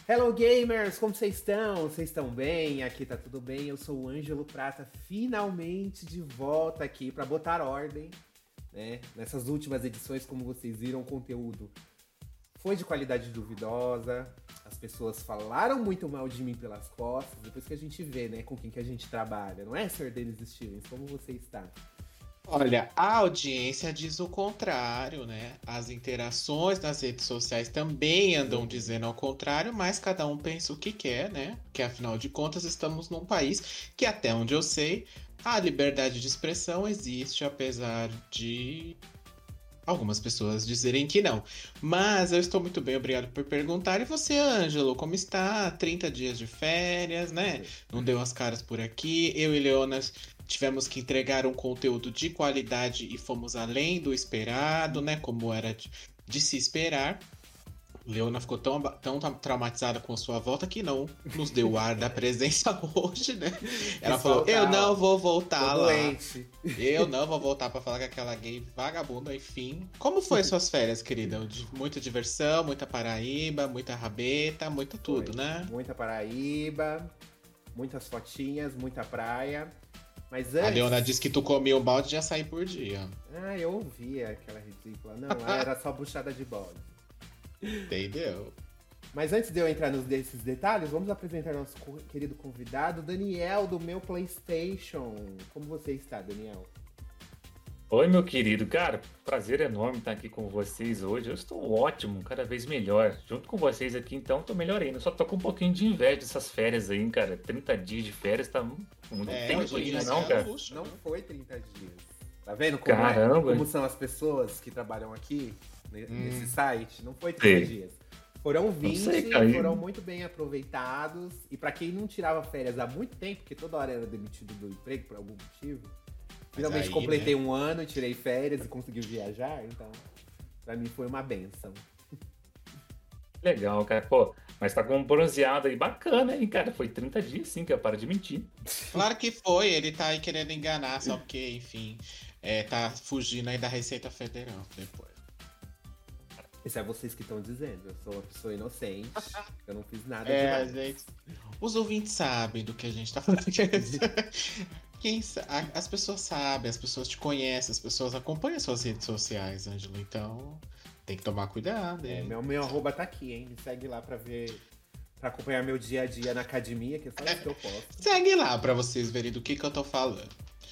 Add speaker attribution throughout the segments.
Speaker 1: Hello gamers, como vocês estão? Vocês estão bem? Aqui tá tudo bem. Eu sou o Ângelo Prata, finalmente de volta aqui para botar ordem, né? Nessas últimas edições, como vocês viram, o conteúdo foi de qualidade duvidosa. As pessoas falaram muito mal de mim pelas costas. Depois que a gente vê, né, com quem que a gente trabalha. Não é, Sr. Denis Stevens? Como você está?
Speaker 2: Olha, a audiência diz o contrário, né? As interações nas redes sociais também andam dizendo ao contrário, mas cada um pensa o que quer, né? Porque afinal de contas estamos num país que, até onde eu sei, a liberdade de expressão existe, apesar de algumas pessoas dizerem que não. Mas eu estou muito bem, obrigado por perguntar. E você, Ângelo, como está? 30 dias de férias, né? Não deu as caras por aqui. Eu e Leonas tivemos que entregar um conteúdo de qualidade e fomos além do esperado, né? Como era de se esperar. Leona ficou tão traumatizada com a sua volta que não nos deu o ar da presença hoje, né? Ela falou, eu não vou voltar lá.
Speaker 1: Doente.
Speaker 2: Eu não vou voltar pra falar com aquela gay vagabunda, enfim. Como foi suas férias, querida? Muita diversão, muita Paraíba, muita rabeta, muita tudo, né?
Speaker 1: Muita Paraíba, muitas fotinhas, muita praia. Mas
Speaker 2: A
Speaker 1: antes...
Speaker 2: Leona disse que tu comia um balde de açaí por dia.
Speaker 1: Ah, eu ouvia aquela ridícula. Não, era só buchada de bode.
Speaker 2: Entendeu?
Speaker 1: Mas antes de eu entrar nesses detalhes, vamos apresentar nosso querido convidado, Daniel, do meu PlayStation. Como você está, Daniel?
Speaker 3: Oi, meu querido. Cara, prazer enorme estar aqui com vocês hoje. Eu estou ótimo, cada vez melhor. Junto com vocês aqui, então, tô melhor ainda. Só tô com um pouquinho de inveja dessas férias aí, cara. 30 dias de férias tá muito tempo ainda, não, cara?
Speaker 2: Luxo,
Speaker 1: não
Speaker 2: né?
Speaker 1: foi 30 dias. Tá vendo como são as pessoas que trabalham aqui nesse site? Não foi 30 dias. Foram 20, foram muito bem aproveitados. E pra quem não tirava férias há muito tempo, porque toda hora era demitido do emprego por algum motivo, finalmente
Speaker 2: aí,
Speaker 1: completei um ano, tirei férias e consegui viajar. Então, pra mim foi uma benção.
Speaker 3: Legal, cara. Pô, mas tá com um bronzeado aí bacana, hein, cara? Foi 30 dias, sim, cara. Para de mentir.
Speaker 2: Claro que foi, ele tá aí querendo enganar, só porque, enfim, tá fugindo aí da Receita Federal depois.
Speaker 1: Isso é vocês que estão dizendo. Eu sou uma pessoa inocente. Eu não fiz nada demais.
Speaker 2: Gente, os ouvintes sabem do que a gente tá falando. As pessoas sabem, as pessoas te conhecem, as pessoas acompanham suas redes sociais, Ângelo. Então, tem que tomar cuidado.
Speaker 1: Meu arroba tá aqui, hein? Me segue lá pra ver... Pra acompanhar meu dia a dia na academia, que é só isso que eu posto.
Speaker 2: Segue lá pra vocês verem do que eu tô falando.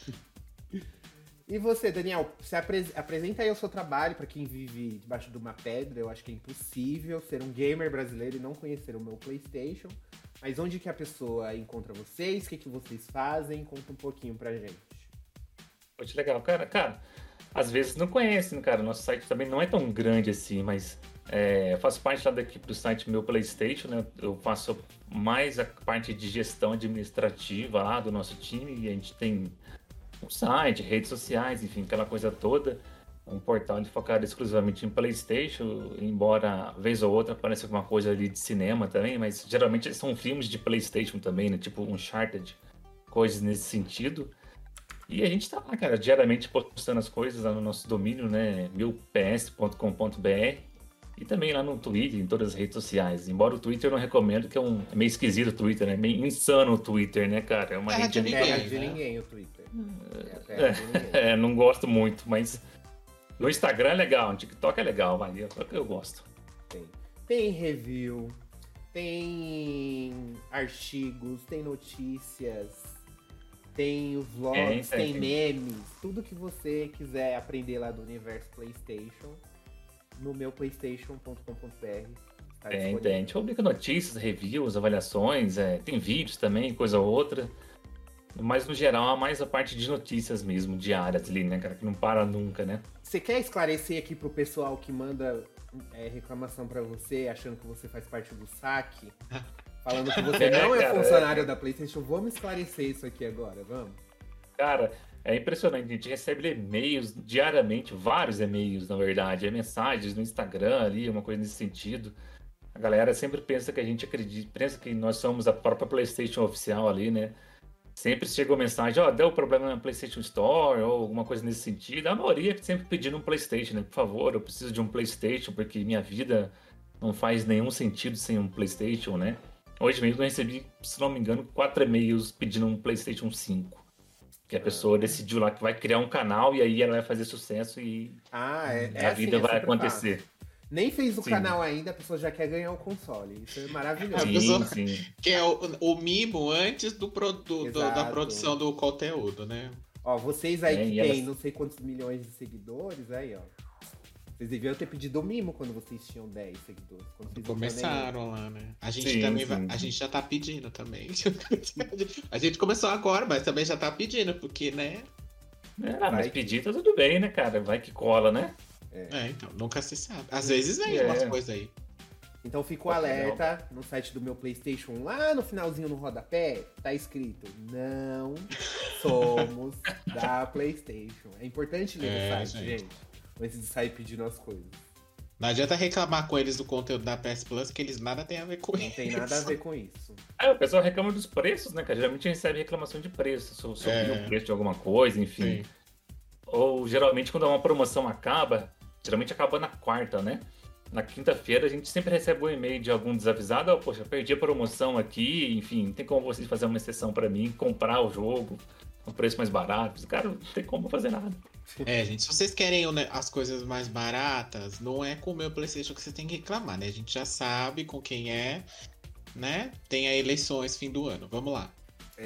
Speaker 1: E você, Daniel, você apresenta aí o seu trabalho pra quem vive debaixo de uma pedra. Eu acho que é impossível ser um gamer brasileiro e não conhecer o meu PlayStation. Mas onde que a pessoa encontra vocês? O que vocês fazem? Conta um pouquinho pra gente.
Speaker 3: Poxa, legal. Cara, às vezes não conhecem, cara. Nosso site também não é tão grande assim, mas eu faço parte lá da equipe do site Meu PlayStation, né? Eu faço mais a parte de gestão administrativa lá do nosso time e a gente tem um site, redes sociais, enfim, aquela coisa toda. Um portal focado exclusivamente em PlayStation, embora vez ou outra apareça alguma coisa ali de cinema também, mas geralmente são filmes de PlayStation também, né? Tipo Uncharted, coisas nesse sentido. E a gente tá lá, cara, diariamente postando as coisas lá no nosso domínio, né? meups.com.br e também lá no Twitter, em todas as redes sociais. Embora o Twitter eu não recomendo, que é meio esquisito o Twitter, né? Meio insano o Twitter, né, cara? É uma rede
Speaker 1: de ninguém o Twitter.
Speaker 3: Não gosto muito, mas no Instagram é legal, no TikTok é legal, vai, é o que eu gosto.
Speaker 1: Tem review, tem artigos, tem notícias, tem os vlogs, tem memes, tudo que você quiser aprender lá do universo PlayStation, no meu playstation.com.br. Tá
Speaker 3: a gente publica notícias, reviews, avaliações, tem vídeos também, coisa ou outra. Mas no geral, é mais a parte de notícias mesmo, diárias ali, né, cara? Que não para nunca, né?
Speaker 1: Você quer esclarecer aqui pro pessoal que manda reclamação pra você, achando que você faz parte do saque? Falando que você não é funcionário da PlayStation. Vamos esclarecer isso aqui agora, vamos?
Speaker 3: Cara, é impressionante. A gente recebe e-mails diariamente, vários e-mails, na verdade. Mensagens no Instagram ali, uma coisa nesse sentido. A galera sempre pensa que a gente acredita, pensa que nós somos a própria PlayStation oficial ali, né? Sempre chegou mensagem, deu problema na PlayStation Store, ou alguma coisa nesse sentido. A maioria sempre pedindo um PlayStation, né? Por favor, eu preciso de um PlayStation, porque minha vida não faz nenhum sentido sem um PlayStation, né? Hoje mesmo eu recebi, se não me engano, 4 e-mails pedindo um PlayStation 5. Que a pessoa decidiu lá que vai criar um canal e aí ela vai fazer sucesso e a
Speaker 1: assim,
Speaker 3: vida vai
Speaker 1: super
Speaker 3: acontecer.
Speaker 1: fácil. Nem fez o
Speaker 3: Sim.
Speaker 1: canal ainda, a pessoa já quer ganhar o console. Isso é maravilhoso.
Speaker 3: Sim.
Speaker 2: Que é o mimo antes da
Speaker 1: Exato.
Speaker 2: produção do conteúdo, né?
Speaker 1: Ó, vocês aí que
Speaker 3: e
Speaker 1: tem
Speaker 3: elas-
Speaker 1: não sei quantos milhões de seguidores, aí, ó. Vocês deviam ter pedido o mimo quando vocês tinham 10 seguidores. Quando vocês não tinham
Speaker 2: Começaram lá, né? A gente
Speaker 3: Sim,
Speaker 2: também
Speaker 3: sim.
Speaker 2: a gente já tá pedindo também. A gente começou agora, mas também já tá pedindo, porque, né?
Speaker 3: Mas
Speaker 1: Vai
Speaker 3: pedir tá tudo bem, né, cara? Vai que cola, né?
Speaker 2: Então, nunca se sabe. Às vezes vem
Speaker 3: É.
Speaker 2: umas coisas aí.
Speaker 1: Então fica o alerta no site do meu PlayStation, lá no finalzinho no rodapé, tá escrito: não somos da PlayStation. É importante ler o site, gente, antes de sair pedindo as coisas.
Speaker 2: Não adianta reclamar com eles do conteúdo da PS Plus, que eles nada tem a ver com
Speaker 1: Não
Speaker 2: isso.
Speaker 1: tem nada a ver com isso.
Speaker 3: O pessoal reclama dos preços, né, cara? Geralmente recebe reclamação de preço, subiu o preço de alguma coisa, enfim.
Speaker 2: Sim.
Speaker 3: Ou geralmente quando uma promoção acaba, geralmente acaba na quarta, né? Na quinta-feira a gente sempre recebe um e-mail de algum desavisado, poxa, perdi a promoção aqui, enfim, tem como vocês fazer uma exceção pra mim, comprar o jogo, um preço mais barato. Cara, não tem como fazer nada.
Speaker 2: Gente, se vocês querem as coisas mais baratas, não é com o meu PlayStation que você tem que reclamar, né? A gente já sabe com quem é, né? Tem a eleições fim do ano. Vamos lá.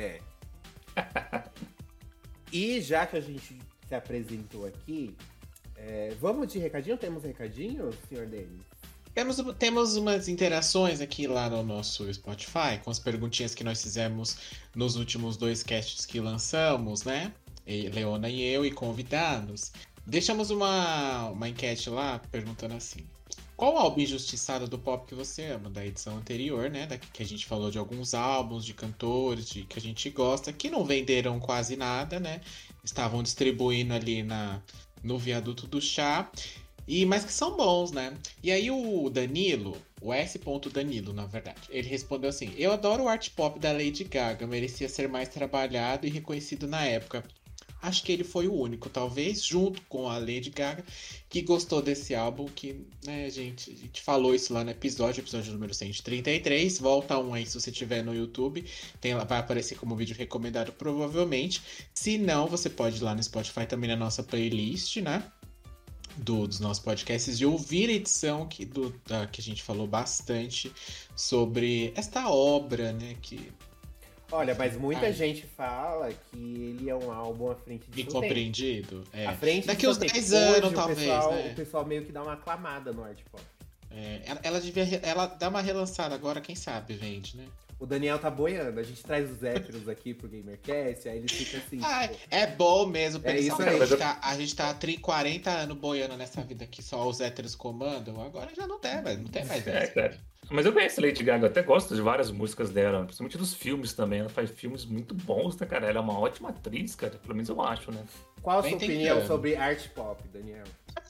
Speaker 1: E já que a gente se apresentou aqui, vamos de recadinho? Temos recadinho, senhor Denis?
Speaker 2: Temos umas interações aqui lá no nosso Spotify, com as perguntinhas que nós fizemos nos últimos 2 casts que lançamos, né? Leona e eu, e convidados. Deixamos uma enquete lá perguntando assim: qual álbum injustiçado do pop que você ama? Da edição anterior, né? Que a gente falou de alguns álbuns, de cantores, que a gente gosta, que não venderam quase nada, né? Estavam distribuindo ali no viaduto do chá. Mas que são bons, né? E aí o Danilo, o S. Danilo, na verdade, ele respondeu assim: eu adoro o art pop da Lady Gaga, merecia ser mais trabalhado e reconhecido na época. Acho que ele foi o único, talvez, junto com a Lady Gaga, que gostou desse álbum, que, né, a gente falou isso lá no episódio número 133, volta um aí se você tiver no YouTube, vai aparecer como vídeo recomendado provavelmente. Se não, você pode ir lá no Spotify também na nossa playlist, né? Dos nossos podcasts e ouvir a edição que a gente falou bastante sobre esta obra, né?
Speaker 1: Olha, mas muita gente fala que ele é um álbum à frente de seu tempo.
Speaker 2: Incompreendido.
Speaker 1: À frente
Speaker 2: Daqui
Speaker 1: de
Speaker 2: uns
Speaker 1: seu tempo.
Speaker 2: 10 anos,
Speaker 1: Hoje,
Speaker 2: talvez, né?
Speaker 1: O pessoal meio que dá uma aclamada no art pop.
Speaker 2: Ela dá uma relançada agora, quem sabe vende, né?
Speaker 1: O Daniel tá boiando, a gente traz os héteros aqui pro GamerCast, aí eles ficam assim.
Speaker 2: É bom mesmo
Speaker 1: É
Speaker 2: pensar
Speaker 1: isso
Speaker 2: que
Speaker 1: aí.
Speaker 2: a gente tá 40 anos boiando nessa vida que só os héteros comandam, agora já não tem mais.
Speaker 3: Cara. Mas eu conheço a Lady Gaga, eu até gosto de várias músicas dela, principalmente dos filmes também. Ela faz filmes muito bons, né, cara? Ela é uma ótima atriz, cara, pelo menos eu acho, né?
Speaker 1: Qual a sua
Speaker 2: Bem
Speaker 1: opinião
Speaker 2: tentando.
Speaker 1: sobre art pop, Daniel?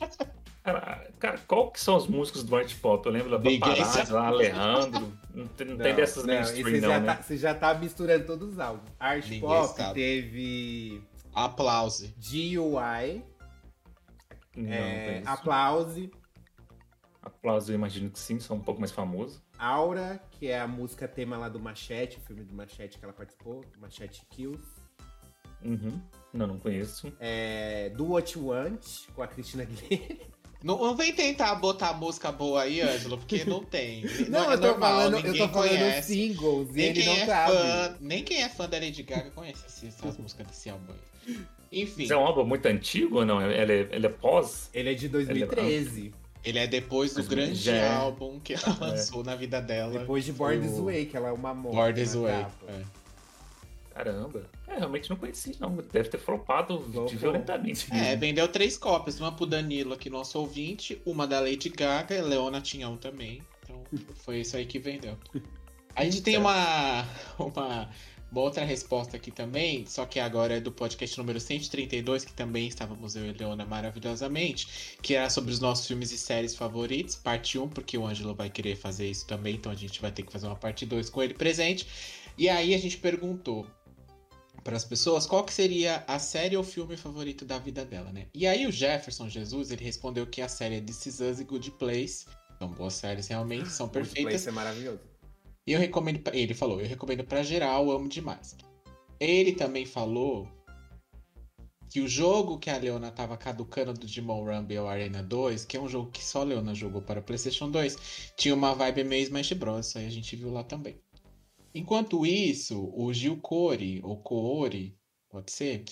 Speaker 3: Cara, qual que são as músicas do art pop? Eu lembro da
Speaker 2: Ninguém
Speaker 3: Paparazzi,
Speaker 2: sabe.
Speaker 3: lá, Alejandro. Não tem dessas mainstream, não, né?
Speaker 1: Você já tá misturando todos os álbuns. Art
Speaker 2: Ninguém
Speaker 1: pop
Speaker 2: sabe.
Speaker 1: teve
Speaker 2: Aplause.
Speaker 1: GUI,
Speaker 3: Não, conheço.
Speaker 1: Applause,
Speaker 3: Aplauso, eu imagino que sim, são um pouco mais famosos.
Speaker 1: Aura, que é a música tema lá do Machete, o filme do Machete que ela participou, Machete Kills.
Speaker 3: Uhum. Não conheço.
Speaker 1: Do What You Want, com a Cristina Aguilera.
Speaker 2: Não vem tentar botar música boa aí, Ângelo, porque não tem.
Speaker 1: Não,
Speaker 2: é
Speaker 1: eu tô
Speaker 2: normal,
Speaker 1: falando,
Speaker 2: ninguém conhece.
Speaker 1: singles e
Speaker 2: Nem
Speaker 1: ele
Speaker 2: quem,
Speaker 1: não
Speaker 2: é
Speaker 1: sabe.
Speaker 2: nem quem é fã da Lady Gaga conhece essas músicas desse álbum aí. Enfim,
Speaker 3: Isso é um álbum muito antigo ou não? Ele é pós?
Speaker 1: Ele é de 2013,
Speaker 2: ele é depois do
Speaker 3: Mas
Speaker 2: grande
Speaker 3: já é.
Speaker 2: álbum que ela lançou na vida dela.
Speaker 1: depois de Born This
Speaker 2: o
Speaker 1: Way, que ela é uma morte
Speaker 2: Born This
Speaker 1: na
Speaker 2: Way.
Speaker 1: capa.
Speaker 3: Caramba. Realmente não conheci, não. Deve ter flopado
Speaker 1: Flopou.
Speaker 3: violentamente.
Speaker 2: Vendeu 3 cópias, uma pro Danilo aqui, nosso ouvinte, uma da Lady Gaga, e Leona tinha um também. Então foi isso aí que vendeu. A gente tem uma outra resposta aqui também, só que agora é do podcast número 132, que também estávamos eu e Leona maravilhosamente, que era sobre os nossos filmes e séries favoritos, parte 1, porque o Ângelo vai querer fazer isso também, então a gente vai ter que fazer uma parte 2 com ele presente. E aí a gente perguntou para as pessoas qual que seria a série ou filme favorito da vida dela, né? E aí o Jefferson Jesus, ele respondeu que a série é This Is Us e Good Place, São boas séries, realmente, são
Speaker 1: Good
Speaker 2: perfeitas.
Speaker 1: Place é maravilhoso.
Speaker 2: E eu recomendo, ele falou, eu recomendo pra geral, amo demais. Ele também falou que o jogo que a Leona tava caducando do Digimon Rumble Arena 2, que é um jogo que só a Leona jogou para PlayStation 2, tinha uma vibe meio Smash Bros. Isso aí a gente viu lá também. Enquanto isso, o Gil Kori, ou Koori, pode ser,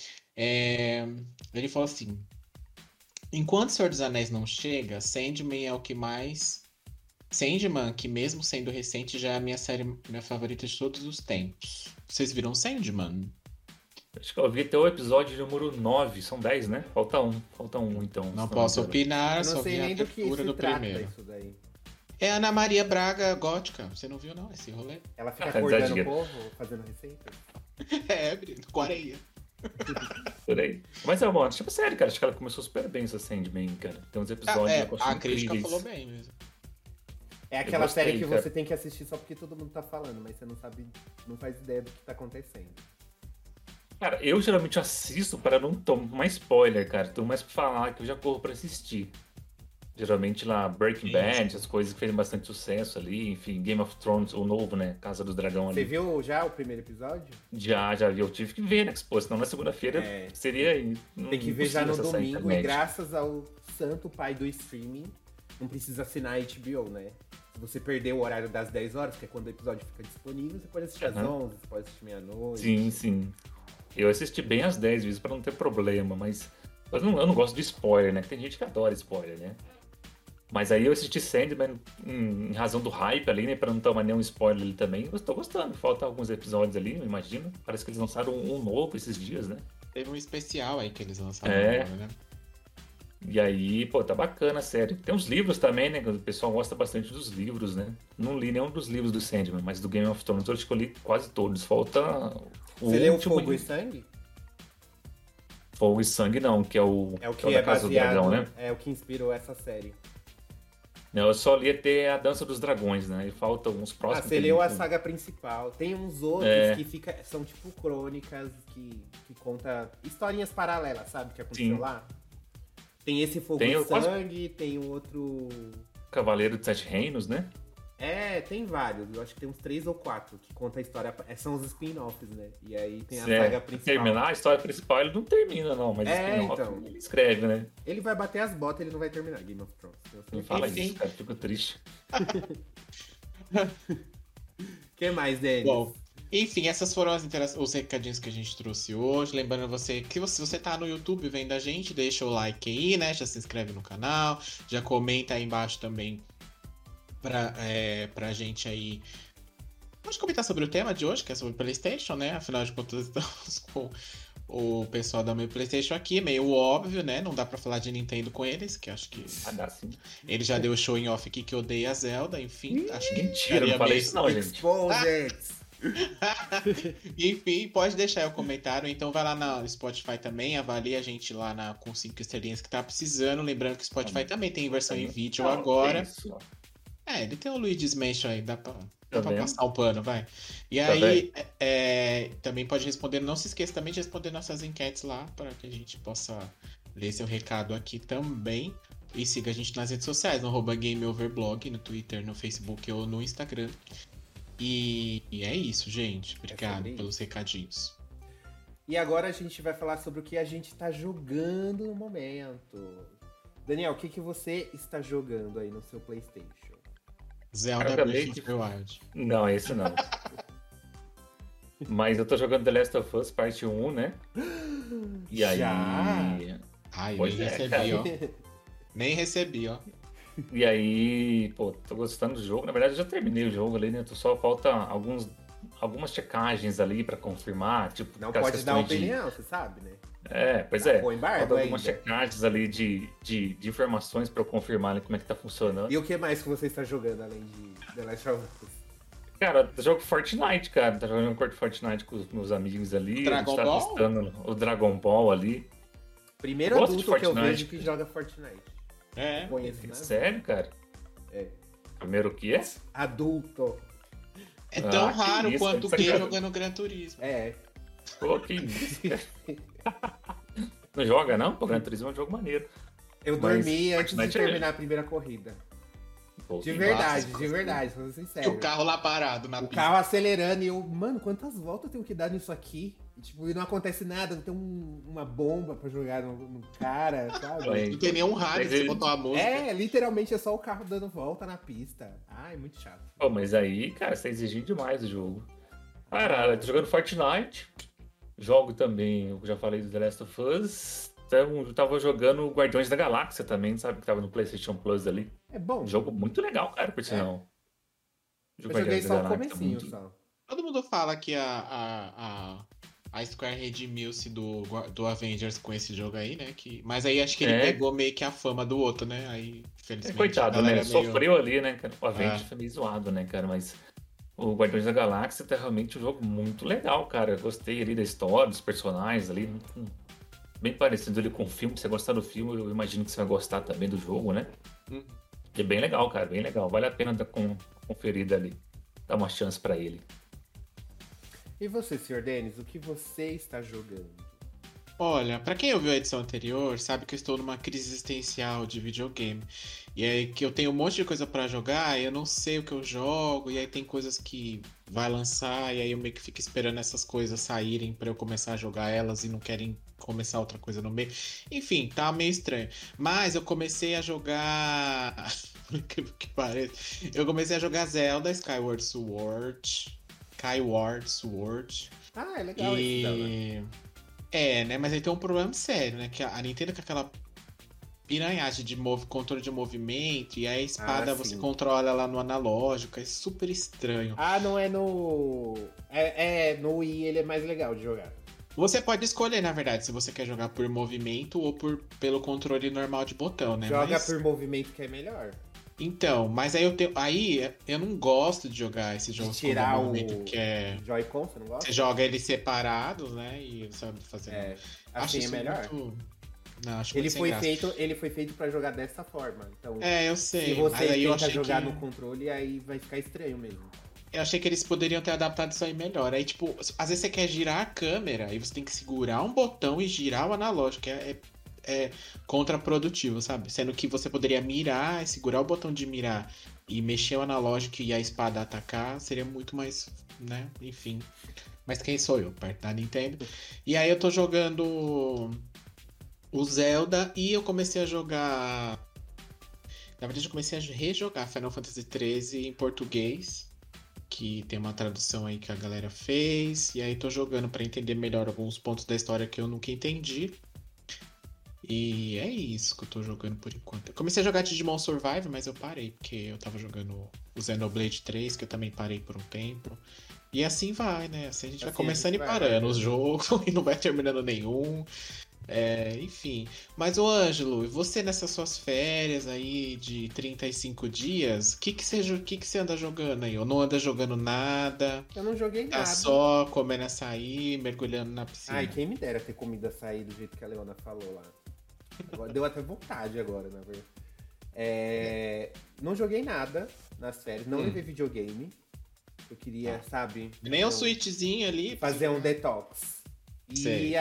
Speaker 2: ele falou assim: enquanto Senhor dos Anéis não chega, Sandman é o que mais. Sandman, que mesmo sendo recente, já é a minha favorita de todos os tempos. Vocês viram Sandman?
Speaker 3: Acho que eu vi até o episódio número 9, são 10, né? Falta um então.
Speaker 2: Não posso opinar,
Speaker 1: Eu
Speaker 2: só
Speaker 1: não sei
Speaker 2: vi a
Speaker 1: nem do que
Speaker 2: abertura
Speaker 1: se
Speaker 2: do
Speaker 1: trata
Speaker 2: primeiro.
Speaker 1: isso daí.
Speaker 2: É a Ana Maria Braga gótica. Você não viu, não, esse rolê?
Speaker 1: Ela fica
Speaker 3: Ah,
Speaker 1: acordando
Speaker 3: exagero.
Speaker 1: o povo, fazendo receitas.
Speaker 2: É, com areia.
Speaker 3: Por aí. Mas é uma tipo sério, cara. Acho que ela começou super bem essa Sandman, cara. Tem uns episódios que eu
Speaker 2: a
Speaker 3: acho
Speaker 2: crítica
Speaker 3: incríveis.
Speaker 2: falou bem mesmo.
Speaker 1: É aquela
Speaker 3: gostei,
Speaker 1: série que
Speaker 3: cara.
Speaker 1: você tem que assistir só porque todo mundo tá falando, mas você não sabe, não faz ideia do que tá acontecendo.
Speaker 3: Cara, eu geralmente assisto para não tomar spoiler, cara. Tô mais pra falar que eu já corro pra assistir. Geralmente lá, Breaking Bad, as coisas que fez bastante sucesso ali. Enfim, Game of Thrones, o novo, né? Casa do Dragão
Speaker 1: Você
Speaker 3: ali.
Speaker 1: viu já o primeiro episódio?
Speaker 3: Já vi. Eu tive que ver, né? Pô, senão na segunda-feira seria.
Speaker 1: Tem que ver já no
Speaker 3: impossível acessar a
Speaker 1: domingo e
Speaker 3: internet.
Speaker 1: graças ao santo pai do streaming, não precisa assinar a HBO, né? Se você perder o horário das 10 horas, que é quando o episódio fica disponível, você pode assistir às 11, você pode assistir meia-noite.
Speaker 3: Sim. Eu assisti bem às 10 vezes pra não ter problema, mas eu não gosto de spoiler, né? Tem gente que adora spoiler, né? Mas aí eu assisti Sandman em razão do hype ali, né? Pra não tomar nenhum spoiler ali também. Eu tô gostando. Faltam alguns episódios ali, eu imagino. Parece que eles lançaram um novo esses dias, né?
Speaker 2: Teve um especial aí que eles lançaram
Speaker 3: É.
Speaker 2: agora, né?
Speaker 3: E aí, pô, tá bacana a série. Tem uns livros também, né? O pessoal gosta bastante dos livros, né? Não li nenhum dos livros do Sandman, mas do Game of Thrones eu acho que eu li quase todos. Falta o
Speaker 1: Você leu
Speaker 3: último
Speaker 1: Fogo e
Speaker 3: aí.
Speaker 1: Sangue?
Speaker 3: Fogo e Sangue não, que é o
Speaker 1: É o que
Speaker 3: o
Speaker 1: é
Speaker 3: da Casa do
Speaker 1: baseado,
Speaker 3: Dragão, né?
Speaker 1: é o que inspirou essa série.
Speaker 3: Não, eu só li até a Dança dos Dragões, né? E faltam uns próximos.
Speaker 1: Você
Speaker 3: que
Speaker 1: leu a
Speaker 3: tem-
Speaker 1: saga principal. Tem uns outros que são tipo crônicas que conta historinhas paralelas, sabe? Que aconteceu
Speaker 3: Sim.
Speaker 1: lá. Tem esse Fogo
Speaker 3: Tem
Speaker 1: e
Speaker 3: o quase-
Speaker 1: Sangue, tem o outro.
Speaker 3: Cavaleiro de Sete Reinos, né?
Speaker 1: Tem vários. Eu acho que tem uns 3 ou 4 que conta a história. São os spin-offs, né? E aí tem a saga principal.
Speaker 3: Terminar a história principal, ele não termina, não, mas spin-off
Speaker 1: então.
Speaker 3: ele escreve, né?
Speaker 1: Ele vai bater as botas, ele não vai terminar Game of Thrones.
Speaker 3: Não fala
Speaker 2: Enfim.
Speaker 3: isso, cara, fico triste.
Speaker 1: O que mais, Denis?
Speaker 2: Bom, enfim, essas foram os recadinhos que a gente trouxe hoje. Lembrando você que se você tá no YouTube vendo a gente, deixa o like aí, né? Já se inscreve no canal, já comenta aí embaixo também pra gente aí. Pode comentar sobre o tema de hoje, que é sobre PlayStation, né? Afinal de contas, estamos com o pessoal da meu PlayStation aqui, meio óbvio, né? Não dá pra falar de Nintendo com eles, que acho que
Speaker 3: Ah, dá sim.
Speaker 2: ele já deu show em off aqui que odeia a Zelda, enfim. Acho que
Speaker 3: Mentira, não falei isso não, gente.
Speaker 1: Exposed!
Speaker 2: Enfim, pode deixar aí o comentário. Então vai lá no Spotify também, avalia a gente lá com 5 estrelinhas que tá precisando. Lembrando que o Spotify também tem versão em vídeo
Speaker 3: Não,
Speaker 2: agora.
Speaker 3: que isso, ó.
Speaker 2: Ele tem o Luigi's Mansion aí, dá pra
Speaker 3: Tá vendo?
Speaker 2: passar o pano, vai. E
Speaker 3: Tá
Speaker 2: aí, também pode responder, não se esqueça também de responder nossas enquetes lá, para que a gente possa ler seu recado aqui também. E siga a gente nas redes sociais, no @GameOverblog, no Twitter, no Facebook ou no Instagram. E é isso, gente. Obrigado
Speaker 1: sobre
Speaker 2: pelos recadinhos.
Speaker 1: E agora a gente vai falar sobre o que a gente tá jogando no momento. Daniel, o que você está jogando aí no seu PlayStation?
Speaker 2: Zelda
Speaker 3: Cara,
Speaker 2: Breath
Speaker 3: acabei
Speaker 2: of the Wild.
Speaker 3: Não, esse não. Mas eu tô jogando The Last of Us Parte 1, né? E aí.
Speaker 1: Já?
Speaker 2: Ai,
Speaker 3: Pois
Speaker 2: nem
Speaker 3: é,
Speaker 2: recebi,
Speaker 3: cara.
Speaker 2: ó. Nem recebi, ó.
Speaker 3: E aí, pô, tô gostando do jogo. Na verdade, eu já terminei o jogo ali, né? Só falta algumas checagens ali pra confirmar. Tipo,
Speaker 1: Não
Speaker 3: aquelas
Speaker 1: pode dar
Speaker 3: questões de-
Speaker 1: opinião, você sabe, né?
Speaker 3: Pois
Speaker 1: Tá
Speaker 3: é.
Speaker 1: com embargo
Speaker 3: Falta algumas
Speaker 1: ainda.
Speaker 3: checagens ali de informações pra eu confirmar ali como é que tá funcionando.
Speaker 1: E o que mais que você está jogando além de The Last of Us?
Speaker 3: Cara, eu jogo Fortnite, cara. Tá jogando Fortnite com os meus amigos ali.
Speaker 2: Dragon
Speaker 3: a gente tá
Speaker 2: Ball?
Speaker 3: testando o Dragon Ball ali.
Speaker 1: Primeiro
Speaker 3: Gosto de
Speaker 1: adulto que eu
Speaker 3: Fortnite.
Speaker 1: vejo que joga Fortnite.
Speaker 2: É.
Speaker 1: Conheço, né?
Speaker 3: Sério, cara?
Speaker 1: É.
Speaker 3: Primeiro o que é?
Speaker 1: Adulto.
Speaker 2: É tão
Speaker 3: Ah, que
Speaker 2: raro
Speaker 3: isso,
Speaker 2: quanto o
Speaker 3: isso
Speaker 2: Gui
Speaker 3: aqui-
Speaker 2: jogando Gran Turismo.
Speaker 3: Pô, que isso, cara. Não joga, não? Pô, Gran Turismo é um jogo maneiro.
Speaker 1: Eu
Speaker 3: Mas
Speaker 1: dormi antes de
Speaker 3: Fortnite é-
Speaker 1: terminar a primeira corrida.
Speaker 3: Pô,
Speaker 1: De
Speaker 3: que
Speaker 1: verdade,
Speaker 2: Nossa,
Speaker 1: de verdade, sendo
Speaker 2: E
Speaker 1: sincero.
Speaker 2: o carro lá parado na
Speaker 1: O
Speaker 2: pista.
Speaker 1: carro acelerando e eu, mano, quantas voltas eu tenho que dar nisso aqui? E, tipo, e não acontece nada, não tem uma bomba pra jogar no cara, sabe?
Speaker 3: Aí,
Speaker 2: Não tem nenhum rádio pra você botar uma música.
Speaker 1: É, literalmente é só o carro dando volta na pista. Ai, muito chato.
Speaker 3: pô, mas aí, cara, você tá exigindo demais do jogo. Cara, tô jogando Fortnite. Jogo também, eu já falei do The Last of Us. Então, eu tava jogando Guardiões da Galáxia também, sabe? Que tava no PlayStation Plus ali.
Speaker 1: É bom.
Speaker 3: Um jogo muito legal, cara, por sinal.
Speaker 1: Eu joguei só o comecinho,
Speaker 3: muito...
Speaker 1: só.
Speaker 2: Todo mundo fala que a Square redimiu-se do Avengers com esse jogo aí, né? Mas aí acho que ele pegou meio que a fama do outro, né? Aí, infelizmente,
Speaker 3: coitado,
Speaker 2: a
Speaker 3: né?
Speaker 2: galera meio...
Speaker 3: Sofreu ali, né, cara? O Avengers foi meio zoado, né, cara? Mas o Guardiões da Galáxia tá realmente um jogo muito legal, cara. Eu gostei ali da história, dos personagens ali. Bem parecido ali com o filme. Se você gostar do filme, eu imagino que você vai gostar também do jogo, né? É bem legal, cara. Bem legal. Vale a pena dar conferida ali. Dar uma chance pra ele.
Speaker 1: E você, Sr. Denis, o que você está jogando?
Speaker 2: Olha, pra quem ouviu a edição anterior, sabe que eu estou numa crise existencial de videogame. E aí que eu tenho um monte de coisa pra jogar, e eu não sei o que eu jogo, e aí tem coisas que vai lançar, e aí eu meio que fico esperando essas coisas saírem pra eu começar a jogar elas e não querem começar outra coisa no meio. Enfim, tá meio estranho. Mas eu comecei a jogar... Por incrível que pareça, eu comecei a jogar Zelda Skyward Sword.
Speaker 1: Ah, é legal esse Zelda.
Speaker 2: Né? Mas aí tem um problema sério, né? Que a Nintendo com aquela piranhagem de controle de movimento, e aí a espada você controla ela no analógico, é super estranho.
Speaker 1: Ah, não é no... no Wii ele é mais legal de jogar.
Speaker 2: Você pode escolher, na verdade, se você quer jogar por movimento ou pelo controle normal de botão, né?
Speaker 1: Joga por movimento que é melhor.
Speaker 2: Então, mas aí eu não gosto de jogar esses jogos
Speaker 1: com
Speaker 2: movimento que é...
Speaker 1: Joy-Con, você não gosta?
Speaker 2: Você joga eles separados, né? E você sabe fazer...
Speaker 1: Assim é melhor.
Speaker 2: Não, acho
Speaker 1: ele foi feito pra jogar dessa forma. Então,
Speaker 2: eu sei.
Speaker 1: Se você tenta jogar no controle, aí vai ficar estranho mesmo.
Speaker 2: Eu achei que eles poderiam ter adaptado isso aí melhor. Aí, tipo, às vezes você quer girar a câmera e você tem que segurar um botão e girar o analógico, que é contraprodutivo, sabe? Sendo que você poderia mirar, segurar o botão de mirar e mexer o analógico e a espada atacar, seria muito mais, né? Enfim. Mas quem sou eu, perto da Nintendo? E aí eu tô jogando o Zelda e eu comecei a jogar... Na verdade, eu comecei a rejogar Final Fantasy XIII em português, que tem uma tradução aí que a galera fez, e aí tô jogando pra entender melhor alguns pontos da história que eu nunca entendi. E é isso que eu tô jogando por enquanto. Eu comecei a jogar Digimon Survive, mas eu parei, porque eu tava jogando o Xenoblade 3, que eu também parei por um tempo. E assim vai, né? Assim a gente vai começando e parando os jogos, e não vai terminando nenhum. Enfim. Mas, ô Ângelo, e você nessas suas férias aí de 35 dias, o que você anda jogando aí? Ou não anda jogando nada?
Speaker 1: Eu não joguei nada.
Speaker 2: Tá só comendo açaí, mergulhando na piscina.
Speaker 1: Ai, quem me dera ter comido açaí do jeito que a Leona falou lá. Agora, deu até vontade agora, na verdade. Não joguei nada nas férias, não levei videogame. Eu queria, sabe...
Speaker 2: Nem um switchzinho ali.
Speaker 1: Fazer um detox. E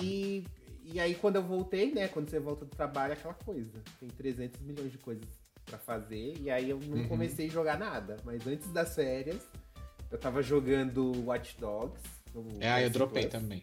Speaker 1: aí, quando eu voltei, né? Quando você volta do trabalho, é aquela coisa. Tem 300 milhões de coisas pra fazer. E aí eu não comecei a jogar nada. Mas antes das férias, eu tava jogando Watch Dogs.
Speaker 2: Eu dropei também.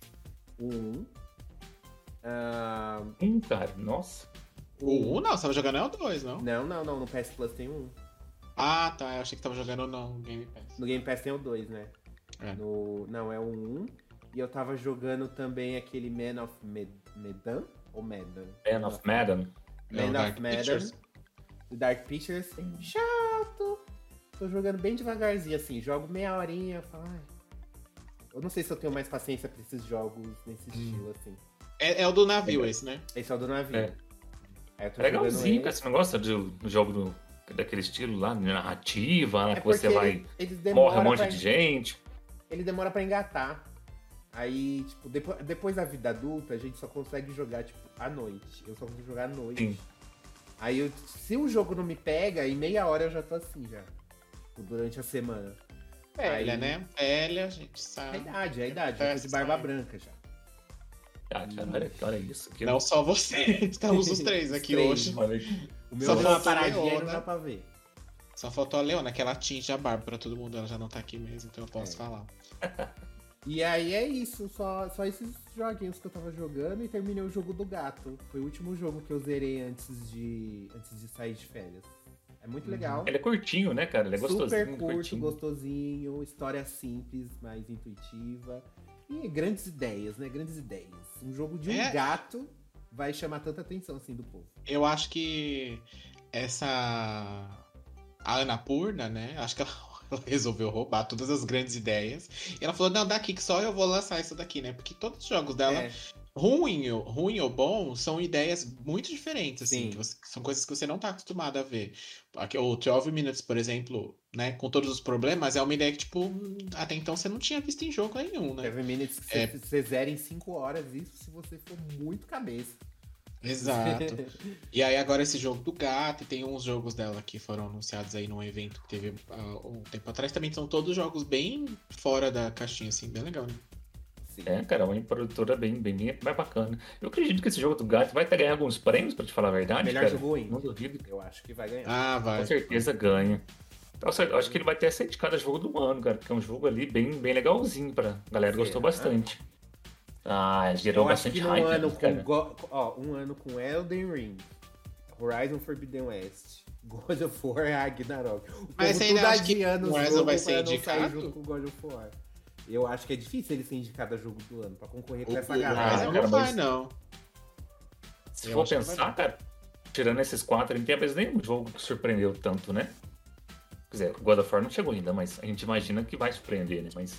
Speaker 3: Cara, nossa.
Speaker 2: O 1 não, você tava jogando é o 2, não?
Speaker 1: Não, no PS Plus tem um.
Speaker 2: Ah, tá, eu achei que tava jogando no Game Pass.
Speaker 1: No Game Pass tem o 2, né? Não, é o 1. E eu tava jogando também aquele Man of Medan? Ou Medan?
Speaker 3: Man of Medan.
Speaker 1: Man of Medan. Do Dark Pictures. Chato! Tô jogando bem devagarzinho, assim. Jogo meia horinha, eu falo, eu não sei se eu tenho mais paciência pra esses jogos nesse estilo, assim.
Speaker 2: É o do navio esse, né?
Speaker 1: Esse é o do navio.
Speaker 3: É legalzinho, cara. Você não gosta do jogo daquele estilo lá, de narrativa, lá, que você vai... morre um monte de gente.
Speaker 1: Ele demora pra engatar. Aí, tipo, depois da vida adulta, a gente só consegue jogar, tipo, à noite. Eu só consigo jogar à noite.
Speaker 3: Sim.
Speaker 1: Aí, se o jogo não me pega, em meia hora eu já tô assim, já. Durante a semana.
Speaker 2: Velha, né? Velha, a gente sabe.
Speaker 1: A idade. Já tô de barba branca, já.
Speaker 3: Olha isso.
Speaker 2: Não só você. Estamos os três aqui hoje.
Speaker 1: O meu deu uma paradinha, não dá pra ver.
Speaker 2: Só faltou a Leona, que ela tinge a barba pra todo mundo. Ela já não tá aqui mesmo, então eu posso falar.
Speaker 1: E aí é isso, só esses joguinhos que eu tava jogando e terminei o jogo do gato. Foi o último jogo que eu zerei antes de sair de férias. É muito legal.
Speaker 3: Ele é curtinho, né, cara? Ele é gostosinho.
Speaker 1: Super curto,
Speaker 3: curtinho.
Speaker 1: gostosinho, história simples, mas intuitiva. E grandes ideias, né? Grandes ideias. Um jogo de um gato vai chamar tanta atenção assim do povo.
Speaker 2: Eu acho que a Annapurna, né? Acho que ela resolveu roubar todas as grandes ideias. E ela falou, não, daqui que só eu vou lançar isso daqui, né? Porque todos os jogos dela, ruim ou bom, são ideias muito diferentes, assim. Que são coisas que você não tá acostumado a ver. Aqui, o 12 Minutes, por exemplo, né? Com todos os problemas, é uma ideia que, tipo, até então você não tinha visto em jogo nenhum, né?
Speaker 1: 12 Minutes que você zera em 5 horas, isso se você for muito cabeça.
Speaker 2: Exato. E aí agora esse jogo do gato, e tem uns jogos dela que foram anunciados aí num evento que teve um tempo atrás, também são todos jogos bem fora da caixinha, assim, bem legal, né?
Speaker 1: Sim.
Speaker 3: Cara, uma produtora bem bacana. Eu acredito que esse jogo do gato vai até ganhar alguns prêmios, pra te falar a verdade,
Speaker 1: Melhor
Speaker 3: cara.
Speaker 1: jogo indie.
Speaker 3: Não duvido.
Speaker 1: Eu acho que vai ganhar.
Speaker 2: Ah, vai.
Speaker 3: Com certeza ganha. Nossa, eu acho que ele vai até ser indicado a jogo do ano, cara, porque é um jogo ali bem legalzinho pra galera. Gostou bastante. Gerou bastante hype.
Speaker 1: Um ano com Elden Ring, Horizon Forbidden West, God of War e Ragnarok.
Speaker 2: Mas você ainda acha que o Horizon vai ser indicado?
Speaker 1: Junto com God of War. Eu acho que é difícil ele ser indicado a jogo do ano, pra concorrer com essa
Speaker 2: galera.
Speaker 1: galera.
Speaker 2: Não vai, não.
Speaker 3: Se for pensar, cara, tirando esses 4, não tem às vezes nenhum jogo que surpreendeu tanto, né? Quer dizer, God of War não chegou ainda, mas a gente imagina que vai surpreender, né? Mas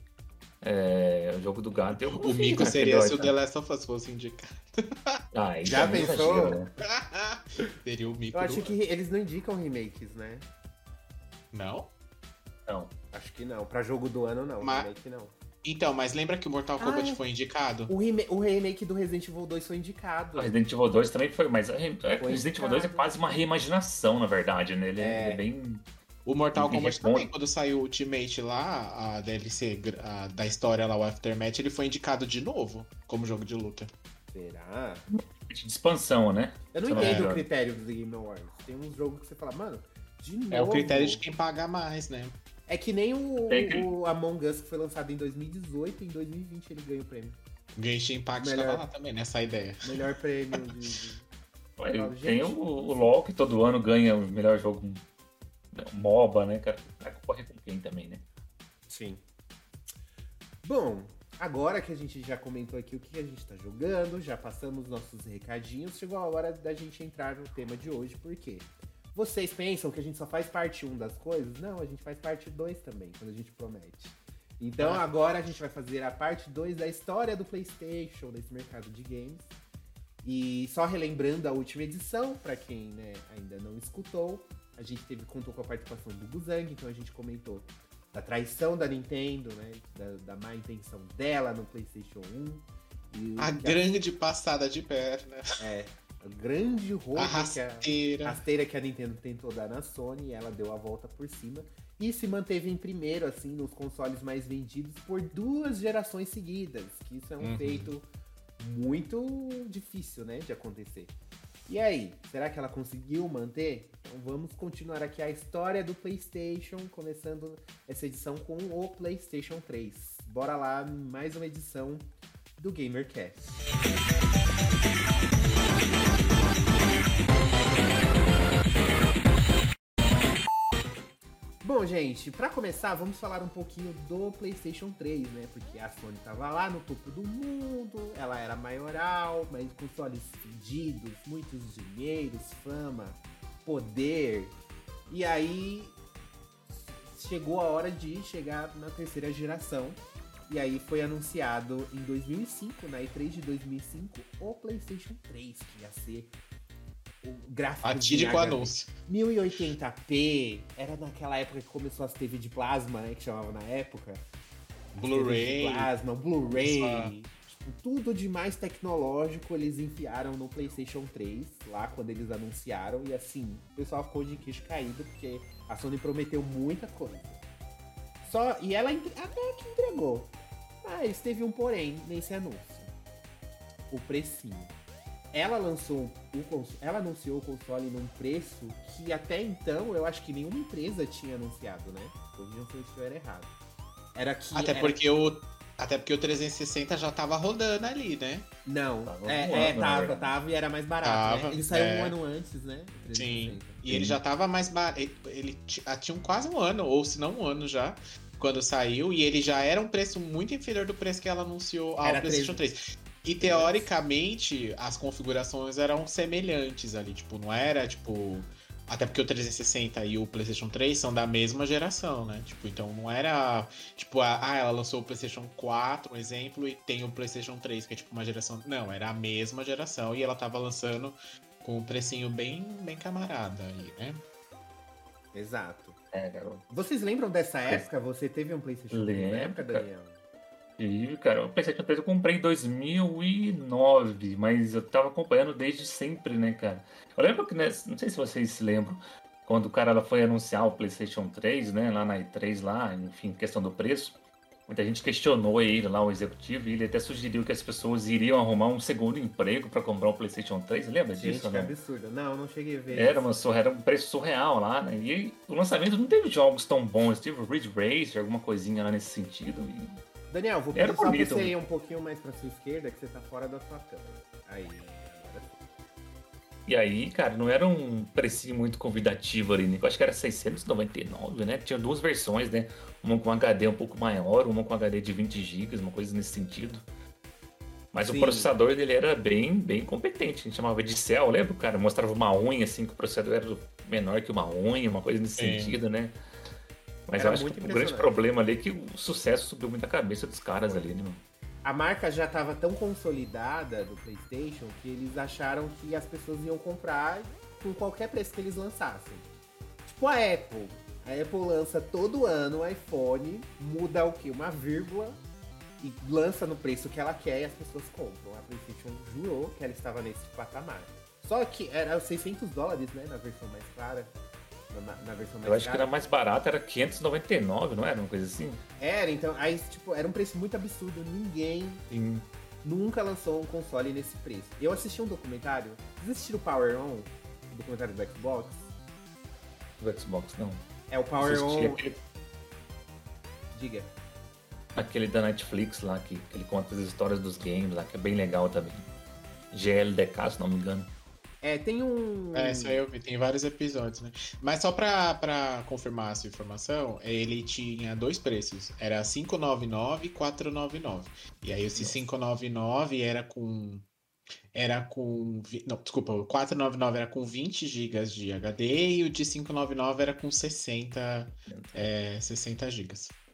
Speaker 3: o jogo do gato...
Speaker 2: O mico seria se o The Last of Us fosse indicado.
Speaker 1: Já pensou?
Speaker 3: Né?
Speaker 2: Seria o mico.
Speaker 1: Eu acho que eles não indicam remakes, né?
Speaker 2: Não?
Speaker 3: Não.
Speaker 1: Acho que não. Pra jogo do ano, não. Remake, não.
Speaker 2: Então, mas lembra que o Mortal Kombat foi indicado?
Speaker 1: O remake do Resident Evil 2 foi indicado.
Speaker 3: O Resident Evil 2 também foi, mas o Resident Evil 2 é quase uma reimaginação, na verdade, né? Ele é bem...
Speaker 2: O Mortal Kombat também, quando saiu o Ultimate lá, a DLC da história lá, o Aftermath, ele foi indicado de novo como jogo de luta.
Speaker 1: Será?
Speaker 3: De expansão, né?
Speaker 1: Eu não entendo o critério do Game Awards. Tem uns jogos que você fala, mano, de novo...
Speaker 2: É o critério de quem paga mais, né?
Speaker 1: É que nem o Among Us, que foi lançado em 2018, em 2020 ele ganha o prêmio.
Speaker 2: Genshin Impact estava lá também, nessa ideia.
Speaker 1: Melhor prêmio de...
Speaker 3: Tem o LoL, que todo ano ganha o melhor jogo MOBA, né, cara? Vai concorrer com quem também, né?
Speaker 1: Sim. Bom, agora que a gente já comentou aqui o que a gente tá jogando, já passamos nossos recadinhos, chegou a hora da gente entrar no tema de hoje, por quê? Vocês pensam que a gente só faz parte 1 das coisas? Não, a gente faz parte 2 também, quando a gente promete. Então agora a gente vai fazer a parte 2 da história do PlayStation, desse mercado de games. E só relembrando a última edição, pra quem ainda não escutou, a gente contou com a participação do Buzang, então a gente comentou da traição da Nintendo, né? Da má intenção dela no PlayStation 1.
Speaker 2: A grande passada de perna.
Speaker 1: O grande roubo,
Speaker 2: rasteira
Speaker 1: que a Nintendo tentou dar na Sony, e ela deu a volta por cima. E se manteve em primeiro, assim, nos consoles mais vendidos por 2 gerações seguidas. Que isso é um feito muito difícil, né, de acontecer. E aí, será que ela conseguiu manter? Então vamos continuar aqui a história do PlayStation, começando essa edição com o PlayStation 3. Bora lá, mais uma edição do GamerCast. Bom, gente, pra começar, vamos falar um pouquinho do PlayStation 3, né? Porque a Sony tava lá no topo do mundo, ela era maioral, mas consoles fedidos, muitos dinheiros, fama, poder. E aí chegou a hora de chegar na terceira geração. E aí foi anunciado em 2005, na E3 de 2005, o PlayStation 3, que ia ser o gráfico
Speaker 2: fatídico anúncio.
Speaker 1: 1080p, era naquela época que começou as TV de plasma, né, que chamava na época.
Speaker 2: Blu-ray.
Speaker 1: Plasma, Blu-ray. Tipo, tudo de mais tecnológico eles enfiaram no PlayStation 3, lá quando eles anunciaram. E assim, o pessoal ficou de queixo caído, porque a Sony prometeu muita coisa. E ela até que entregou. Mas teve um porém nesse anúncio. O precinho. ela anunciou o console num preço que até então eu acho que nenhuma empresa tinha anunciado, né? Corrijam se eu estiver errado. Era que.
Speaker 2: Até porque o 360 já tava rodando ali, né?
Speaker 1: Não, tava e era mais barato,
Speaker 2: Tava,
Speaker 1: né? Ele saiu um ano antes, né?
Speaker 2: Sim. E ele já tava mais barato. Ele tinha quase um ano, ou se não um ano já, quando saiu. E ele já era um preço muito inferior do preço que ela anunciou ao PlayStation 3. E teoricamente, as configurações eram semelhantes ali. Tipo, não era tipo. Até porque o 360 e o PlayStation 3 são da mesma geração, né? Tipo, então não era. Tipo, ela lançou o PlayStation 4, um exemplo, e tem o PlayStation 3, que é tipo uma geração. Não, era a mesma geração e ela tava lançando com um precinho bem, bem camarada aí, né?
Speaker 1: Exato.
Speaker 3: Garoto.
Speaker 1: Vocês lembram dessa época? Você teve um PlayStation 3 na época, Daniel?
Speaker 3: E, cara, o PlayStation 3 eu comprei em 2009, mas eu tava acompanhando desde sempre, né, cara? Eu lembro que, né, não sei se vocês se lembram, quando o cara foi anunciar o PlayStation 3, né, lá na E3, lá, enfim, questão do preço, muita gente questionou ele lá, o executivo, e ele até sugeriu que as pessoas iriam arrumar um segundo emprego pra comprar um PlayStation 3, lembra disso?
Speaker 1: Gente, que absurdo. Não cheguei a ver
Speaker 3: era
Speaker 1: isso.
Speaker 3: Era um preço surreal lá, né? E o lançamento não teve jogos tão bons, teve o Ridge Racer, alguma coisinha lá nesse sentido.
Speaker 1: Daniel, vou pedir só pra você ir um pouquinho mais pra sua esquerda, que você tá fora da sua câmera. Aí, agora sim.
Speaker 3: E aí, cara, não era um precinho muito convidativo ali, né? Eu acho que era 699, né? Tinha duas versões, né? Uma com HD um pouco maior, uma com HD de 20 GB, uma coisa nesse sentido. Mas Sim. O processador dele era bem, bem competente. A gente chamava de Cell, lembra? O cara mostrava uma unha, assim, que o processador era menor que uma unha, uma coisa nesse sentido, né? Mas eu acho que o grande problema ali é que o sucesso subiu muito a cabeça dos caras ali, né?
Speaker 1: A marca já estava tão consolidada do PlayStation que eles acharam que as pessoas iam comprar com qualquer preço que eles lançassem. Tipo a Apple. A Apple lança todo ano o iPhone, muda o quê? Uma vírgula e lança no preço que ela quer e as pessoas compram. A PlayStation jurou que ela estava nesse patamar. Só que era $600, né? Na versão mais clara. Na versão mais
Speaker 3: Eu acho cara. Que era mais barato, era 599, não era uma coisa assim?
Speaker 1: Era, então, aí, tipo, era um preço muito absurdo. Ninguém nunca lançou um console nesse preço. Eu assisti um documentário. Vocês assistiram o Power On? O documentário do Xbox?
Speaker 3: Do Xbox, não.
Speaker 1: É o Power On.
Speaker 3: Aquele...
Speaker 1: Diga.
Speaker 3: Aquele da Netflix lá, que ele conta as histórias dos games lá, que é bem legal também. GLDK, se não me engano.
Speaker 1: Tem um...
Speaker 2: isso aí eu vi, tem vários episódios, né? Mas só pra confirmar essa informação, ele tinha dois preços. Era 599 e 499. E aí esse 599 era com... Não, desculpa, o 499 era com 20 GB de HD e o de 599 era com 60 GB.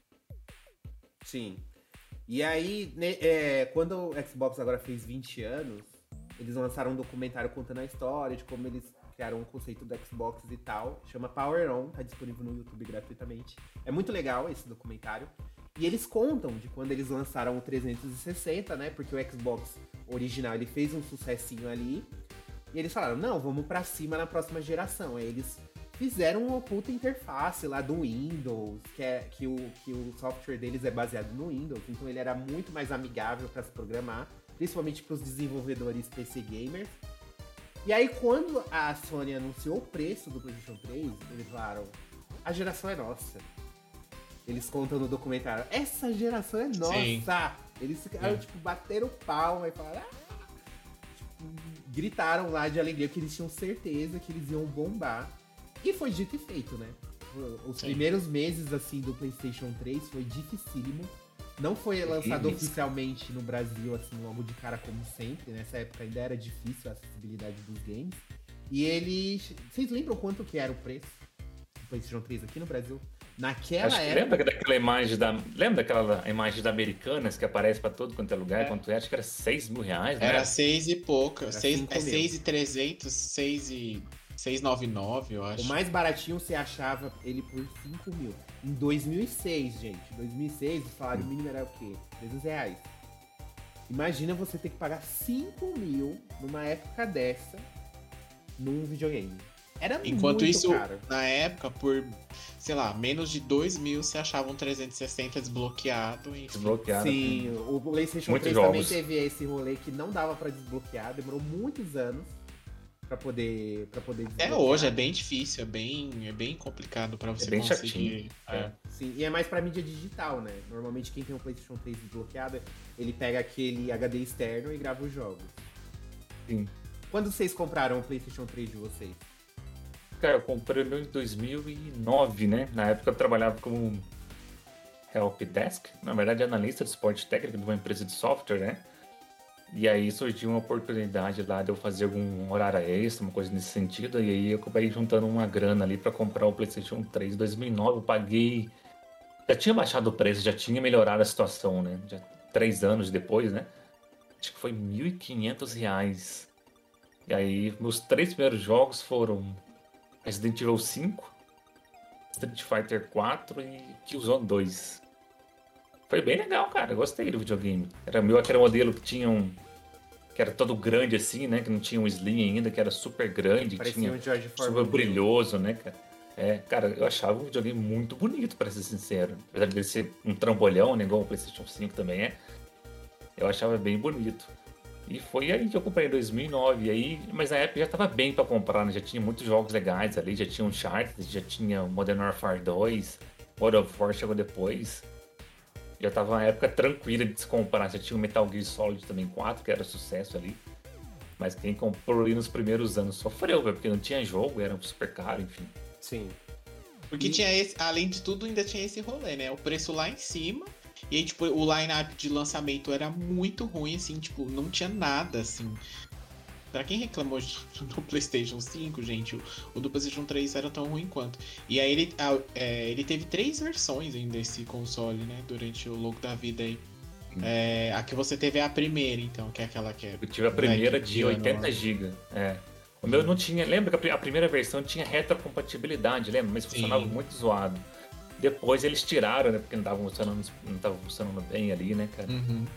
Speaker 1: Sim. E aí, quando o Xbox agora fez 20 anos, eles lançaram um documentário contando a história de como eles criaram o conceito do Xbox e tal. Chama Power On, tá disponível no YouTube gratuitamente. É muito legal esse documentário. E eles contam de quando eles lançaram o 360, né? Porque o Xbox original, ele fez um sucessinho ali. E eles falaram, não, vamos pra cima na próxima geração. Aí eles fizeram uma puta interface lá do Windows, que o software deles é baseado no Windows. Então ele era muito mais amigável para se programar. Principalmente para os desenvolvedores PC gamers. E aí, quando a Sony anunciou o preço do PlayStation 3, eles falaram, a geração é nossa. Eles contam no documentário, essa geração é nossa! Sim. Eles ficaram, bateram palma e falaram, tipo, gritaram lá de alegria, porque eles tinham certeza que eles iam bombar. E foi dito e feito, né? Os primeiros meses, assim, do PlayStation 3 foi dificílimo. Não foi lançado oficialmente no Brasil, assim, logo de cara como sempre. Nessa época ainda era difícil a acessibilidade dos games. E eles... Vocês lembram quanto que era o preço do PlayStation 3 aqui no Brasil? Naquela época...
Speaker 3: Lembra daquela imagem da... Lembra daquela imagem da Americanas que aparece pra todo quanto é lugar? Quanto é? Acho que era R$6.000, né?
Speaker 2: Era 6 e pouca. 6.300, 699, eu acho.
Speaker 1: O mais baratinho você achava ele por 5 mil. Em 2006, gente. Em 2006, o salário mínimo era o quê? R$300. Imagina você ter que pagar 5 mil numa época dessa num videogame. Era
Speaker 2: Enquanto
Speaker 1: muito
Speaker 2: isso,
Speaker 1: caro.
Speaker 2: na época, por, sei lá, menos de 2.000 você achava um 360 desbloqueado, enfim.
Speaker 3: Desbloqueado.
Speaker 1: Sim, o PlayStation
Speaker 3: Muitos
Speaker 1: 3 também
Speaker 3: jogos.
Speaker 1: teve esse rolê que não dava pra desbloquear, demorou muitos anos pra poder desbloquear.
Speaker 2: Até hoje é bem difícil, é bem complicado pra você
Speaker 3: bem
Speaker 2: conseguir.
Speaker 3: chatinho.
Speaker 1: Sim, e é mais pra mídia digital, né? Normalmente quem tem o PlayStation 3 desbloqueado, ele pega aquele HD externo e grava os jogos.
Speaker 3: Sim.
Speaker 1: Quando vocês compraram o PlayStation 3 de vocês?
Speaker 3: Cara, eu comprei o meu em 2009, né? Na época eu trabalhava como helpdesk, na verdade analista de suporte técnico de uma empresa de software, né? E aí surgiu uma oportunidade lá de eu fazer algum horário extra, uma coisa nesse sentido, e aí eu acabei juntando uma grana ali pra comprar o PlayStation 3 em 2009. Eu paguei. Já tinha baixado o preço, já tinha melhorado a situação, né? Já 3 anos depois, né? Acho que foi R$ 1.500. E aí, meus 3 primeiros jogos foram Resident Evil 5, Street Fighter 4 e Killzone 2. Foi bem legal, cara. Eu gostei do videogame. Era meu aquele modelo que tinha que era todo grande assim, né? Que não tinha um slim ainda, que era super grande,
Speaker 1: Parecia
Speaker 3: tinha
Speaker 1: um George
Speaker 3: super
Speaker 1: Foreman.
Speaker 3: brilhoso, né, cara? Cara, eu achava o videogame muito bonito, pra ser sincero. Apesar de ele ser um trambolhão, né? Igual o PlayStation 5 também é. Eu achava bem bonito. E foi aí que eu comprei em 2009. Aí, mas na época já tava bem pra comprar, né? Já tinha muitos jogos legais ali. Já tinha Uncharted, já tinha Modern Warfare 2. God of War chegou depois. Já tava uma época tranquila de se comprar. Já tinha o Metal Gear Solid também 4, que era sucesso ali. Mas quem comprou ali nos primeiros anos sofreu, velho, porque não tinha jogo, era super caro, enfim.
Speaker 1: Sim.
Speaker 2: Porque tinha esse, além de tudo, ainda tinha esse rolê, né? O preço lá em cima. E aí, tipo, o line-up de lançamento era muito ruim, assim, tipo, não tinha nada, assim. Pra quem reclamou do PlayStation 5, gente, o do PlayStation 3 era tão ruim quanto. E aí ele teve 3 versões ainda desse console, né? Durante o longo da vida aí. A que você teve é a primeira, então, que é aquela que é.
Speaker 3: Eu tive a primeira de 80 GB. O meu não tinha. Lembra que a primeira versão tinha retrocompatibilidade, lembra? Mas funcionava muito zoado. Depois eles tiraram, né? Porque não tava funcionando bem ali, né, cara?
Speaker 2: Uhum.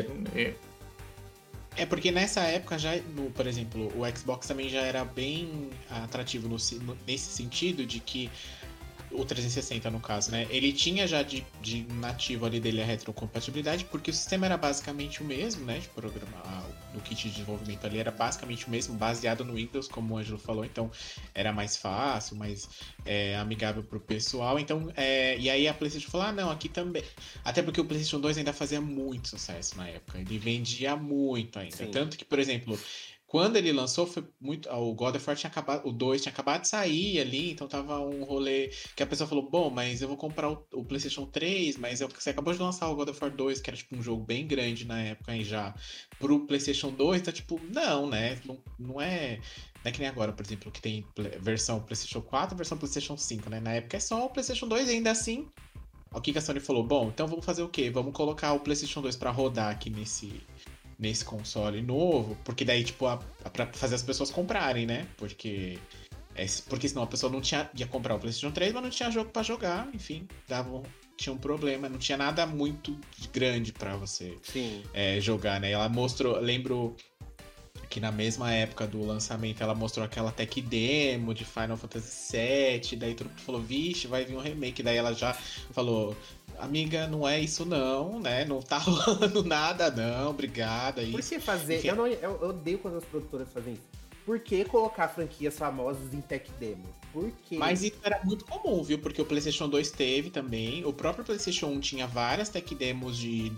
Speaker 2: Porque nessa época já, por exemplo, o Xbox também já era bem atrativo nesse sentido de que o 360 no caso, né? Ele tinha já de nativo ali dele a retrocompatibilidade, porque o sistema era basicamente o mesmo, né? De programar, do kit de desenvolvimento ali era basicamente o mesmo, baseado no Windows, como o Ângelo falou, então era mais fácil, mais amigável pro pessoal. Então, e aí a PlayStation falou: ah, não, aqui também. Até porque o PlayStation 2 ainda fazia muito sucesso na época, ele vendia muito ainda.
Speaker 1: Sim.
Speaker 2: Tanto que, por exemplo, quando ele lançou, foi muito. O God of War tinha acabado. O 2 tinha acabado de sair ali, então tava um rolê que a pessoa falou: bom, mas eu vou comprar o PlayStation 3, mas você acabou de lançar o God of War 2, que era tipo um jogo bem grande na época aí já, pro PlayStation 2, tá tipo, não, né? Não é. Não é que nem agora, por exemplo, que tem versão PlayStation 4 e versão PlayStation 5, né? Na época é só o PlayStation 2 e ainda assim. O que a Sony falou? Bom, então vamos fazer o quê? Vamos colocar o PlayStation 2 pra rodar aqui nesse console novo, porque daí, tipo, pra fazer as pessoas comprarem, né? Porque senão a pessoa não ia comprar o PlayStation 3, mas não tinha jogo pra jogar, enfim, tinha um problema, não tinha nada muito grande pra você jogar, né? Ela mostrou, lembro que na mesma época do lançamento ela mostrou aquela tech demo de Final Fantasy VII, daí todo mundo falou, vixe, vai vir um remake, daí ela já falou, amiga, não é isso não, né? Não tá rolando nada não, obrigada.
Speaker 1: Por que fazer? Eu odeio quando as produtoras fazem isso. Por que colocar franquias famosas em tech demo? Por quê?
Speaker 2: Mas isso era muito comum, viu? Porque o PlayStation 2 teve também. O próprio PlayStation 1 tinha várias tech demos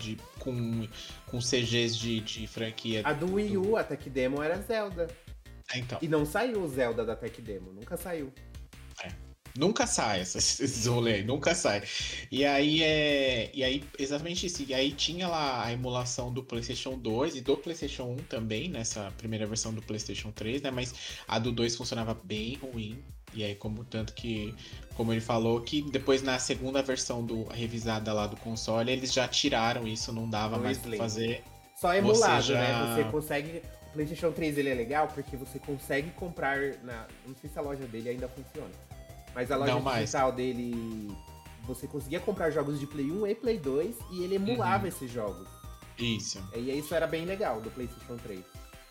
Speaker 2: com CGs de franquia.
Speaker 1: A do Wii U, a tech demo era Zelda.
Speaker 2: Então.
Speaker 1: E não saiu o Zelda da tech demo, nunca saiu.
Speaker 2: Nunca sai esses rolês, nunca sai. E aí, exatamente isso. E aí tinha lá a emulação do PlayStation 2 e do PlayStation 1 também, nessa primeira versão do PlayStation 3, né? Mas a do 2 funcionava bem ruim. E aí, como ele falou, que depois na segunda versão revisada lá do console, eles já tiraram isso, não dava mais pra fazer.
Speaker 1: Só emulado, né? Você consegue. O PlayStation 3 ele é legal porque você consegue comprar não sei se a loja dele ainda funciona. Mas a loja digital dele, você conseguia comprar jogos de Play 1 e Play 2 e ele emulava esses jogos.
Speaker 2: Isso.
Speaker 1: E isso era bem legal do PlayStation 3.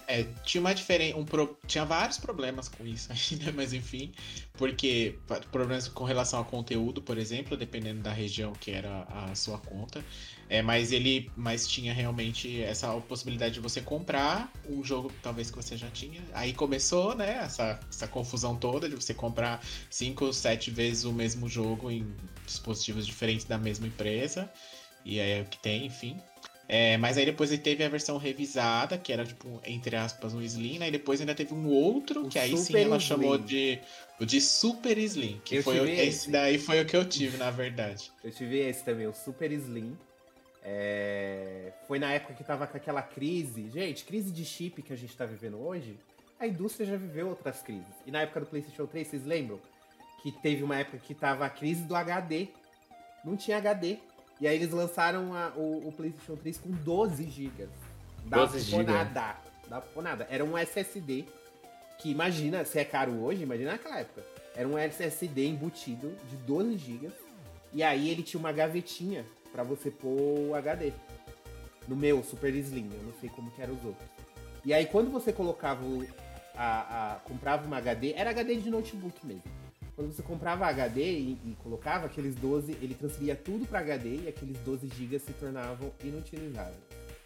Speaker 2: Tinha uma diferença, tinha vários problemas com isso ainda, mas enfim, porque problemas com relação ao conteúdo, por exemplo, dependendo da região que era a sua conta, mas tinha realmente essa possibilidade de você comprar um jogo talvez que você já tinha. Aí começou, né, essa confusão toda de você comprar 5 ou 7 vezes o mesmo jogo em dispositivos diferentes da mesma empresa, e aí é o que tem, enfim. Mas aí depois ele teve a versão revisada, que era tipo, entre aspas, um Slim, né? E depois ainda teve um outro, que aí sim ela chamou de Super Slim, que esse daí foi o que eu tive, na verdade.
Speaker 1: Eu tive esse também, o Super Slim. Foi na época que tava com aquela crise. Gente, crise de chip que a gente tá vivendo hoje, a indústria já viveu outras crises. E na época do PlayStation 3, vocês lembram? Que teve uma época que tava a crise do HD. Não tinha HD. E aí eles lançaram o PlayStation 3 com 12 GB.
Speaker 3: 12 GB.
Speaker 1: Dá pra nada. Era um SSD que, imagina, se é caro hoje, imagina naquela época. Era um SSD embutido de 12 GB. E aí ele tinha uma gavetinha pra você pôr o HD. No meu, Super Slim. Eu não sei como que eram os outros. E aí quando você colocava comprava uma HD, era HD de notebook mesmo. Quando você comprava HD e colocava aqueles 12, ele transferia tudo para HD e aqueles 12 GB se tornavam inutilizáveis.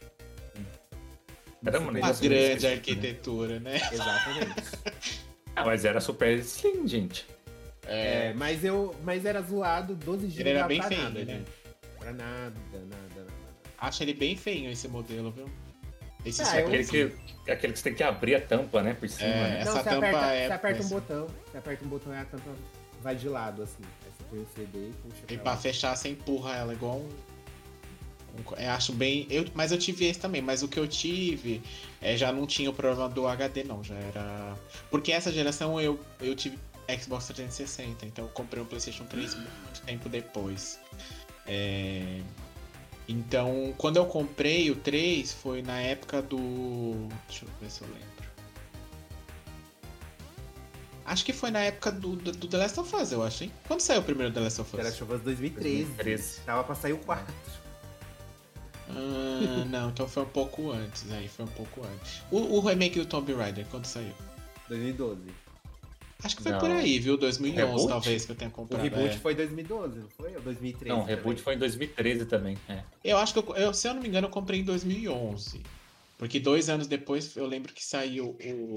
Speaker 3: Era
Speaker 2: uma grande arquitetura, né?
Speaker 1: Exatamente.
Speaker 3: Mas era Super Slim, gente.
Speaker 1: Mas era zoado, 12 GB.
Speaker 2: Ele era bem
Speaker 1: pra
Speaker 2: feio,
Speaker 1: nada,
Speaker 2: né?
Speaker 1: gente. Pra nada.
Speaker 2: Acho ele bem feinho esse modelo, viu?
Speaker 3: Aquele que você tem que abrir a tampa, né? Por cima. Né?
Speaker 1: Não, você aperta um botão. Você aperta um botão e a tampa vai de lado, assim. Aí você põe o CD e puxa.
Speaker 2: E pra fechar, você empurra ela igual eu acho bem. Mas eu tive esse também, mas o que eu tive já não tinha o problema do HD, não. Já era. Porque essa geração eu tive Xbox 360, então eu comprei um PlayStation 3 muito tempo depois. Então, quando eu comprei o 3, foi na época do. Deixa eu ver se eu lembro. Acho que foi na época do The Last of Us, eu acho, hein? Quando saiu o primeiro The Last of Us?
Speaker 1: The Last of Us 2013. Tava pra sair o 4.
Speaker 2: Não, então foi um pouco antes. Foi um pouco antes. O remake do Tomb Raider, quando saiu?
Speaker 1: 2012.
Speaker 2: Acho que foi por aí, viu? 2011 talvez que eu tenha comprado.
Speaker 1: O reboot foi 2012, não foi? Ou 2013?
Speaker 3: Não, o reboot foi em 2013 também.
Speaker 2: Eu acho que, se eu não me engano, eu comprei em 2011. Porque 2 anos depois eu lembro que saiu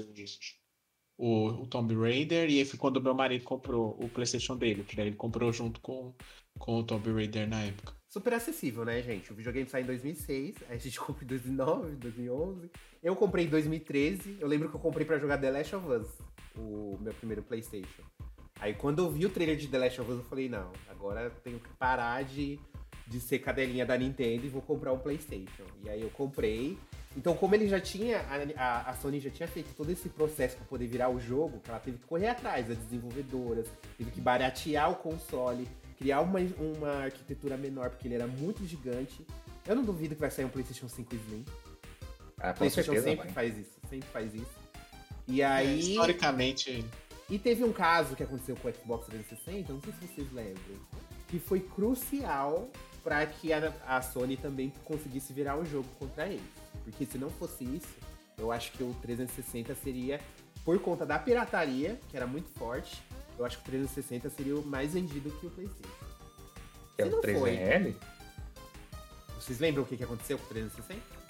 Speaker 2: o Tomb Raider e aí foi quando meu marido comprou o PlayStation dele. Que daí ele comprou junto com o Tomb Raider na época.
Speaker 1: Super acessível, né, gente? O videogame saiu em 2006, a gente comprou em 2009, 2011. Eu comprei em 2013. Eu lembro que eu comprei pra jogar The Last of Us, o meu primeiro PlayStation. Aí quando eu vi o trailer de The Last of Us, eu falei, não, agora eu tenho que parar de ser cadelinha da Nintendo e vou comprar um PlayStation. E aí eu comprei. Então, como ele já tinha, a Sony já tinha feito todo esse processo para poder virar o jogo, que ela teve que correr atrás das desenvolvedoras, teve que baratear o console, criar uma arquitetura menor, porque ele era muito gigante. Eu não duvido que vai sair um PlayStation 5 Slim.
Speaker 3: A
Speaker 1: PlayStation sempre faz isso. E aí...
Speaker 2: historicamente...
Speaker 1: E teve um caso que aconteceu com o Xbox 360, não sei se vocês lembram, que foi crucial para que a Sony também conseguisse virar o jogo contra eles. Porque se não fosse isso, eu acho que o 360 seria, por conta da pirataria, que era muito forte, eu acho que o 360 seria o mais vendido que o PlayStation.
Speaker 3: É o 3RL?
Speaker 1: Vocês lembram o que aconteceu com o 360?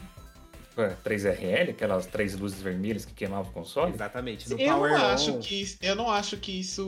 Speaker 3: 3RL, aquelas 3 luzes vermelhas que queimavam o console?
Speaker 1: Exatamente.
Speaker 2: No Power On. Eu não acho que isso.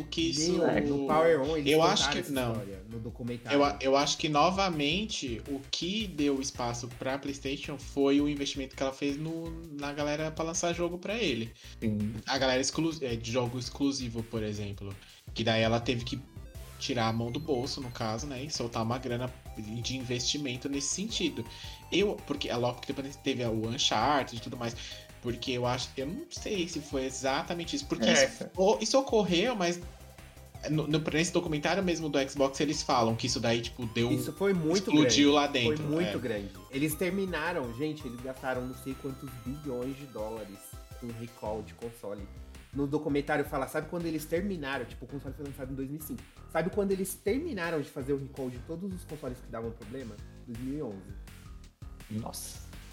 Speaker 1: No Power On, eles
Speaker 2: contaram essa
Speaker 1: história, no documentário.
Speaker 2: Eu acho que novamente o que deu espaço pra PlayStation foi o investimento que ela fez na galera pra lançar jogo pra ele.
Speaker 3: Sim.
Speaker 2: A galera de jogo exclusivo, por exemplo. Que daí ela teve que tirar a mão do bolso, no caso, né? E soltar uma grana de investimento nesse sentido. Porque logo que depois teve o Uncharted e tudo mais. Porque eu não sei se foi exatamente isso. Porque isso ocorreu, mas nesse documentário mesmo do Xbox, eles falam que isso daí, tipo, deu.
Speaker 1: Isso foi muito
Speaker 2: explodiu
Speaker 1: grande.
Speaker 2: Lá dentro.
Speaker 1: Foi muito grande. Eles terminaram, gente, eles gastaram não sei quantos bilhões de dólares com recall de console. No documentário fala, sabe quando eles terminaram, tipo, o console foi lançado em 2005. Sabe quando eles terminaram de fazer o recall de todos os consoles que davam problema? 2011.
Speaker 3: Nossa.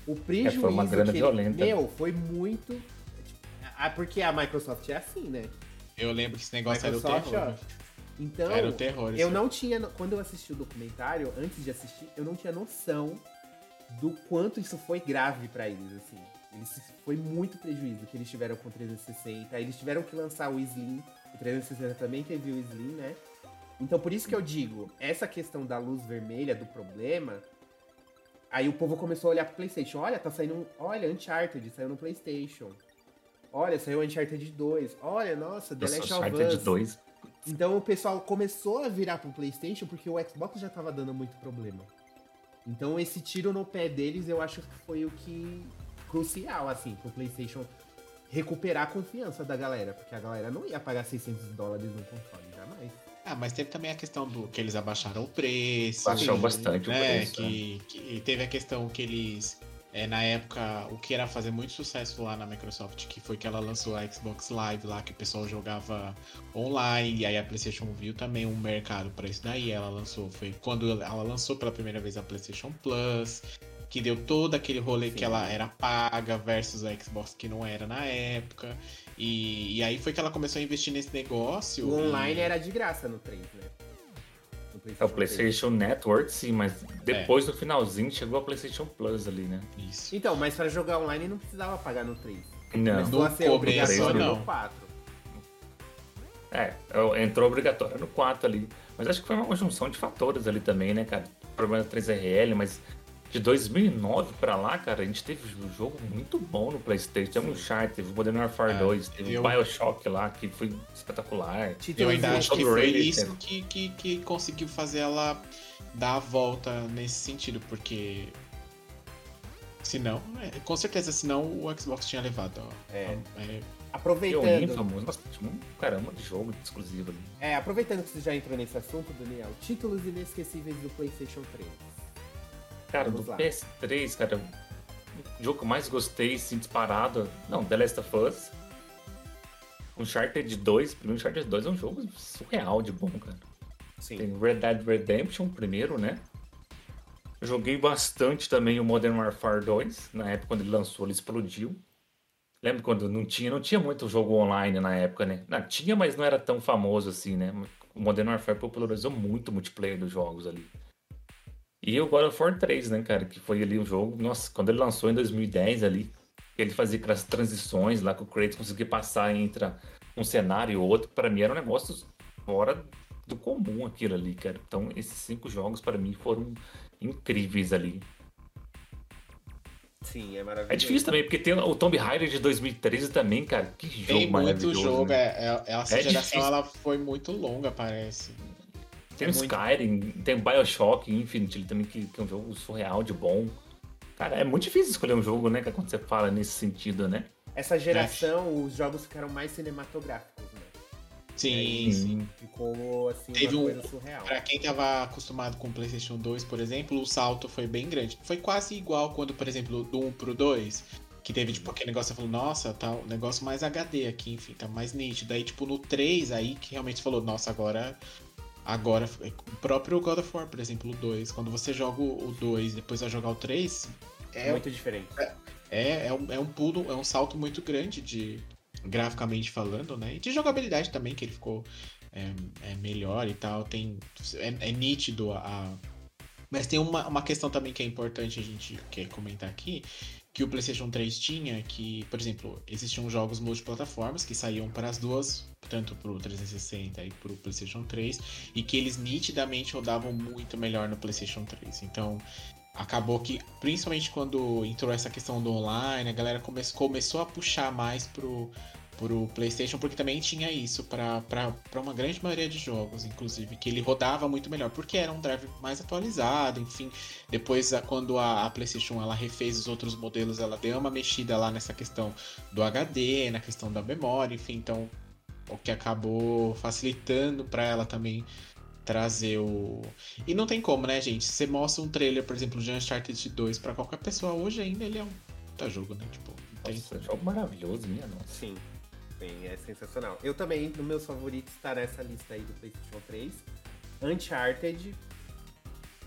Speaker 1: O prejuízo
Speaker 3: foi uma grana violenta.
Speaker 1: foi muito... Porque a Microsoft é assim, né?
Speaker 2: Eu lembro que esse negócio
Speaker 1: Microsoft,
Speaker 2: era o terror.
Speaker 1: Então,
Speaker 2: Era o terror.
Speaker 1: eu não tinha... Quando eu assisti o documentário, antes de assistir, eu não tinha noção do quanto isso foi grave pra eles, assim. Foi muito prejuízo que eles tiveram com o 360. Eles tiveram que lançar o Slim. O 360 também teve o Slim, né? Então, por isso que eu digo, essa questão da luz vermelha, do problema... Aí o povo começou a olhar pro PlayStation. Olha, tá saindo... Olha, Uncharted saiu no PlayStation. Olha, saiu Uncharted 2. Olha, nossa, The Last of
Speaker 3: Uncharted
Speaker 1: Us.
Speaker 3: 2.
Speaker 1: Então o pessoal começou a virar pro PlayStation porque o Xbox já tava dando muito problema. Então esse tiro no pé deles eu acho que foi o que... crucial, assim, pro PlayStation recuperar a confiança da galera. Porque a galera não ia pagar $600 no console, jamais.
Speaker 2: Mas teve também a questão do que eles abaixaram o preço.
Speaker 3: Baixou bastante o preço.
Speaker 2: Que teve a questão que eles, na época, o que era fazer muito sucesso lá na Microsoft, que foi que ela lançou a Xbox Live lá, que o pessoal jogava online, e aí a PlayStation viu também um mercado para isso daí. Foi quando ela lançou pela primeira vez a PlayStation Plus, que deu todo aquele rolê que ela era paga versus a Xbox que não era na época. E aí foi que ela começou a investir nesse negócio.
Speaker 1: O online era de graça no 3, né?
Speaker 3: É o PlayStation Network, sim, mas depois no finalzinho chegou a PlayStation Plus ali, né?
Speaker 1: Isso. Então, mas pra jogar online não precisava pagar no 3.
Speaker 3: Não.
Speaker 1: Começou a ser obrigatório
Speaker 2: não.
Speaker 1: no 4.
Speaker 3: Entrou obrigatório no 4 ali. Mas acho que foi uma junção de fatores ali também, né, cara? O problema do 3RL, mas de 2009 pra lá, cara, a gente teve um jogo muito bom no PlayStation. Teve um Uncharted, teve o Modern Warfare 2, teve o BioShock lá, que foi espetacular.
Speaker 2: Eu ainda acho que foi isso que conseguiu fazer ela dar a volta nesse sentido, porque senão, senão o Xbox tinha levado.
Speaker 1: Aproveitando.
Speaker 3: E o Infamous, nossa, tinha um caramba de jogo exclusivo ali.
Speaker 1: Aproveitando que você já entrou nesse assunto, Daniel, títulos inesquecíveis do PlayStation 3.
Speaker 3: Cara, do PS3, cara, o jogo que eu mais gostei, assim, disparado... Não, The Last of Us. Uncharted 2. Primeiro, Uncharted 2 é um jogo surreal de bom, cara.
Speaker 1: Sim.
Speaker 3: Tem Red Dead Redemption, primeiro, né? Eu joguei bastante também o Modern Warfare 2. Na época, quando ele lançou, ele explodiu. Lembro quando não tinha muito jogo online na época, né? Não, tinha, mas não era tão famoso assim, né? O Modern Warfare popularizou muito o multiplayer dos jogos ali. E o God of War 3, né, cara? Que foi ali um jogo... Nossa, quando ele lançou em 2010 ali, ele fazia aquelas transições lá que o Kratos conseguia passar entre um cenário e outro. Pra mim era um negócio fora do comum aquilo ali, cara. Então esses 5 jogos pra mim foram incríveis ali.
Speaker 1: Sim, é maravilhoso.
Speaker 3: É difícil também, porque tem o Tomb Raider de 2013 também, cara. Que jogo maravilhoso.
Speaker 2: Tem muito jogo,
Speaker 3: né?
Speaker 2: Essa geração ela foi muito longa, parece.
Speaker 3: Tem o Skyrim, tem o BioShock Infinite ele também, que é um jogo surreal de bom. Cara, é muito difícil escolher um jogo, né? Quando você fala nesse sentido, né?
Speaker 1: Essa geração, os jogos ficaram mais cinematográficos, né?
Speaker 2: Sim.
Speaker 1: Ficou, assim,
Speaker 2: Teve
Speaker 1: uma coisa surreal.
Speaker 2: Pra quem tava acostumado com o PlayStation 2, por exemplo, o salto foi bem grande. Foi quase igual quando, por exemplo, do 1 pro 2, que teve, tipo, aquele negócio, você falou, nossa, tá um negócio mais HD aqui, enfim, tá mais nítido. Aí, tipo, no 3, aí que realmente falou, nossa, agora, o próprio God of War, por exemplo, o 2, quando você joga o 2 e depois vai jogar o 3,
Speaker 1: É muito diferente.
Speaker 2: É um pulo, é um salto muito grande graficamente falando, né? E de jogabilidade também, que ele ficou melhor e tal. É nítido Mas tem uma questão também que é importante a gente quer comentar aqui, que o PlayStation 3 tinha, que, por exemplo, existiam jogos multiplataformas que saíam para as duas, tanto para o 360 e para o PlayStation 3, e que eles nitidamente rodavam muito melhor no PlayStation 3. Então, acabou que, principalmente quando entrou essa questão do online, a galera começou a puxar mais pro PlayStation, porque também tinha isso para uma grande maioria de jogos, inclusive, que ele rodava muito melhor, porque era um drive mais atualizado, enfim. Depois, quando a PlayStation ela refez os outros modelos, ela deu uma mexida lá nessa questão do HD, na questão da memória, enfim. Então, o que acabou facilitando para ela também trazer E não tem como, né, gente? Você mostra um trailer, por exemplo, de Uncharted 2 pra qualquer pessoa hoje ainda, ele é um puta jogo, né? Tipo,
Speaker 3: Nossa, jogo maravilhoso, minha nossa.
Speaker 1: Sim, é sensacional. Eu também, no meus favoritos, tá nessa lista aí do PlayStation 3. Uncharted,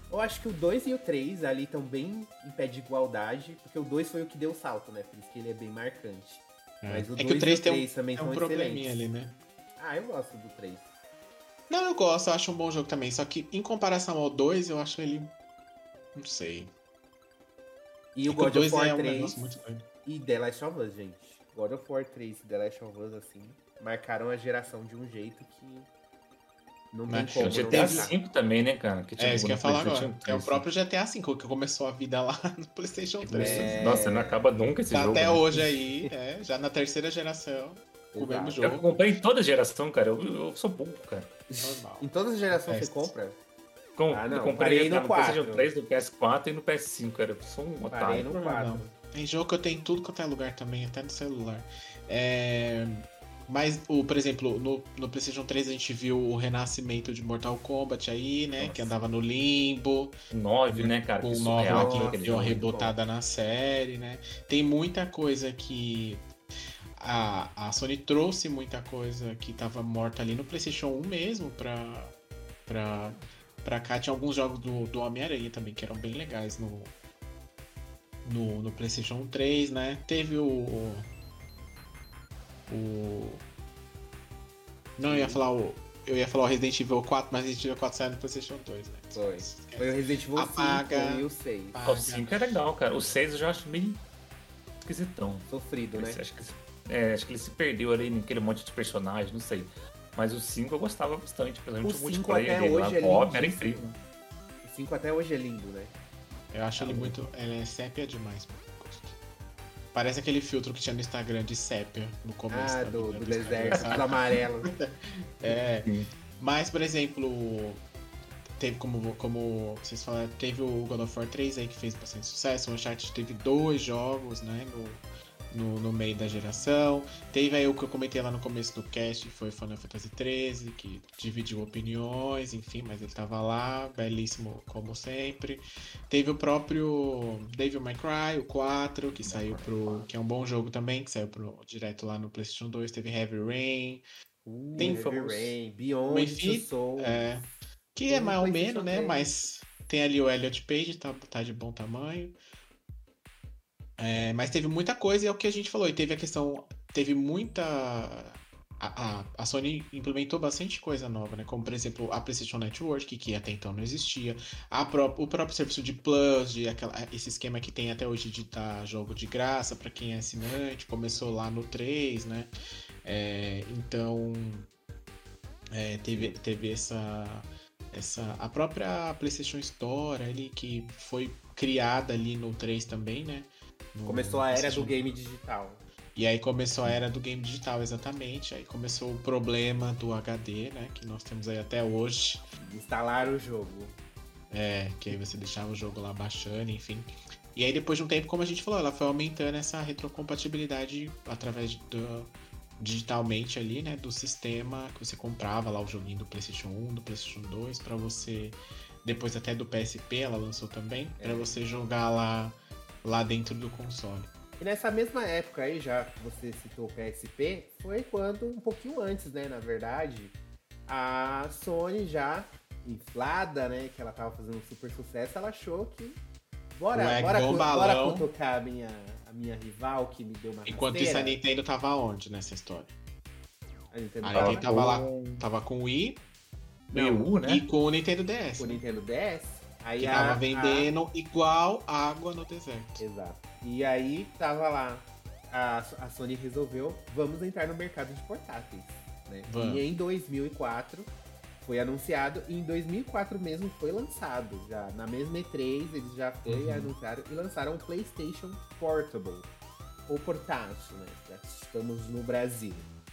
Speaker 1: Eu acho que o 2 e o 3 ali estão bem em pé de igualdade, porque o 2 foi o que deu o salto, né? Por isso que ele é bem marcante. Mas o 2
Speaker 2: que o 3
Speaker 1: e o 3 também
Speaker 2: tem um
Speaker 1: são
Speaker 2: probleminha
Speaker 1: excelentes.
Speaker 2: ali, né?
Speaker 1: Ah, eu gosto do 3.
Speaker 2: Não, eu gosto, eu acho um bom jogo também. Só que em comparação ao 2, eu acho ele. Não sei.
Speaker 1: E o
Speaker 2: É que o
Speaker 1: God of
Speaker 2: 2
Speaker 1: War
Speaker 2: é um
Speaker 1: 3
Speaker 2: negócio muito doido.
Speaker 1: e The Last of Us, gente. God of War 3 e The Last of Us, assim, marcaram a geração de um jeito que não tem
Speaker 2: Mas
Speaker 1: como
Speaker 3: O
Speaker 1: não
Speaker 3: GTA
Speaker 1: marcar.
Speaker 3: V também, né, cara? Que
Speaker 2: É isso que eu ia falar agora.
Speaker 3: PlayStation
Speaker 2: É o
Speaker 3: 3,
Speaker 2: próprio GTA V que começou a vida lá no PlayStation 3.
Speaker 3: Nossa, não acaba nunca esse
Speaker 2: Tá
Speaker 3: jogo,
Speaker 2: até
Speaker 3: né?
Speaker 2: hoje aí, já na terceira geração, com o mesmo
Speaker 1: Exato.
Speaker 3: Eu
Speaker 2: jogo.
Speaker 3: comprei em toda geração, cara. Eu sou burro, cara.
Speaker 2: Normal.
Speaker 1: Em todas as gerações você
Speaker 2: Acontece.
Speaker 1: compra? Ah,
Speaker 3: Eu
Speaker 1: não,
Speaker 3: comprei
Speaker 1: parei no
Speaker 3: no PlayStation
Speaker 1: 4.
Speaker 3: 3, no PS4 e no PS5, cara. Eu sou um
Speaker 1: Parei
Speaker 3: otário.
Speaker 1: no 4.
Speaker 2: Tem jogo que eu tenho em tudo quanto é lugar também, até no celular. Mas, por exemplo, no PlayStation 3 a gente viu o renascimento de Mortal Kombat aí, né?
Speaker 3: Nossa.
Speaker 2: Que andava no limbo.
Speaker 3: 9, né, cara?
Speaker 2: Com
Speaker 3: Que
Speaker 2: o 9 lá
Speaker 3: surreal
Speaker 2: que
Speaker 3: que aquele
Speaker 2: deu uma
Speaker 3: jogo.
Speaker 2: rebotada na série, né? Tem muita coisa que. A Sony trouxe muita coisa que tava morta ali no PlayStation 1 mesmo pra cá. Tinha alguns jogos do Homem-Aranha também que eram bem legais no PlayStation 3, né? Teve Não, eu ia falar o Resident Evil 4, mas Resident Evil 4 saiu no PlayStation 2, né?
Speaker 1: Foi o Resident Evil 5
Speaker 2: Apaga.
Speaker 1: e o 6.
Speaker 3: O 5 é legal, cara. O 6 eu já acho meio esquisitão.
Speaker 1: Sofrido, né?
Speaker 3: Acho que ele se perdeu ali naquele monte de personagens, não sei. Mas o 5 eu gostava bastante, principalmente o
Speaker 1: 5
Speaker 3: multiplayer
Speaker 1: até
Speaker 3: dele lá.
Speaker 1: hoje é
Speaker 3: O op era
Speaker 1: lindíssimo.
Speaker 3: incrível.
Speaker 1: O 5 até hoje é lindo, né?
Speaker 2: Eu acho ele muito. Ele é sépia demais, pra meu gosto. Parece aquele filtro que tinha no Instagram de sépia no começo.
Speaker 1: Ah,
Speaker 2: da
Speaker 1: do
Speaker 2: vida
Speaker 1: deserto,
Speaker 2: Instagram,
Speaker 1: do amarelo.
Speaker 2: É.
Speaker 3: Sim.
Speaker 2: Mas, por exemplo, teve como vocês falaram, teve o God of War 3 aí que fez bastante sucesso. O Uncharted teve 2 jogos, né? No meio da geração. Teve aí o que eu comentei lá no começo do cast, que foi Final Fantasy XIII, que dividiu opiniões, enfim, mas ele tava lá, belíssimo como sempre. Teve o próprio Devil May Cry, o 4, que saiu que é um bom jogo também, que saiu direto lá no PlayStation 2. Teve Heavy Rain. Tem
Speaker 1: Heavy Rain,
Speaker 2: o
Speaker 1: Beyond Two
Speaker 2: Enfim,
Speaker 1: Souls.
Speaker 2: que é
Speaker 1: Tudo no
Speaker 2: mais ou
Speaker 1: PlayStation
Speaker 2: menos, né?
Speaker 1: 3.
Speaker 2: Mas tem ali o Elliot Page, tá de bom tamanho. Mas teve muita coisa e é o que a gente falou. E teve a questão. Teve muita. A Sony implementou bastante coisa nova, né? Como, por exemplo, a PlayStation Network, que até então não existia. O próprio serviço de Plus, esse esquema que tem até hoje de dar jogo de graça para quem é assinante. Começou lá no 3, né? Então. Teve a própria PlayStation Store ali, que foi criada ali no 3 também, né?
Speaker 1: Começou a era do game digital.
Speaker 2: E aí começou a era do game digital, exatamente. Aí começou o problema do HD, né? Que nós temos aí até hoje.
Speaker 1: Instalar o jogo.
Speaker 2: Que aí você deixava o jogo lá baixando, enfim. E aí depois de um tempo, como a gente falou, ela foi aumentando essa retrocompatibilidade através digitalmente ali, né? Do sistema que você comprava lá o joguinho do PlayStation 1, do PlayStation 2, pra você... Depois até do PSP ela lançou também, pra você jogar lá dentro do console.
Speaker 1: E nessa mesma época aí, já que você citou o PSP, foi quando, um pouquinho antes, né, na verdade, a Sony já inflada, né, que ela tava fazendo um super sucesso, ela achou que bora cutucar a minha rival que me deu uma
Speaker 2: Enquanto
Speaker 1: rasteira.
Speaker 2: isso, a Nintendo tava onde nessa história?
Speaker 1: A Nintendo
Speaker 2: A Nintendo tava lá, tava com o Wii
Speaker 3: Wii, né?
Speaker 2: e com o Nintendo DS.
Speaker 1: O Nintendo DS. Aí
Speaker 2: que tava vendendo igual água no deserto.
Speaker 1: Exato. E aí tava lá, a Sony resolveu, vamos entrar no mercado de portáteis, né? E em 2004 foi anunciado, e em 2004 mesmo foi lançado, já na mesma E3 eles já anunciaram e lançaram o PlayStation Portable, ou portátil, né? Já estamos no Brasil.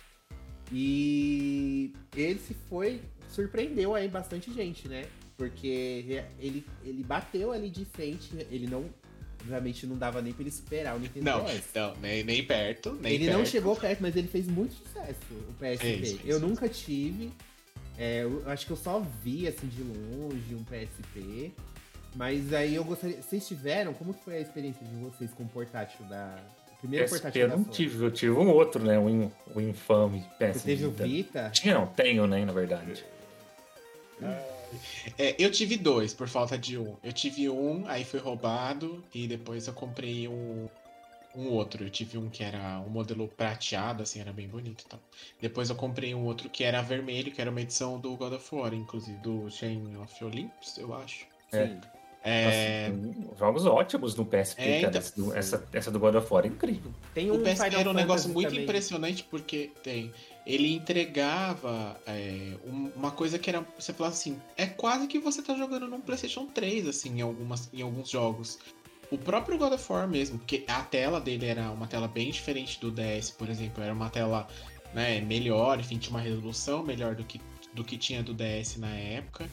Speaker 1: E ele surpreendeu aí bastante gente, né? Porque ele bateu ali de frente, ele não... Obviamente não dava nem pra ele superar o Nintendo DS.
Speaker 2: Não, nem perto.
Speaker 1: Ele não chegou perto, mas ele fez muito sucesso, o PSP. Eu nunca tive. Eu acho que eu só vi, assim, de longe, um PSP. Mas aí eu gostaria... Vocês tiveram? Como que foi a experiência de vocês com o portátil da... Primeiro
Speaker 3: PSP
Speaker 1: portátil
Speaker 3: eu
Speaker 1: da
Speaker 3: não
Speaker 1: Sony?
Speaker 3: tive, eu tive um outro, né? O infame PS
Speaker 1: Você teve o
Speaker 3: Vita.
Speaker 1: Vita?
Speaker 3: Tenho, né, na verdade.
Speaker 2: Eu tive dois, por falta de um. Eu tive um, aí foi roubado, e depois eu comprei um outro. Eu tive um que era um modelo prateado, assim, era bem bonito e tal. Depois eu comprei um outro que era vermelho, que era uma edição do God of War, inclusive, do Chain of Olympus, eu acho.
Speaker 3: É.
Speaker 1: Sim.
Speaker 3: Nossa, tem jogos ótimos no PSP, cara.
Speaker 2: Então,
Speaker 3: Essa do God of War é incrível.
Speaker 1: Tem
Speaker 2: o
Speaker 1: um
Speaker 2: PSP
Speaker 1: Final
Speaker 2: era um negócio
Speaker 1: Fantasy
Speaker 2: muito
Speaker 1: também.
Speaker 2: impressionante porque ele entregava uma coisa que era. Você fala assim, é quase que você tá jogando num PlayStation 3, assim, em alguns jogos. O próprio God of War mesmo, porque a tela dele era uma tela bem diferente do DS, por exemplo. Era uma tela, né, melhor, enfim, tinha uma resolução melhor do que tinha do DS na época.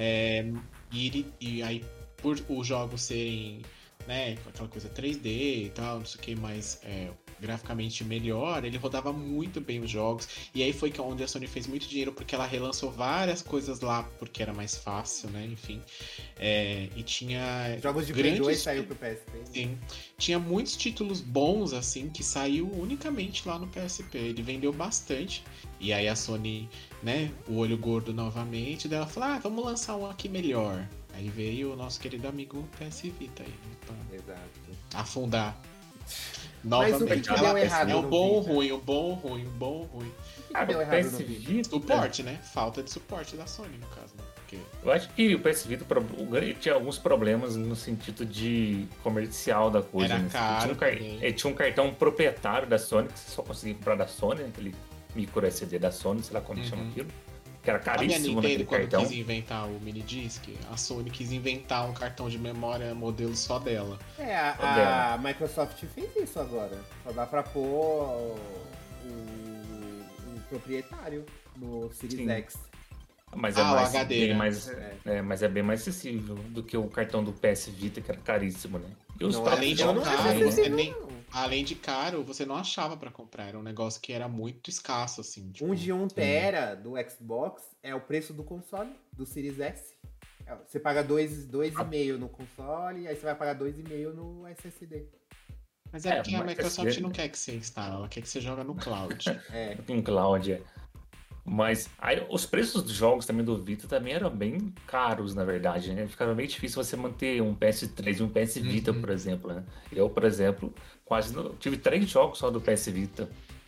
Speaker 2: E aí, por os jogos serem, né, aquela coisa 3D e tal, não sei o que, mais graficamente melhor, ele rodava muito bem os jogos. E aí foi onde a Sony fez muito dinheiro, porque ela relançou várias coisas lá, porque era mais fácil, né, enfim. E tinha
Speaker 1: Jogos de Play 2
Speaker 2: grandes...
Speaker 1: saiu pro PSP. Né?
Speaker 2: Sim. Tinha muitos títulos bons, assim, que saiu unicamente lá no PSP. Ele vendeu bastante. E aí a Sony, né, o olho gordo novamente, daí ela falou, vamos lançar um aqui melhor. Aí veio o nosso querido amigo PS Vita aí, né, pra
Speaker 1: Exato.
Speaker 2: afundar.
Speaker 1: Mas o
Speaker 2: Novamente.
Speaker 1: que deu errado
Speaker 2: É o
Speaker 1: no
Speaker 2: bom ou
Speaker 1: Vita?
Speaker 2: ruim, o bom ou ruim, o bom ou ruim.
Speaker 1: O que deu errado no
Speaker 3: PS
Speaker 1: Vita?
Speaker 3: Vita,
Speaker 2: Suporte, né? Falta de suporte da Sony, no caso, né? Porque...
Speaker 3: eu acho que o PS Vita tinha alguns problemas no sentido de comercial da coisa.
Speaker 2: Era
Speaker 3: né?
Speaker 2: caro
Speaker 3: Ele tinha um cartão proprietário da Sony, que você só conseguia comprar da Sony, né? Aquele micro SD da Sony, sei lá como chama aquilo. Que era
Speaker 2: A minha
Speaker 3: caríssimo naquele
Speaker 2: Nintendo, quando
Speaker 3: cartão.
Speaker 2: quis inventar o mini disc, a Sony quis inventar um cartão de memória modelo só dela.
Speaker 1: A Microsoft fez isso agora. Só dá pra pôr o proprietário no Series
Speaker 3: Sim.
Speaker 1: X.
Speaker 3: Mas
Speaker 2: o HD,
Speaker 3: bem
Speaker 2: né?
Speaker 3: mais, mas é bem mais acessível do que o cartão do PS Vita, que era caríssimo, né? E os
Speaker 1: Não,
Speaker 3: próprios
Speaker 2: além de
Speaker 3: jogos
Speaker 2: caro,
Speaker 3: também, né?
Speaker 1: acessível, não.
Speaker 2: Além de caro, você não achava pra comprar. Era um negócio que era muito escasso, assim. Tipo,
Speaker 1: Um de 1 tera do Xbox é o preço do console, do Series S. Você paga 2,5 no console, aí você vai pagar 2,5 no SSD.
Speaker 2: Mas é porque a
Speaker 3: mas
Speaker 2: Microsoft
Speaker 3: SSD,
Speaker 2: não quer que você instale, ela quer que você joga no cloud.
Speaker 3: Em cloud, Mas aí, os preços dos jogos também do Vita também eram bem caros, na verdade, né? Ficava meio difícil você manter um PS3 e um PS Vita, por exemplo, né? Eu, por exemplo, tive 3 jogos só do PS Vita.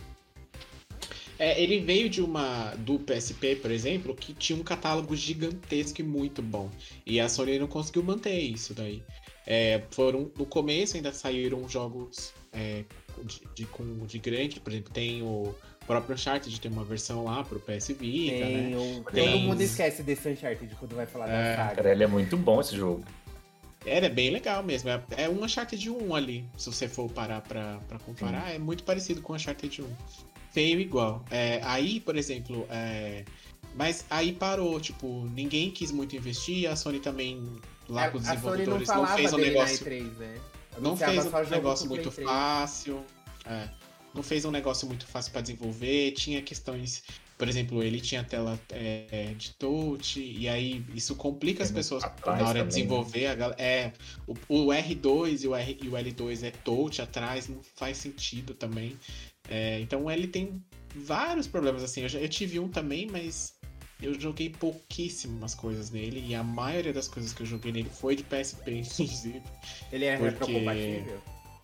Speaker 2: Ele veio do PSP, por exemplo, que tinha um catálogo gigantesco e muito bom. E a Sony não conseguiu manter isso daí. No começo ainda saíram jogos de grande, por exemplo, tem o próprio Uncharted, tem uma versão lá pro PS Vita, né?
Speaker 1: Todo mundo esquece desse Uncharted quando vai falar da saga.
Speaker 3: Cara, ele é muito bom esse jogo.
Speaker 2: É bem legal mesmo. É um Uncharted 1 ali, se você for parar pra comparar. Sim. É muito parecido com o Uncharted 1. Feio igual. Aí, por exemplo, mas aí parou, tipo, ninguém quis muito investir, a Sony também, lá com os desenvolvedores, não fez um negócio.
Speaker 1: E3, né?
Speaker 2: Não fez um negócio muito fácil. Não fez um negócio muito fácil para desenvolver. Tinha questões. Por exemplo, ele tinha tela de touch, e aí isso complica as pessoas na hora de desenvolver. O R2 e o L2 é touch atrás, não faz sentido também. Então ele tem vários problemas assim. Eu tive um também, mas eu joguei pouquíssimas coisas nele, e a maioria das coisas que eu joguei nele foi de PSP, inclusive.
Speaker 1: Ele é retrocompatível?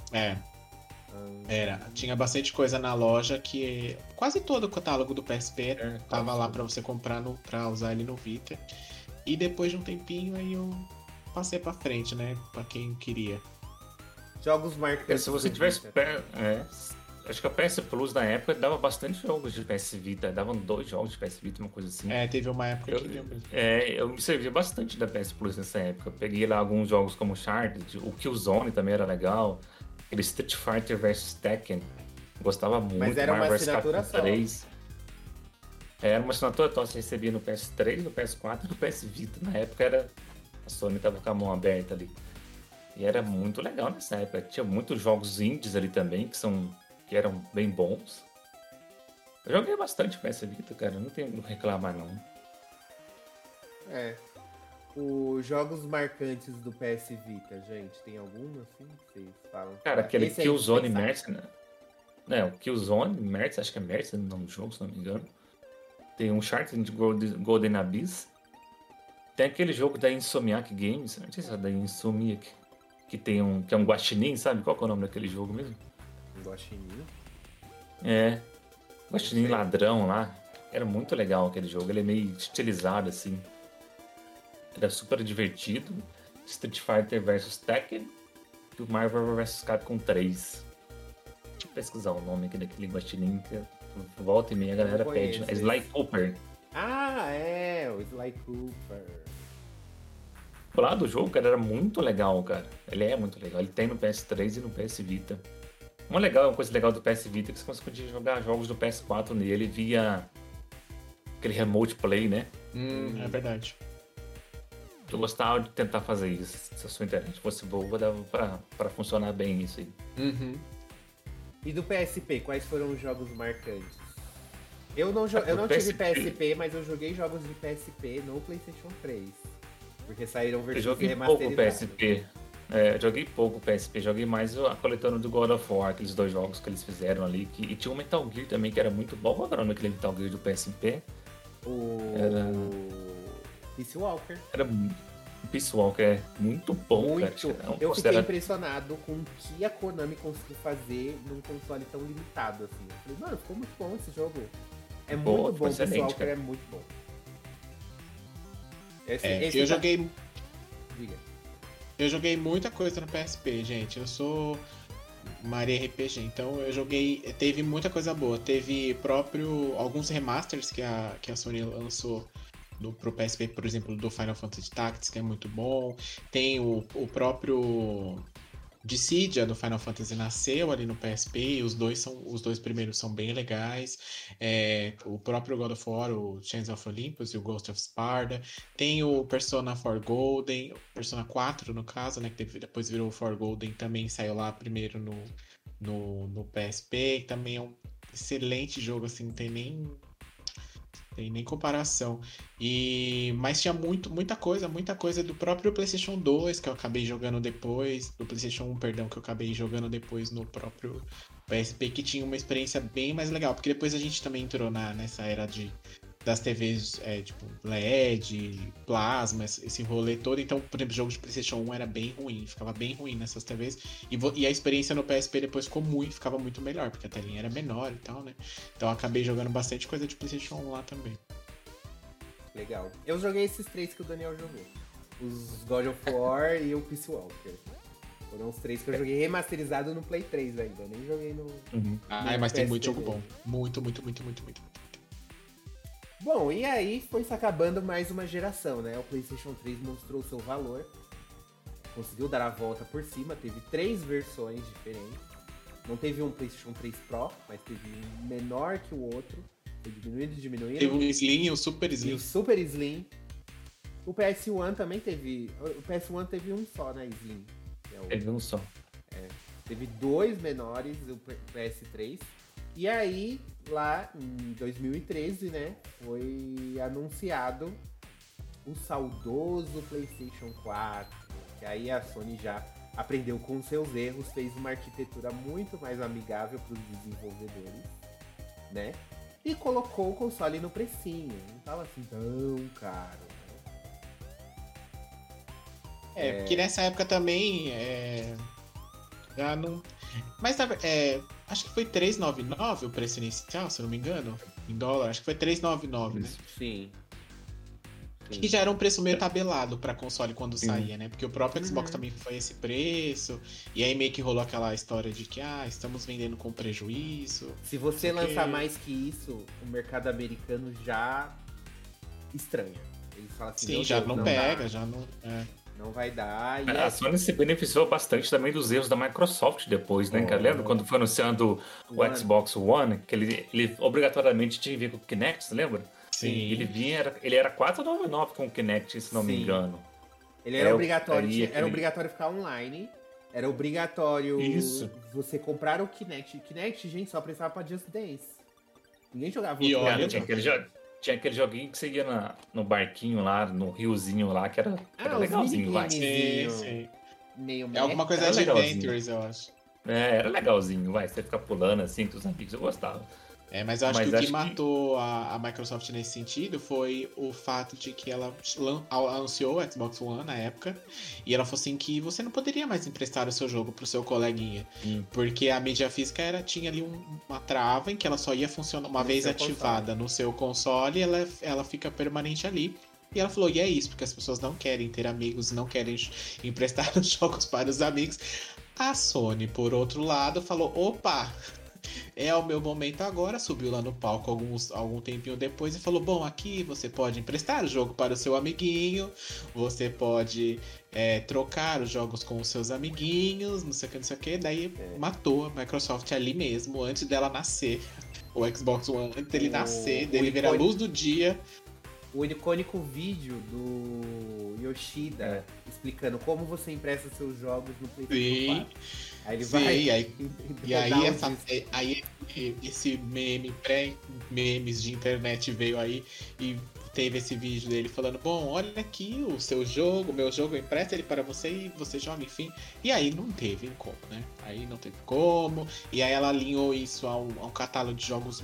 Speaker 2: Tinha bastante coisa na loja que quase todo o catálogo do PSP tava lá pra você comprar pra usar ele no Vita. E depois de um tempinho aí eu passei pra frente, né? Pra quem queria.
Speaker 1: Jogos marcantes.
Speaker 3: Se você tivesse. Acho que a PS Plus na época dava bastante jogos de PS Vita. Davam 2 jogos de PS Vita, uma coisa assim.
Speaker 2: Teve uma época que deu mesmo.
Speaker 3: Eu me servia bastante da PS Plus nessa época. Eu peguei lá alguns jogos como Uncharted, o Killzone também era legal. Aquele Street Fighter vs Tekken. Gostava muito.
Speaker 1: Mas era uma assinatura só.
Speaker 3: Era uma assinatura só. Você recebia no PS3, no PS4 e no PS Vita. Na época a Sony tava com a mão aberta ali. E era muito legal nessa época. Tinha muitos jogos indies ali também, que eram bem bons. Eu joguei bastante PS Vita, cara. Não tenho o que reclamar, não.
Speaker 1: Os jogos marcantes do PS Vita, gente, tem algum assim que vocês falam?
Speaker 3: Cara, aquele Killzone Mercenary. O Killzone Mercenary, acho que é Mercenary o nome do jogo, se não me engano. Tem um Uncharted Golden Abyss. Tem aquele jogo da Insomniac Games, não sei se é da Insomniac, que é um guaxinim, sabe? Qual que é o nome daquele jogo mesmo?
Speaker 1: Um guaxinim?
Speaker 3: É, guaxinim ladrão lá. Era muito legal aquele jogo, ele é meio estilizado assim. Era super divertido. Street Fighter vs Tekken e o Marvel vs Capcom 3. Deixa eu pesquisar o nome aqui daquele guaxinim que volta e meia a galera pede. É Sly Cooper.
Speaker 1: Ah, é, o Sly Cooper.
Speaker 3: O lado do jogo, cara, era muito legal, cara. Ele é muito legal. Ele tem no PS3 e no PS Vita. Uma coisa legal do PS Vita é que você conseguia jogar jogos do PS4 nele via aquele remote play, né?
Speaker 2: É verdade.
Speaker 3: Eu gostava de tentar fazer isso. Se a sua internet fosse boa, dava pra funcionar bem isso aí.
Speaker 1: E do PSP, quais foram os jogos marcantes? Eu não tive PSP, mas eu joguei jogos de PSP no PlayStation 3. Porque saíram versões remasterizadas.
Speaker 3: Eu joguei pouco PSP. Joguei pouco PSP. Joguei mais a coletânea do God of War, aqueles 2 jogos que eles fizeram ali. E tinha o Metal Gear também, que era muito bom. Qual era o nome daquele Metal Gear do PSP?
Speaker 1: Peace Walker.
Speaker 3: Era Peace Walker, muito bom, cara.
Speaker 1: Eu fiquei impressionado com o que a Konami conseguiu fazer num console tão limitado, assim. Eu falei, mano, ficou muito bom esse jogo. É muito bom, Peace Walker é muito bom.
Speaker 2: Eu joguei... Diga. Eu joguei muita coisa no PSP, gente. Eu sou Maria RPG, então eu joguei... Teve muita coisa boa. Teve alguns remasters que a Sony lançou pro PSP, por exemplo, do Final Fantasy Tactics, que é muito bom. Tem o próprio Dissidia do Final Fantasy nasceu ali no PSP, e os dois primeiros são bem legais. O próprio God of War, o Chains of Olympus e o Ghost of Sparta. Tem o Persona 4 Golden, Persona 4 no caso, né, que depois virou o 4 Golden, também saiu lá primeiro no PSP, que também é um excelente jogo, assim, não tem nem comparação. Mas tinha muita coisa do próprio PlayStation 2 que eu acabei jogando depois, do PlayStation 1, perdão, que eu acabei jogando depois no próprio PSP, que tinha uma experiência bem mais legal, porque depois a gente também entrou nessa era das TVs tipo LED, plasma, esse rolê todo. Então, por exemplo, o jogo de PlayStation 1 era bem ruim, ficava bem ruim nessas TVs. E a experiência no PSP depois ficava muito melhor, porque a telinha era menor e tal, né? Então eu acabei jogando bastante coisa de PlayStation 1 lá também.
Speaker 1: Legal. Eu joguei esses 3 que o Daniel jogou. Os God of War e o Peace Walker. Foram os 3 que eu joguei remasterizado no Play 3 ainda. Eu nem joguei no
Speaker 2: mas tem muito jogo bom. Muito.
Speaker 1: Bom, e aí foi se acabando mais uma geração, né? O PlayStation 3 mostrou seu valor, conseguiu dar a volta por cima, teve 3 versões diferentes. Não teve um PlayStation 3 Pro, mas teve um menor que o outro, foi diminuindo.
Speaker 2: Teve o Slim e o Super Slim.
Speaker 1: E o Super Slim. O PS1 também teve. O PS1 teve um só, né, Slim?
Speaker 3: Teve um só.
Speaker 1: Teve 2 menores, o PS3. E aí, lá em 2013, né, foi anunciado o saudoso PlayStation 4. Que aí a Sony já aprendeu com seus erros, fez uma arquitetura muito mais amigável para os desenvolvedores, né? E colocou o console no precinho. Não tava assim tão caro.
Speaker 2: Porque nessa época também já não... Mas acho que foi R$399 o preço inicial, se eu não me engano, em dólar. Acho que foi R$399, né?
Speaker 1: Sim.
Speaker 2: Que já era um preço meio tabelado pra console quando saía, né? Porque o próprio Xbox também foi esse preço. E aí meio que rolou aquela história de que estamos vendendo com prejuízo.
Speaker 1: Se você lançar mais que isso, o mercado americano já estranha. Eles falam assim,
Speaker 2: sim, já não pega, já não...
Speaker 1: Não vai dar.
Speaker 3: A Sony se beneficiou bastante também dos erros da Microsoft depois, né, cara? Lembra quando foi anunciando o Xbox One, que ele obrigatoriamente tinha que vir com o Kinect, lembra?
Speaker 2: Sim.
Speaker 3: Ele era R$499 com o Kinect, se não me engano.
Speaker 1: Ele era obrigatório, era obrigatório ficar online. Era obrigatório você comprar o Kinect. Kinect, gente, só precisava pra Just Dance. Ninguém jogava
Speaker 3: o Kinect. Tinha aquele joguinho que você ia no barquinho lá, no riozinho lá, que era legalzinho, vai.
Speaker 2: Sim. Alguma coisa de Adventures, eu acho.
Speaker 3: Era legalzinho, vai. Você ficar pulando assim com os amigos, eu gostava.
Speaker 2: Mas eu acho que o que matou a Microsoft nesse sentido foi o fato de que ela anunciou o Xbox One na época, e ela falou assim que você não poderia mais emprestar o seu jogo pro seu coleguinha, porque a mídia física tinha ali uma trava em que ela só ia funcionar uma vez ativada no seu console, ela fica permanente ali. E ela falou, e é isso, porque as pessoas não querem ter amigos, não querem emprestar os jogos para os amigos. A Sony, por outro lado, falou, opa, é o meu momento agora, subiu lá no palco algum tempinho depois e falou, bom, aqui você pode emprestar o jogo para o seu amiguinho, você pode trocar os jogos com os seus amiguinhos, não sei o que, daí matou a Microsoft ali mesmo, antes dela nascer, o Xbox One, antes dele nascer, dele ver a luz do dia.
Speaker 1: O icônico vídeo do Yoshida explicando como você empresta seus jogos no PlayStation 4. Aí ele vai.
Speaker 2: Aí esse memes de internet veio aí e teve esse vídeo dele falando, bom, olha aqui o seu jogo, meu jogo, eu empresto ele para você e você joga, enfim. E aí não teve como, né? Aí não teve como. E aí ela alinhou isso a um catálogo de jogos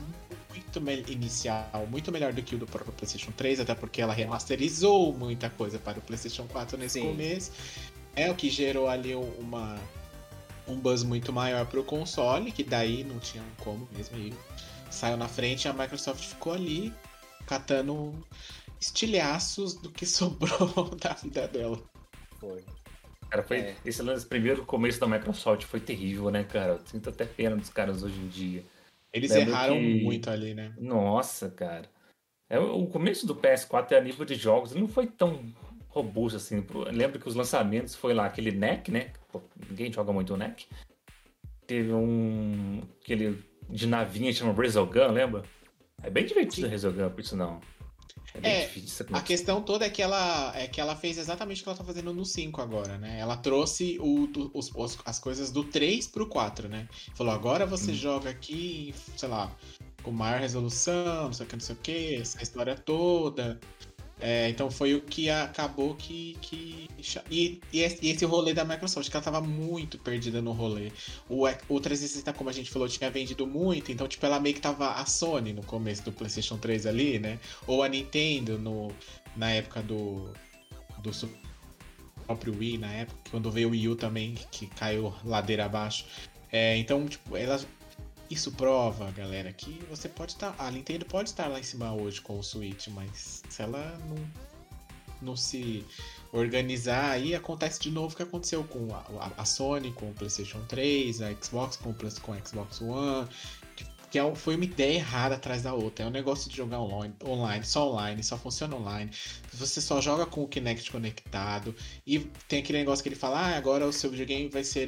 Speaker 2: muito melhor do que o do próprio PlayStation 3, até porque ela remasterizou muita coisa para o PlayStation 4 nesse começo. É o que gerou ali um buzz muito maior para o console, que daí não tinha como mesmo, e saiu na frente e a Microsoft ficou ali catando estilhaços do que sobrou da vida dela.
Speaker 1: Foi.
Speaker 3: Cara, esse primeiro começo da Microsoft foi terrível, né, cara? Eu sinto até pena dos caras hoje em dia.
Speaker 2: Eles erraram muito ali, né?
Speaker 3: Nossa, cara. O começo do PS4 a nível de jogos não foi tão robusto assim. Lembro que os lançamentos foi lá aquele NEC, né? Pô, ninguém joga muito o NEC. Teve aquele de navinha chama Resogun, lembra? É bem divertido o Resogun, por isso não. É bem difícil.
Speaker 2: A questão toda é que ela fez exatamente o que ela tá fazendo no 5 agora, né? Ela trouxe as coisas do 3 pro 4, né? Falou, agora você joga aqui, sei lá, com maior resolução, não sei o que, essa história toda. Então foi o que acabou E esse rolê da Microsoft, que ela tava muito perdida no rolê. O 360, como a gente falou, tinha vendido muito, então tipo, ela meio que tava a Sony no começo do PlayStation 3 ali, né? Ou a Nintendo na época do próprio Wii, na época, quando veio o Wii U também, que caiu ladeira abaixo. Então, tipo, isso prova, galera, que você pode estar. A Nintendo pode estar lá em cima hoje com o Switch, mas se ela não se organizar, aí acontece de novo o que aconteceu com a Sony, com o PlayStation 3, a Xbox com o Xbox One, que foi uma ideia errada atrás da outra. É um negócio de jogar online, só funciona online. Você só joga com o Kinect conectado, e tem aquele negócio que ele fala, agora o seu videogame vai ser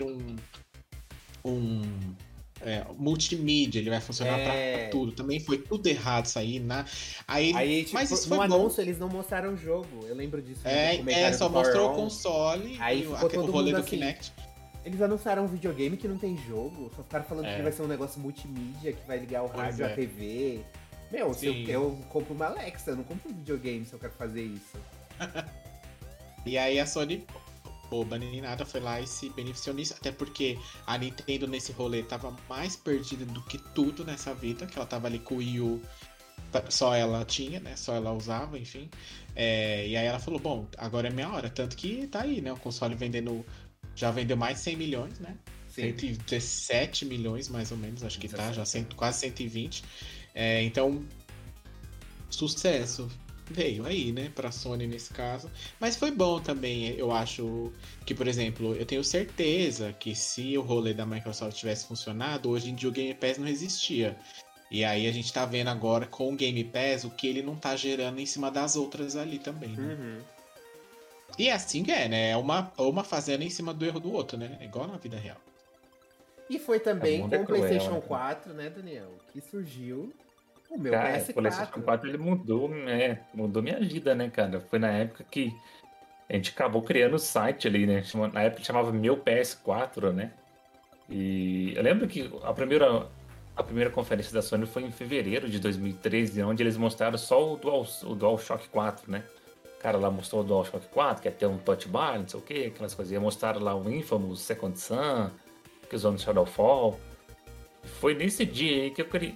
Speaker 2: multimídia, ele vai funcionar pra tudo. Também foi tudo errado isso aí, né?
Speaker 1: Aí tipo, mas isso foi no anúncio eles não mostraram o jogo. Eu lembro disso.
Speaker 2: Só mostrou o console
Speaker 1: aí
Speaker 2: e o rolê do
Speaker 1: assim,
Speaker 2: Kinect.
Speaker 1: Eles anunciaram um videogame que não tem jogo, só ficaram falando que vai ser um negócio multimídia, que vai ligar o rádio à TV. Meu, se eu compro uma Alexa, eu não compro um videogame se eu quero fazer isso.
Speaker 2: E aí a Sony, boba nem nada, foi lá e se beneficiou nisso, até porque a Nintendo nesse rolê tava mais perdida do que tudo nessa vida, que ela tava ali com o Wii U, só ela tinha, né, só ela usava, enfim. E aí ela falou, bom, agora é minha hora, tanto que tá aí, né, o console já vendeu mais de 100 milhões, né? Sim. 117 milhões, mais ou menos, acho que tá, já quase 120. Então, sucesso veio aí, né, pra Sony nesse caso. Mas foi bom também, eu acho que, por exemplo, eu tenho certeza que se o rolê da Microsoft tivesse funcionado, hoje em dia o Game Pass não existia. E aí a gente tá vendo agora com o Game Pass o que ele não tá gerando em cima das outras ali também, né? E assim né? É uma fazendo em cima do erro do outro, né? É igual na vida real.
Speaker 1: E foi também com o PlayStation 4, né, Daniel? Que surgiu o meu PS4.
Speaker 3: O PlayStation 4 ele mudou minha vida, né, cara? Foi na época que a gente acabou criando o site ali, né? Na época chamava Meu PS4, né? E eu lembro que a primeira conferência da Sony foi em fevereiro de 2013, onde eles mostraram só o DualShock 4, né? Cara, lá mostrou o DualShock 4, que ia ter um touch bar, não sei o que, aquelas coisinhas. Mostraram lá o Infamous Second Son, que usou no Shadowfall. Foi nesse dia aí que eu criei... Não,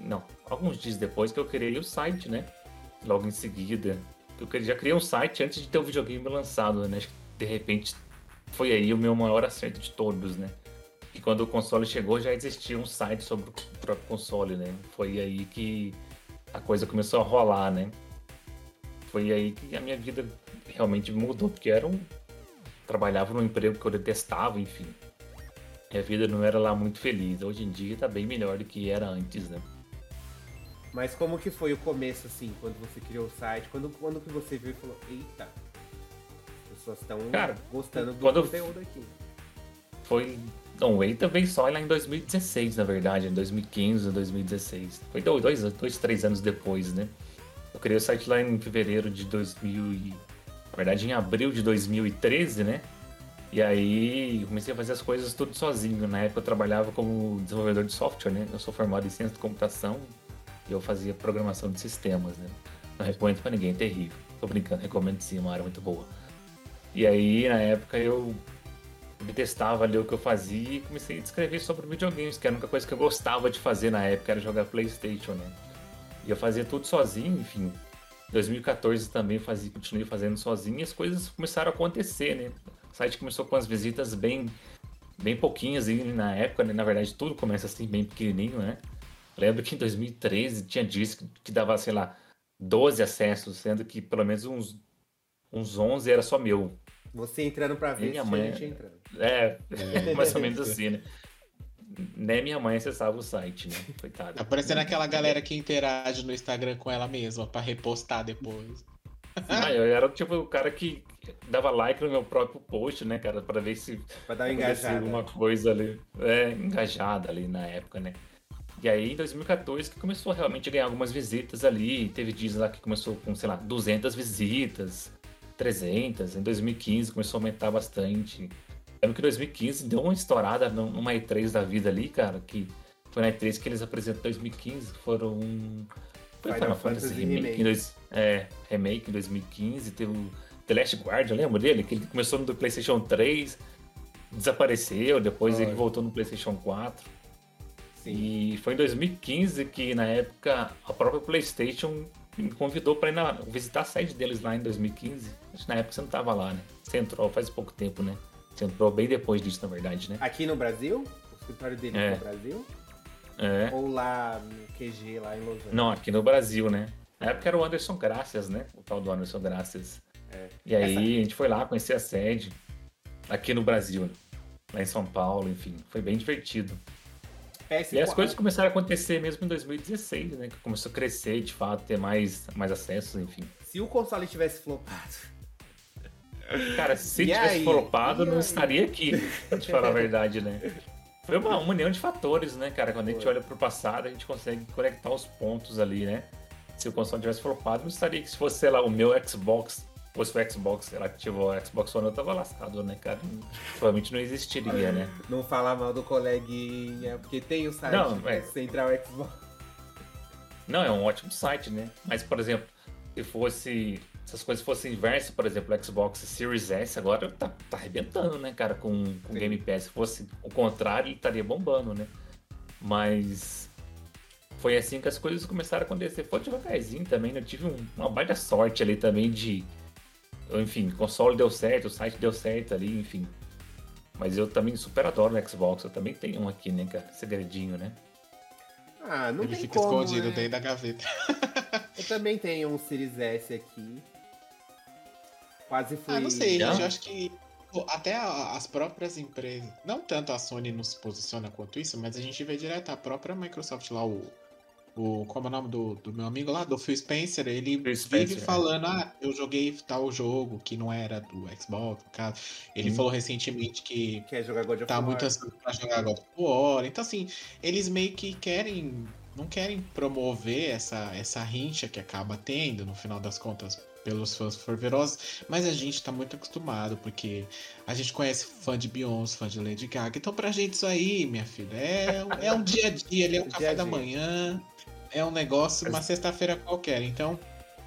Speaker 3: alguns dias depois que eu criei o site, né? Logo em seguida. Já criei um site antes de ter o videogame lançado, né? Acho que de repente foi aí o meu maior acerto de todos, né? E quando o console chegou já existia um site sobre o próprio console, né? Foi aí que a coisa começou a rolar, né? Foi aí que a minha vida realmente mudou, porque trabalhava num emprego que eu detestava, enfim. Minha vida não era lá muito feliz. Hoje em dia tá bem melhor do que era antes, né?
Speaker 1: Mas como que foi o começo, assim, quando você criou o site? Quando que você viu e falou, eita, as pessoas estão gostando do conteúdo aqui.
Speaker 3: Foi... Não, o Eita veio só lá em 2016, na verdade, em 2015, 2016. Foi 3 anos depois, né? Eu criei o site lá em fevereiro de 2000 na verdade, em abril de 2013, né? E aí comecei a fazer as coisas tudo sozinho. Na época eu trabalhava como desenvolvedor de software, né? Eu sou formado em ciência de computação e eu fazia programação de sistemas, né? Não recomendo pra ninguém, é terrível. Tô brincando, recomendo sim, uma área muito boa. E aí, na época, eu detestava ali o que eu fazia e comecei a escrever sobre videogames, que era a única coisa que eu gostava de fazer na época, era jogar PlayStation, né? E eu fazia tudo sozinho, enfim. Em 2014 também continuei fazendo sozinho e as coisas começaram a acontecer, né? O site começou com as visitas bem pouquinhas aí na época, né? Na verdade, tudo começa assim, bem pequenininho, né? Lembro que em 2013 tinha dias que dava, sei lá, 12 acessos, sendo que pelo menos uns 11 era só meu.
Speaker 1: Você entrando pra ver se tinha gente entrando.
Speaker 3: Mais ou menos assim, né? Nem minha mãe acessava o site, né? Coitada.
Speaker 2: Tá parecendo aquela galera que interage no Instagram com ela mesma pra repostar depois.
Speaker 3: Eu era tipo o cara que dava like no meu próprio post, né, cara? Pra ver se
Speaker 1: pra dar uma
Speaker 3: acontecia alguma coisa ali. Engajada ali na época, né? E aí, em 2014, que começou realmente a ganhar algumas visitas ali. Teve dias lá que começou com, sei lá, 200 visitas, 300. Em 2015 começou a aumentar bastante. Lembro que em 2015 deu uma estourada numa E3 da vida ali, cara, que foi na E3 que eles apresentaram em 2015, foram... Foi
Speaker 1: Final Fantasy Remake.
Speaker 3: Remake em 2015, teve o The Last Guardian, lembra dele? Que ele começou no PlayStation 3, desapareceu, depois ele voltou no PlayStation 4. Sim. E foi em 2015 que, na época, a própria PlayStation me convidou para ir visitar a sede deles lá em 2015. Acho que na época você não tava lá, né? Você entrou faz pouco tempo, né? Você entrou bem depois disso, na verdade, né?
Speaker 1: Aqui no Brasil? O escritório dele no Brasil? Ou lá no QG, lá em Los Angeles?
Speaker 3: Não, aqui no Brasil, né? Na época era o Anderson Gracias, né? O tal do Anderson Gracias. E aí a gente foi lá conhecer a sede aqui no Brasil, lá em São Paulo, enfim. Foi bem divertido. E as coisas começaram a acontecer mesmo em 2016, né? Que começou a crescer, de fato, ter mais acessos, enfim.
Speaker 1: Se o console tivesse flopado...
Speaker 3: Cara, se tivesse flopado, não estaria aqui, pra te falar a verdade, né? Foi uma união de fatores, né, cara? Quando a gente olha pro passado, a gente consegue conectar os pontos ali, né? Se o console tivesse flopado, não estaria que se fosse, sei lá, o meu Xbox, fosse o Xbox, sei lá, que ativou o Xbox One, eu tava lascado, né, cara? Provavelmente não existiria, né?
Speaker 1: Não falar mal do coleguinha, porque tem o site Central Xbox.
Speaker 3: Não, é um ótimo site, né? Mas, por exemplo, se as coisas fossem inversas, por exemplo, o Xbox Series S agora tá arrebentando, né, cara, com Game Pass. Se fosse o contrário, ele estaria bombando, né? Mas foi assim que as coisas começaram a acontecer. Foi devagarzinho também, né? Eu tive uma baita sorte ali também enfim, o console deu certo, o site deu certo ali, enfim. Mas eu também super adoro o Xbox, eu também tenho um aqui, né, cara? Segredinho, né?
Speaker 1: Ah, não
Speaker 2: ele
Speaker 1: tem
Speaker 2: fica
Speaker 1: como,
Speaker 2: escondido dentro da gaveta.
Speaker 1: Eu também tenho um Series S aqui. Quase fui...
Speaker 2: não sei, gente. Eu acho que até as próprias empresas, não tanto a Sony não se posiciona quanto isso, mas a gente vê direto a própria Microsoft lá, como é o nome do meu amigo lá, do Phil Spencer, ele vive falando, eu joguei tal jogo que não era do Xbox, no caso. Ele falou recentemente que
Speaker 1: quer jogar God of
Speaker 2: tá
Speaker 1: War.
Speaker 2: muito assim pra jogar God of War. Então, assim, eles meio que não querem promover essa rincha que acaba tendo, no final das contas, pelos fãs fervorosos, mas a gente tá muito acostumado, porque a gente conhece fã de Beyoncé, fã de Lady Gaga, então pra gente isso aí, minha filha, é um dia a dia, é um café da manhã, é um negócio, uma sexta-feira qualquer, então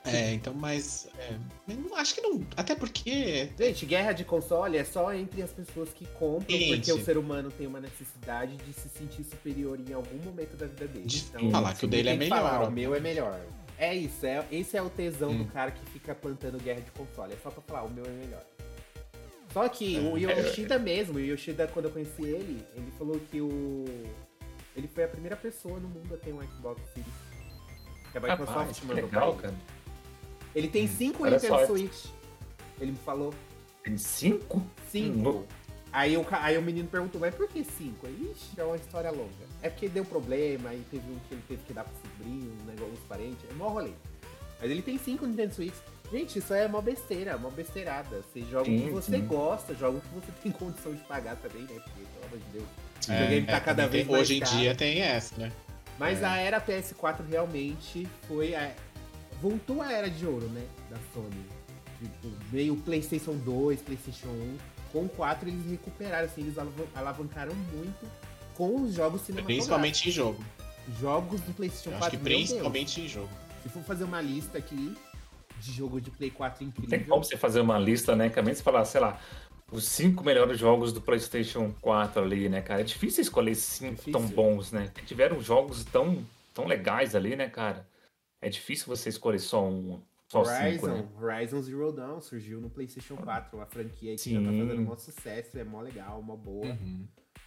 Speaker 2: Então, mas. Acho que não. Até porque.
Speaker 1: Gente, guerra de console é só entre as pessoas que compram,
Speaker 2: Gente.
Speaker 1: porque o ser humano tem uma necessidade de se sentir superior em algum momento da vida dele.
Speaker 2: De
Speaker 1: Então,
Speaker 2: falar que o dele é
Speaker 1: tem que
Speaker 2: melhor.
Speaker 1: falar,
Speaker 2: ó.
Speaker 1: o meu é melhor. É isso, esse é o tesão do cara que fica plantando guerra de console. É só pra falar, o meu é melhor. Só que o Yoshida mesmo, o Yoshida, quando eu conheci ele falou que ele foi a primeira pessoa no mundo a ter um Xbox Series. Que a Microsoft mandou
Speaker 3: legal,
Speaker 1: pra ele.
Speaker 3: cara.
Speaker 1: Ele tem 5
Speaker 3: Olha
Speaker 1: Nintendo
Speaker 3: só.
Speaker 1: Switch. Ele me falou.
Speaker 3: Tem 5?
Speaker 1: 5. Aí o menino perguntou, mas por que 5? Ixi, é uma história longa. É porque deu problema, aí teve um que ele teve que dar pro sobrinho, um negócio, os parentes. É mó rolê. Mas ele tem 5 Nintendo Switch. Gente, isso é mó besteira, mó besteirada. Você joga o que você gosta, joga o que você tem condição de pagar também, né? Porque, pelo amor de Deus, o videogame tá cada vez mais
Speaker 2: hoje em
Speaker 1: caro.
Speaker 2: dia tem essa, né?
Speaker 1: Mas a era PS4 realmente foi voltou a era de ouro, né? Da Sony. Tipo, veio o PlayStation 2, PlayStation 1. Com o 4 eles recuperaram, assim, eles alavancaram muito com os jogos cinematográficos.
Speaker 2: Principalmente em jogo.
Speaker 1: Jogos do PlayStation 4,
Speaker 2: acho que principalmente em jogo.
Speaker 1: Se for fazer uma lista aqui de jogo de Play 4 incrível...
Speaker 3: Tem como você fazer uma lista, né? Que a menos falar, sei lá, os 5 melhores jogos do PlayStation 4 ali, né, cara? É difícil escolher 5 tão bons, né? Tiveram jogos tão legais ali, né, cara? É difícil você escolher só um. Só 5, né?
Speaker 1: Horizon Zero Dawn surgiu no PlayStation 4, uma franquia que já tá fazendo um maior sucesso, é mó legal, mó boa.
Speaker 2: Uhum.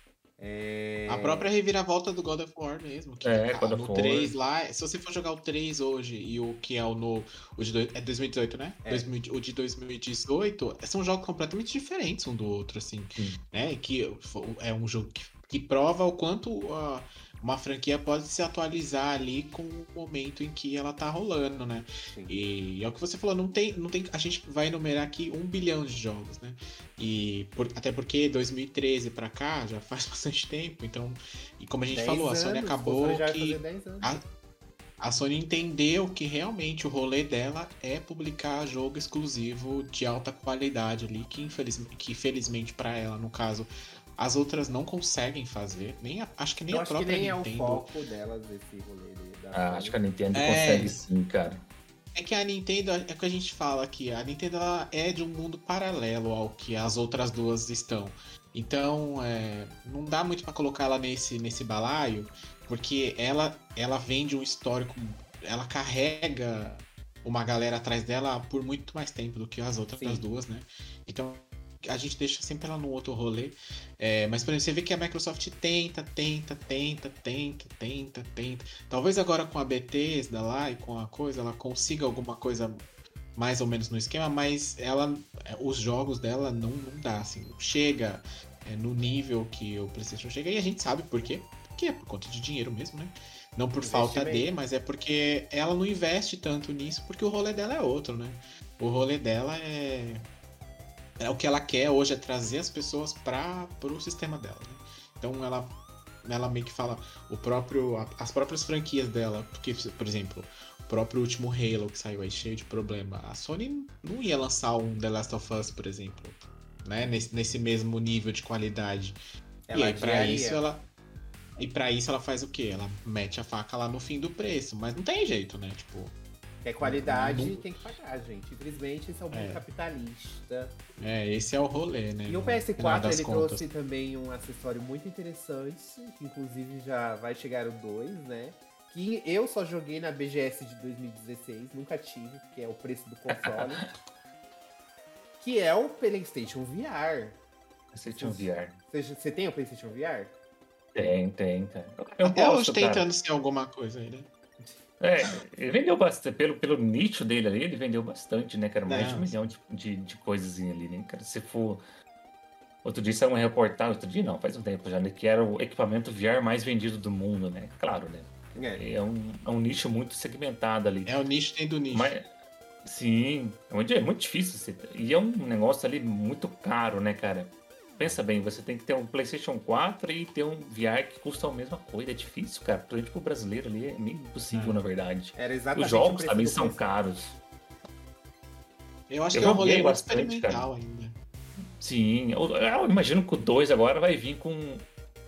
Speaker 2: A própria reviravolta do God of War mesmo. Que no 3 lá, se você for jogar o 3 hoje e o que é o 2018, né? O de 2018, são jogos completamente diferentes um do outro, assim. Né? Que é um jogo que prova o quanto uma franquia pode se atualizar ali com o momento em que ela tá rolando, né?
Speaker 1: Sim.
Speaker 2: E é o que você falou, não tem, a gente vai enumerar aqui 1 bilhão de jogos, né? Até porque 2013 pra cá já faz bastante tempo, então, e como a gente falou, a Sony acabou que a Sony entendeu que realmente o rolê dela é publicar jogo exclusivo de alta qualidade ali, que felizmente pra ela, no caso, as outras não conseguem fazer, acho que nem a própria Nintendo.
Speaker 1: Eu acho que nem é o foco delas esse rolê da
Speaker 3: acho que a Nintendo consegue sim, cara.
Speaker 2: É que a Nintendo, é o que a gente fala aqui, a Nintendo ela é de um mundo paralelo ao que as outras duas estão. Então, não dá muito pra colocar ela nesse balaio, porque ela vem de um histórico, ela carrega uma galera atrás dela por muito mais tempo do que as outras duas, né? Então, a gente deixa sempre ela num outro rolê. Mas, por exemplo, você vê que a Microsoft tenta. Talvez agora com a Bethesda lá e com a coisa, ela consiga alguma coisa mais ou menos no esquema, mas os jogos dela não dá, assim. Chega no nível que o PlayStation chega, e a gente sabe por quê. Porque é por conta de dinheiro mesmo, né? Não por falta de, mas é porque ela não investe tanto nisso, porque o rolê dela é outro, né? O rolê dela é o que ela quer hoje, é trazer as pessoas para o sistema dela, né? Então ela meio que fala as próprias franquias dela, porque, por exemplo, o próprio último Halo que saiu aí cheio de problema, a Sony não ia lançar um The Last of Us, por exemplo, né? Nesse mesmo nível de qualidade. E aí para isso ela faz o quê? Ela mete a faca lá no fim do preço, mas não tem jeito, né? Tipo,
Speaker 1: é qualidade, tem que pagar, gente. Infelizmente, esse é o mundo capitalista.
Speaker 2: Esse é o rolê, né?
Speaker 1: E o PS4, ele trouxe também um acessório muito interessante, que inclusive já vai chegar o 2, né? Que eu só joguei na BGS de 2016, nunca tive, porque é o preço do console. Que é o PlayStation VR.
Speaker 3: PlayStation VR.
Speaker 1: Você tem o PlayStation VR?
Speaker 3: Tem.
Speaker 2: Até hoje tentando ser alguma coisa aí, né?
Speaker 3: Ele vendeu bastante, pelo nicho dele ali, ele vendeu bastante, né, cara? Mais de 1 milhão de coisas ali, né, cara? Se for... Outro dia saiu uma reportagem, outro dia não, faz um tempo já, né? Que era o equipamento VR mais vendido do mundo, né? Claro, né? É um nicho muito segmentado ali.
Speaker 2: É o nicho dentro do nicho.
Speaker 3: Mas, sim, é muito difícil. E é um negócio ali muito caro, né, cara? Pensa bem, você tem que ter um PlayStation 4 e ter um VR que custa a mesma coisa. É difícil, cara. Pra gente, pro brasileiro ali, é meio impossível, na verdade.
Speaker 1: Era exatamente
Speaker 3: os jogos também são caros.
Speaker 2: Eu acho que é um rolê muito experimental ainda.
Speaker 3: Sim, eu imagino que o 2 agora vai vir com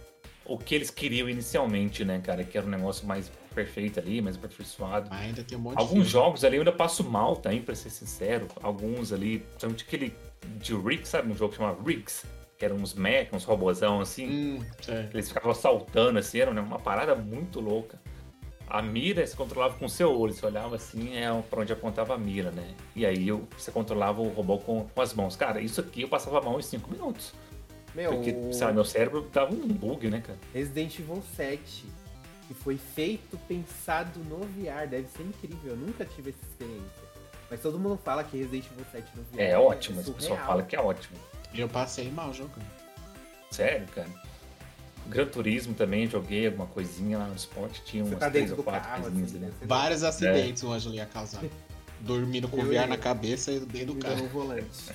Speaker 3: o que eles queriam inicialmente, né, cara? Que era um negócio mais perfeito ali, mais aperfeiçoado.
Speaker 2: Mas ainda tem um monte
Speaker 3: Alguns
Speaker 2: de
Speaker 3: jogos ali eu ainda passo mal, tá? Pra ser sincero. Alguns ali, principalmente aquele de Riggs, sabe? Um jogo que chamava Riggs, que eram uns mechas, uns robozão assim.
Speaker 2: É.
Speaker 3: Que eles ficavam saltando assim, era uma parada muito louca. A mira você controlava com o seu olho, você olhava assim, pra onde apontava a mira, né? E aí você controlava o robô com as mãos. Cara, isso aqui eu passava mal em 5 minutos. Porque, sabe, meu cérebro dava um bug, né, cara?
Speaker 1: Resident Evil 7, que foi feito, pensado no VR, deve ser incrível. Eu nunca tive essa experiência. Mas todo mundo fala que Resident Evil 7 no VR
Speaker 3: É ótimo,
Speaker 1: é
Speaker 3: o pessoal fala que é ótimo.
Speaker 2: Eu passei mal jogando.
Speaker 3: Sério, cara. Gran Turismo também, joguei alguma coisinha lá no Spot, tinha
Speaker 1: Você
Speaker 3: umas
Speaker 1: tá
Speaker 3: 3
Speaker 1: dentro
Speaker 3: ou
Speaker 1: do
Speaker 3: 4
Speaker 1: carro,
Speaker 3: coisinhas
Speaker 1: assim,
Speaker 3: ali.
Speaker 1: né? Você
Speaker 2: Vários acidentes o Ângelo ia causar. Dormindo com o VR na cabeça e dentro do
Speaker 1: não
Speaker 2: carro.
Speaker 1: no volante.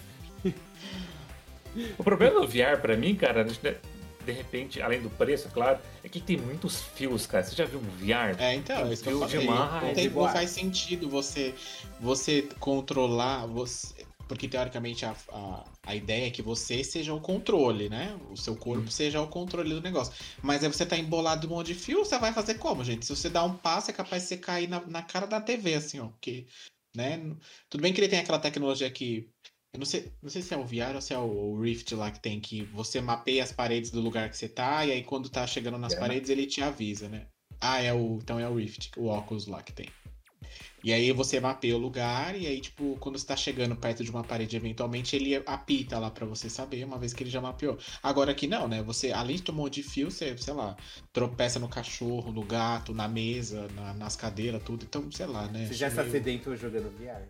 Speaker 3: O problema do VR pra mim, cara, de repente, além do preço, claro, é que tem muitos fios, cara. Você já viu um VR?
Speaker 2: É, então, é isso que eu
Speaker 3: Fio
Speaker 2: falei.
Speaker 3: demais.
Speaker 2: Não faz sentido você controlar, porque teoricamente a ideia é que você seja o controle, né? O seu corpo seja o controle do negócio. Mas aí você tá embolado de um monte de fio, você vai fazer como, gente? Se você dá um passo, é capaz de você cair na cara da TV, assim, ó. Porque, né? Tudo bem que ele tem aquela tecnologia que. Eu não sei se é o VR ou se é o Rift lá que tem, que você mapeia as paredes do lugar que você tá, e aí quando tá chegando nas paredes ele te avisa, né? Então é o Rift, o óculos lá que tem. E aí você mapeia o lugar, e aí, tipo, quando você tá chegando perto de uma parede, eventualmente ele apita lá pra você saber, uma vez que ele já mapeou. Agora aqui não, né? Você, além de tomar um de fio, você, sei lá, tropeça no cachorro, no gato, na mesa, nas cadeiras, tudo. Então, sei lá, né?
Speaker 1: Você já se acidentou jogando VR?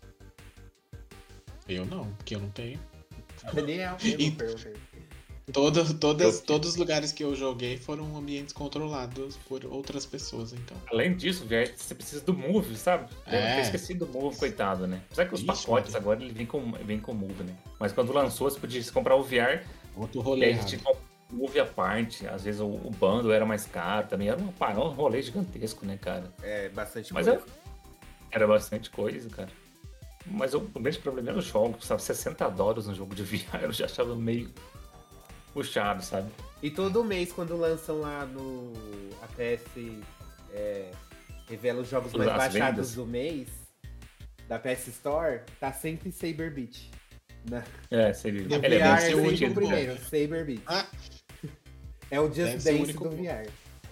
Speaker 2: Eu não, porque eu não tenho.
Speaker 1: Daniel, eu não perguntei.
Speaker 2: Todos os lugares que eu joguei foram ambientes controlados por outras pessoas, então.
Speaker 3: Além disso, VR, você precisa do Move, sabe? Eu
Speaker 2: É.
Speaker 3: esqueci do Move, coitado, né? Apesar que os
Speaker 2: Ixi,
Speaker 3: pacotes
Speaker 2: Maria.
Speaker 3: agora ele vem com o Move, né? Mas quando lançou, você podia comprar o VR,
Speaker 2: Outro
Speaker 3: e
Speaker 2: rolê
Speaker 3: aí
Speaker 2: errado.
Speaker 3: tinha o Move à parte. Às vezes o bundle era mais caro também. Era um rolê gigantesco, né, cara?
Speaker 1: É, bastante
Speaker 3: Mas
Speaker 1: coisa.
Speaker 3: era bastante coisa, cara. Mas o grande problema era o jogo. Custava $60 no jogo de VR. Eu já achava meio puxado, sabe?
Speaker 1: E todo mês, quando lançam lá a PS revela os jogos mais
Speaker 3: As
Speaker 1: baixados
Speaker 3: vendas.
Speaker 1: do mês da PS Store, tá sempre Saber Beat.
Speaker 3: Você viu.
Speaker 1: No
Speaker 3: Ele
Speaker 1: VR
Speaker 3: é
Speaker 1: é
Speaker 3: bem
Speaker 1: sempre o
Speaker 3: divertido, cara.
Speaker 1: primeiro, Saber Beat.
Speaker 2: Ah,
Speaker 1: É o Just
Speaker 2: Deve ser o
Speaker 1: Dance
Speaker 2: único
Speaker 1: do
Speaker 2: bom.
Speaker 1: VR.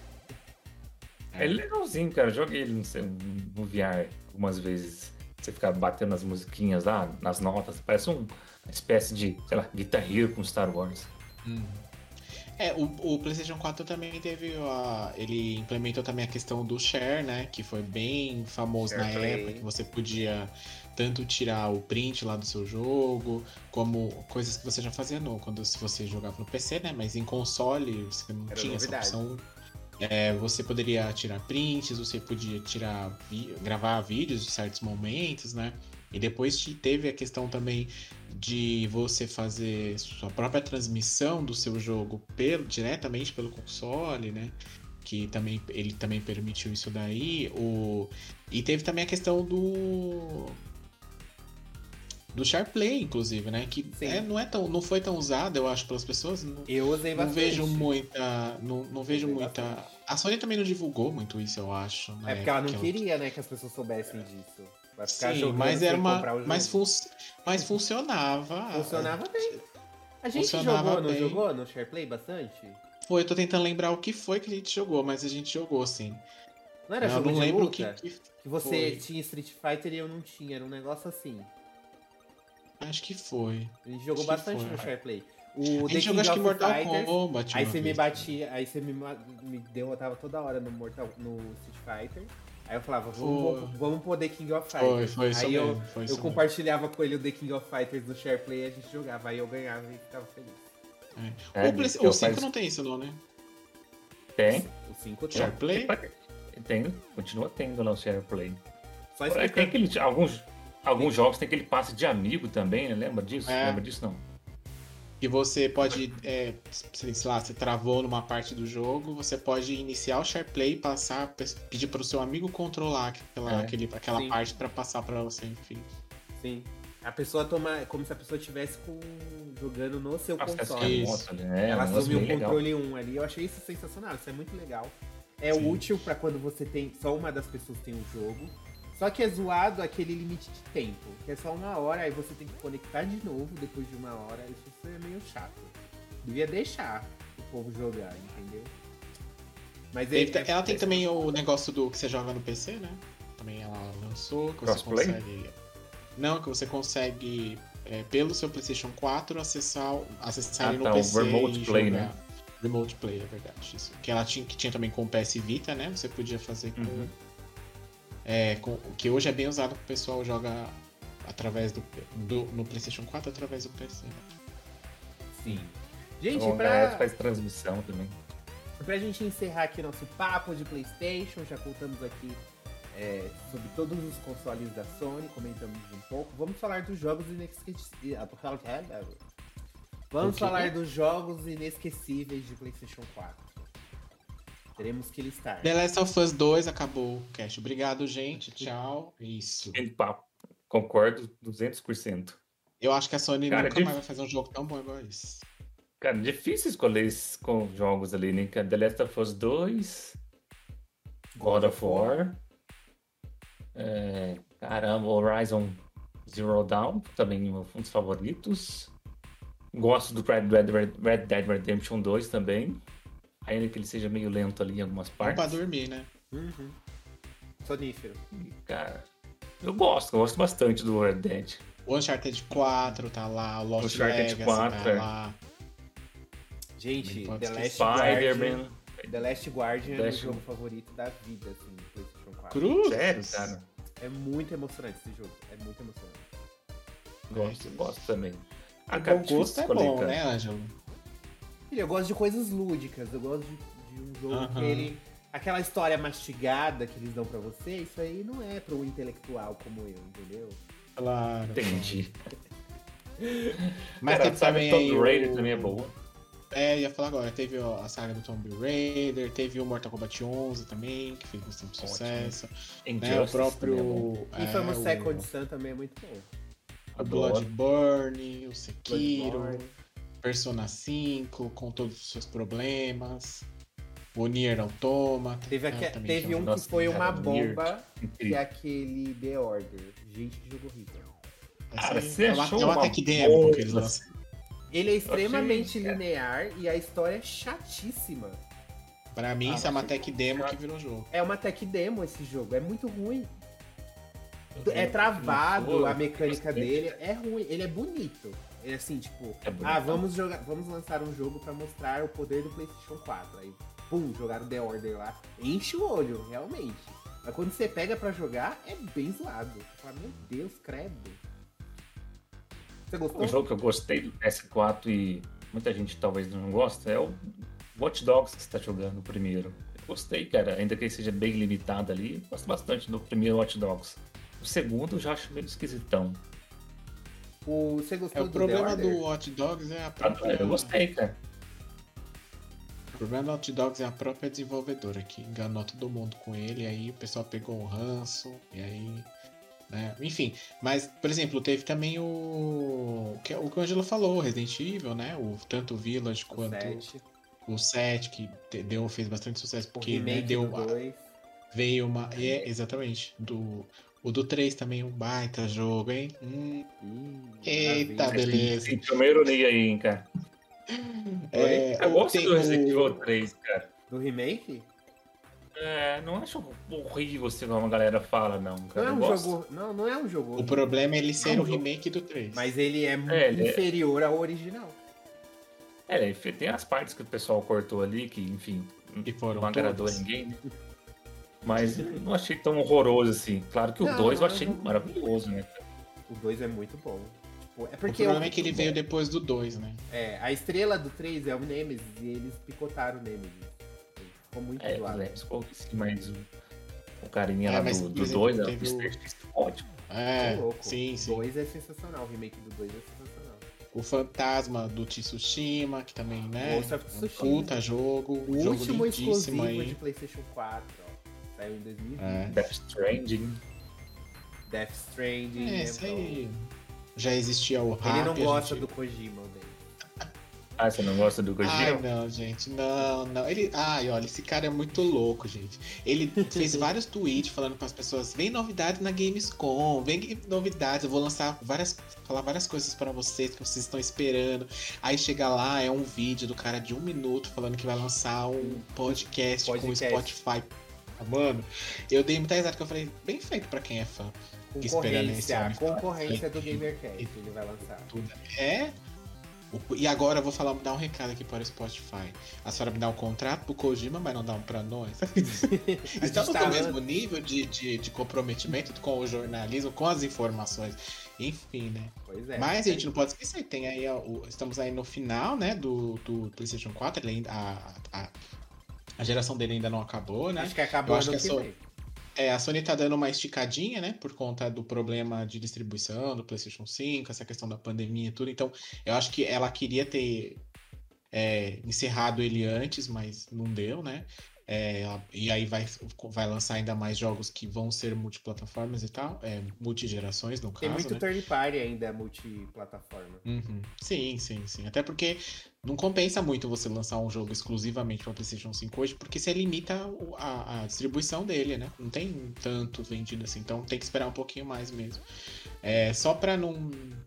Speaker 3: É legalzinho, cara. Eu joguei ele no VR algumas vezes. Você fica batendo nas musiquinhas lá, nas notas. Parece uma espécie de, sei lá, Guitar Hero com Star Wars.
Speaker 2: O PlayStation 4 também teve ele implementou também a questão do share, né? Que foi bem famoso na
Speaker 1: SharePlay.
Speaker 2: época, que você podia tanto tirar o print lá do seu jogo, como coisas que você já fazia se você jogava no PC, né? Mas em console você não
Speaker 1: Era
Speaker 2: tinha
Speaker 1: novidade.
Speaker 2: essa opção. Você poderia tirar prints, você podia gravar vídeos de certos momentos, né? E depois teve a questão também de você fazer sua própria transmissão do seu jogo diretamente pelo console, né? Que ele também permitiu isso daí. E teve também a questão do SharePlay, inclusive, né? Que
Speaker 1: Sim.
Speaker 2: não foi tão usado, eu acho, pelas pessoas.
Speaker 1: Eu usei
Speaker 2: Não
Speaker 1: bastante.
Speaker 2: vejo muita. Não vejo
Speaker 1: Usei
Speaker 2: muita.
Speaker 1: bastante.
Speaker 2: A Sony também não divulgou muito isso, eu acho. na
Speaker 1: É porque ela não
Speaker 2: época,
Speaker 1: queria, né, que as pessoas soubessem disso. Vai ficar
Speaker 2: Sim,
Speaker 1: jogando
Speaker 2: mas
Speaker 1: sem
Speaker 2: era
Speaker 1: comprar o jogo.
Speaker 2: mas funcionava.
Speaker 1: Funcionava bem. A gente
Speaker 2: Funcionava
Speaker 1: jogou, não
Speaker 2: bem.
Speaker 1: jogou no SharePlay bastante?
Speaker 2: Foi, eu tô tentando lembrar o que foi que a gente jogou, mas a gente jogou, sim.
Speaker 1: Não era
Speaker 2: Eu
Speaker 1: jogo
Speaker 2: não
Speaker 1: de
Speaker 2: lembro
Speaker 1: luta?
Speaker 2: que
Speaker 1: Que você
Speaker 2: foi.
Speaker 1: tinha Street Fighter e eu não tinha, era um negócio assim.
Speaker 2: Acho que foi.
Speaker 1: A gente jogou
Speaker 2: Acho que
Speaker 1: bastante
Speaker 2: foi.
Speaker 1: no SharePlay.
Speaker 2: A
Speaker 1: O
Speaker 2: gente
Speaker 1: The
Speaker 2: jogou
Speaker 1: King
Speaker 2: acho que
Speaker 1: of
Speaker 2: Mortal
Speaker 1: Fighters,
Speaker 2: Kombat.
Speaker 1: aí
Speaker 2: uma
Speaker 1: você me
Speaker 2: vez.
Speaker 1: batia, aí você me derrotava toda hora no Street Fighter. Aí eu falava, vamos pôr The King of Fighters.
Speaker 2: Foi isso
Speaker 1: aí
Speaker 2: mesmo, foi isso
Speaker 1: eu compartilhava com ele o The King of Fighters do SharePlay e a gente jogava. Aí eu ganhava e ficava feliz.
Speaker 2: O 5 não tem isso, não, né?
Speaker 3: Tem.
Speaker 1: O 5 tem.
Speaker 2: SharePlay?
Speaker 3: Tem. Continua tendo lá o SharePlay.
Speaker 1: Só
Speaker 3: Tem
Speaker 1: explicando.
Speaker 3: alguns jogos tem aquele passe de amigo também, né? Lembra disso?
Speaker 2: É.
Speaker 3: Lembra disso, não?
Speaker 2: Que você pode, sei lá, você travou numa parte do jogo, você pode iniciar o SharePlay, pedir para o seu amigo controlar aquela
Speaker 1: Sim.
Speaker 2: parte para passar para você, enfim.
Speaker 1: Sim. A pessoa toma. É como se a pessoa estivesse jogando no seu
Speaker 3: Acesso
Speaker 1: console.
Speaker 3: remoto, né?
Speaker 1: Ela
Speaker 3: Um negócio
Speaker 1: assume o
Speaker 3: bem legal.
Speaker 1: controle 1 ali. Eu achei isso sensacional, isso é muito legal. É
Speaker 2: Sim.
Speaker 1: útil pra quando você tem. Só uma das pessoas tem o jogo. Só que é zoado aquele limite de tempo. Que é só 1 hora, aí você tem que conectar de novo depois de 1 hora. Isso é meio chato. Devia deixar o povo jogar, entendeu? Mas
Speaker 2: Ela tem também o negócio do que você joga no PC, né? Também ela lançou, que você
Speaker 3: Crossplay?
Speaker 2: consegue. Não, que você consegue, pelo seu PlayStation 4, acessar ele no
Speaker 3: tá, o
Speaker 2: PC.
Speaker 3: Remote
Speaker 2: e
Speaker 3: Play,
Speaker 2: jogar.
Speaker 3: né?
Speaker 2: Remote Play, é verdade. Isso. Que tinha também com o PS Vita, né? Você podia fazer com.
Speaker 3: Uhum.
Speaker 2: Que hoje é bem usado que o pessoal joga através no PlayStation 4 através do PC. Né?
Speaker 1: Sim. Gente,
Speaker 3: Então, a galera faz transmissão também.
Speaker 1: pra gente encerrar aqui nosso papo de PlayStation, já contamos aqui sobre todos os consoles da Sony, comentamos um pouco. Vamos falar dos jogos inesquecíveis. Vamos falar dos jogos inesquecíveis de PlayStation 4. Teremos que listar.
Speaker 2: The Last of Us 2 acabou o cast. Obrigado, gente. Tchau. Isso.
Speaker 3: Papo. Concordo 200%.
Speaker 2: Eu acho que a Sony
Speaker 3: Cara,
Speaker 2: nunca mais vai fazer um jogo tão bom igual esse.
Speaker 3: Cara, difícil escolher com jogos ali, né? The Last of Us 2, God of War, caramba, Horizon Zero Dawn, também um dos favoritos. Gosto do Red Dead Redemption 2 também, ainda que ele seja meio lento ali em algumas
Speaker 2: Bom
Speaker 3: partes.
Speaker 2: pra dormir, né?
Speaker 1: Uhum. Sonífero.
Speaker 3: Cara, eu gosto bastante do Red Dead.
Speaker 2: O Uncharted 4 tá lá, o Lost
Speaker 3: Uncharted
Speaker 2: Legacy
Speaker 3: 4,
Speaker 2: tá lá.
Speaker 1: Gente,
Speaker 2: Pode
Speaker 1: The
Speaker 2: esquecer.
Speaker 1: Last Guardian.
Speaker 3: Spider-Man.
Speaker 1: The Last Guardian é o
Speaker 3: Last-
Speaker 1: jogo favorito da vida, assim, do PlayStation 4.
Speaker 2: Cruz?
Speaker 3: Sério, cara.
Speaker 1: É muito emocionante esse jogo. É muito emocionante.
Speaker 3: Gosto também.
Speaker 2: A
Speaker 3: cara,
Speaker 2: bom
Speaker 3: difícil
Speaker 2: gosto é
Speaker 3: escolher,
Speaker 2: bom,
Speaker 3: cara.
Speaker 2: né, Ângelo?
Speaker 1: Filho, eu gosto de coisas lúdicas. Eu gosto de um jogo
Speaker 2: Aham.
Speaker 1: que ele... Aquela história mastigada que eles dão pra você, isso aí não é pra um intelectual como eu, entendeu?
Speaker 2: Claro.
Speaker 3: Entendi.
Speaker 2: Mas
Speaker 3: Cara,
Speaker 2: teve
Speaker 3: a saga
Speaker 2: também
Speaker 3: Tomb
Speaker 2: aí
Speaker 3: Raider também é boa.
Speaker 2: Ia falar agora. Teve a saga do Tomb Raider, teve o Mortal Kombat 11 também, que fez bastante
Speaker 3: Ótimo.
Speaker 2: sucesso. Né, o
Speaker 3: Injustice
Speaker 2: próprio...
Speaker 3: também é bom.
Speaker 1: Infamous Second Son também é muito bom.
Speaker 2: O
Speaker 3: Adoro.
Speaker 2: Bloodborne, o Sekiro,
Speaker 1: Bloodborne.
Speaker 2: Persona 5, com todos os seus problemas. O Nier Automata.
Speaker 1: Teve,
Speaker 2: também
Speaker 1: teve
Speaker 2: tem
Speaker 1: um
Speaker 3: Nossa,
Speaker 1: que foi uma
Speaker 3: cara, Nier.
Speaker 1: bomba, que é
Speaker 3: Incrível.
Speaker 1: aquele The Order. Gente, que jogo horrível.
Speaker 3: Cara,
Speaker 2: Essa
Speaker 3: você
Speaker 2: é uma,
Speaker 3: achou
Speaker 2: é uma
Speaker 3: uma
Speaker 2: tech demo que eles
Speaker 3: bomba,
Speaker 2: lançam.
Speaker 1: Ele é extremamente
Speaker 3: cara.
Speaker 1: linear e a história é chatíssima.
Speaker 2: Pra mim, isso é uma tech demo
Speaker 3: chato.
Speaker 2: que virou jogo.
Speaker 1: É uma tech demo esse jogo, é muito ruim.
Speaker 3: Eu
Speaker 1: É
Speaker 3: vi
Speaker 1: travado,
Speaker 3: que
Speaker 1: a mecânica
Speaker 3: bastante.
Speaker 1: dele é ruim, ele é bonito. É assim, tipo,
Speaker 3: É bonitão.
Speaker 1: vamos lançar um jogo pra mostrar o poder do PlayStation 4. Aí, pum, jogaram The Order lá. Enche o olho, realmente. Mas quando você pega pra jogar, é bem zoado. Você fala, meu Deus, credo. Você gostou?
Speaker 3: Um jogo que eu gostei do PS4 e muita gente talvez não gosta é o Watch Dogs que você tá jogando o primeiro. Eu gostei, cara, ainda que ele seja bem limitado ali, eu gosto bastante do primeiro Watch Dogs. O segundo eu já acho meio esquisitão.
Speaker 1: Você gostou
Speaker 2: O
Speaker 1: do
Speaker 2: problema
Speaker 1: The
Speaker 2: do
Speaker 1: Order?
Speaker 2: Watch Dogs é a própria...
Speaker 3: Eu gostei, cara.
Speaker 2: O problema do Watch Dogs é a própria desenvolvedora que enganou todo mundo com ele, e aí o pessoal pegou o ranço, e aí... Né? Enfim, mas, por exemplo, teve também o que o Angelo falou, Resident Evil, né? Tanto o Village
Speaker 1: O
Speaker 2: quanto
Speaker 1: 7,
Speaker 2: o 7, que fez bastante sucesso,
Speaker 1: o
Speaker 2: porque né,
Speaker 1: remake do 2.
Speaker 2: veio uma... exatamente, o do 3 também, um baita jogo, hein? Eita,
Speaker 1: maravilha.
Speaker 2: beleza.
Speaker 3: Sentiu uma ironia aí, hein, cara. Eu gosto do Resident Evil 3, cara.
Speaker 1: Do remake?
Speaker 3: Não acho horrível assim como a galera fala, não,
Speaker 1: Não
Speaker 3: cara.
Speaker 1: é
Speaker 3: Eu
Speaker 1: um
Speaker 3: gosto.
Speaker 1: jogo. Não é um jogo.
Speaker 2: O problema é ele ser
Speaker 3: Não,
Speaker 2: o remake do 3.
Speaker 1: Mas ele é
Speaker 3: ele é-
Speaker 1: inferior ao original.
Speaker 3: Tem as partes que o pessoal cortou ali, que, enfim,
Speaker 2: E foram
Speaker 3: não agradou a
Speaker 2: todas.
Speaker 3: ninguém, né? Mas eu não achei tão horroroso assim. Claro que o
Speaker 1: Não,
Speaker 3: 2 eu
Speaker 1: não,
Speaker 3: achei
Speaker 1: não.
Speaker 3: maravilhoso, né?
Speaker 1: O 2 é muito bom. Tipo, é
Speaker 2: O
Speaker 1: porque
Speaker 2: problema é que ele veio depois do 2, né?
Speaker 1: a estrela do 3 é o Nemesis e eles picotaram o Nemesis. Ficou muito
Speaker 3: O
Speaker 1: zoado.
Speaker 3: Lemos ficou assim, mas o carinha lá
Speaker 2: mas,
Speaker 3: do
Speaker 2: por exemplo,
Speaker 3: 2,
Speaker 2: teve o-
Speaker 3: ótimo.
Speaker 1: Que louco.
Speaker 2: sim,
Speaker 1: O
Speaker 2: sim.
Speaker 1: 2 é sensacional. O remake do 2 é sensacional.
Speaker 2: O Fantasma do Tsushima, que também, né?
Speaker 1: Ghost of
Speaker 2: um
Speaker 1: Tsushima.
Speaker 2: puta jogo.
Speaker 1: O
Speaker 2: jogo
Speaker 1: último
Speaker 2: lindíssimo
Speaker 1: exclusivo
Speaker 2: aí.
Speaker 1: de PlayStation 4, ó. Saiu em 2020.
Speaker 2: É.
Speaker 3: Death Stranding.
Speaker 1: Death Stranding.
Speaker 2: Isso aí. Já existia o rap.
Speaker 1: Ele não gosta do Kojima, o dele.
Speaker 3: Ah, você não gosta do Kojima?
Speaker 2: Ai, não, gente, não. Ai, olha, esse cara é muito louco, gente. Ele fez vários tweets falando para as pessoas: vem novidades na Gamescom, vem novidades, eu vou falar várias coisas para vocês que vocês estão esperando. Aí chega lá, é um vídeo do cara de 1 minuto falando que vai lançar um podcast com o Spotify. Mano, eu dei muita risada que eu falei: bem feito para quem é fã.
Speaker 1: Concorrência do GamerCast, ele vai lançar.
Speaker 2: E agora eu vou dar um recado aqui para o Spotify. A senhora me dá um contrato pro Kojima, mas não dá um pra nós. Estamos no mesmo nível de comprometimento com o jornalismo, com as informações. Enfim, né?
Speaker 1: Pois é.
Speaker 2: Mas a gente não pode esquecer, tem aí estamos aí no final, né, do PlayStation 4. Ele ainda, a geração dele ainda não acabou, né?
Speaker 1: Acho que acabou ano que vem.
Speaker 2: A Sony tá dando uma esticadinha, né? Por conta do problema de distribuição do PlayStation 5, essa questão da pandemia e tudo. Então, eu acho que ela queria ter encerrado ele antes, mas não deu, né? E aí vai lançar ainda mais jogos que vão ser multiplataformas e tal. Multigerações, no caso.
Speaker 1: Tem muito
Speaker 2: né?
Speaker 1: third party ainda multiplataforma.
Speaker 2: Uhum. Sim. Até porque não compensa muito você lançar um jogo exclusivamente para PlayStation 5 hoje, porque você limita a distribuição dele, né? Não tem tanto vendido assim, então tem que esperar um pouquinho mais mesmo. Só para não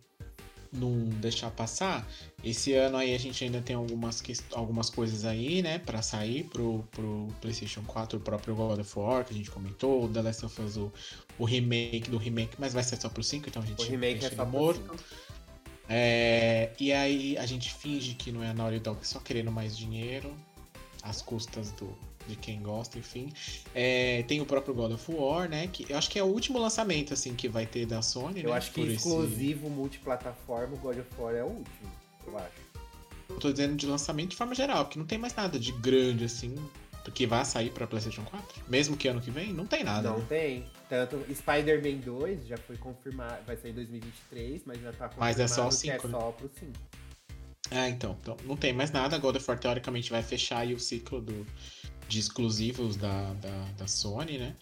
Speaker 2: deixar passar, esse ano aí a gente ainda tem algumas coisas aí, né, para sair pro PlayStation 4, o próprio God of War, que a gente comentou, o The Last of Us, o remake do remake, mas vai ser só pro 5, então a gente
Speaker 1: o remake é só
Speaker 2: morto. Pro 5. E aí a gente finge que não é a Naughty Dog só querendo mais dinheiro, às custas de quem gosta, enfim. Tem o próprio God of War, né? Que eu acho que é o último lançamento, assim, que vai ter da Sony,
Speaker 1: eu acho que exclusivo multiplataforma, o God of War é o último, eu acho.
Speaker 2: Eu tô dizendo de lançamento de forma geral, porque não tem mais nada de grande, assim, que vai sair pra PlayStation 4. Mesmo que ano que vem, não tem nada.
Speaker 1: Não
Speaker 2: né?
Speaker 1: tem. Tanto Spider-Man 2 já foi confirmado, vai sair em 2023, mas já tá confirmado
Speaker 2: mas é só o 5,
Speaker 1: que é só pro 5.
Speaker 2: Então não tem mais nada. God of War teoricamente vai fechar aí o ciclo de exclusivos da Sony, né?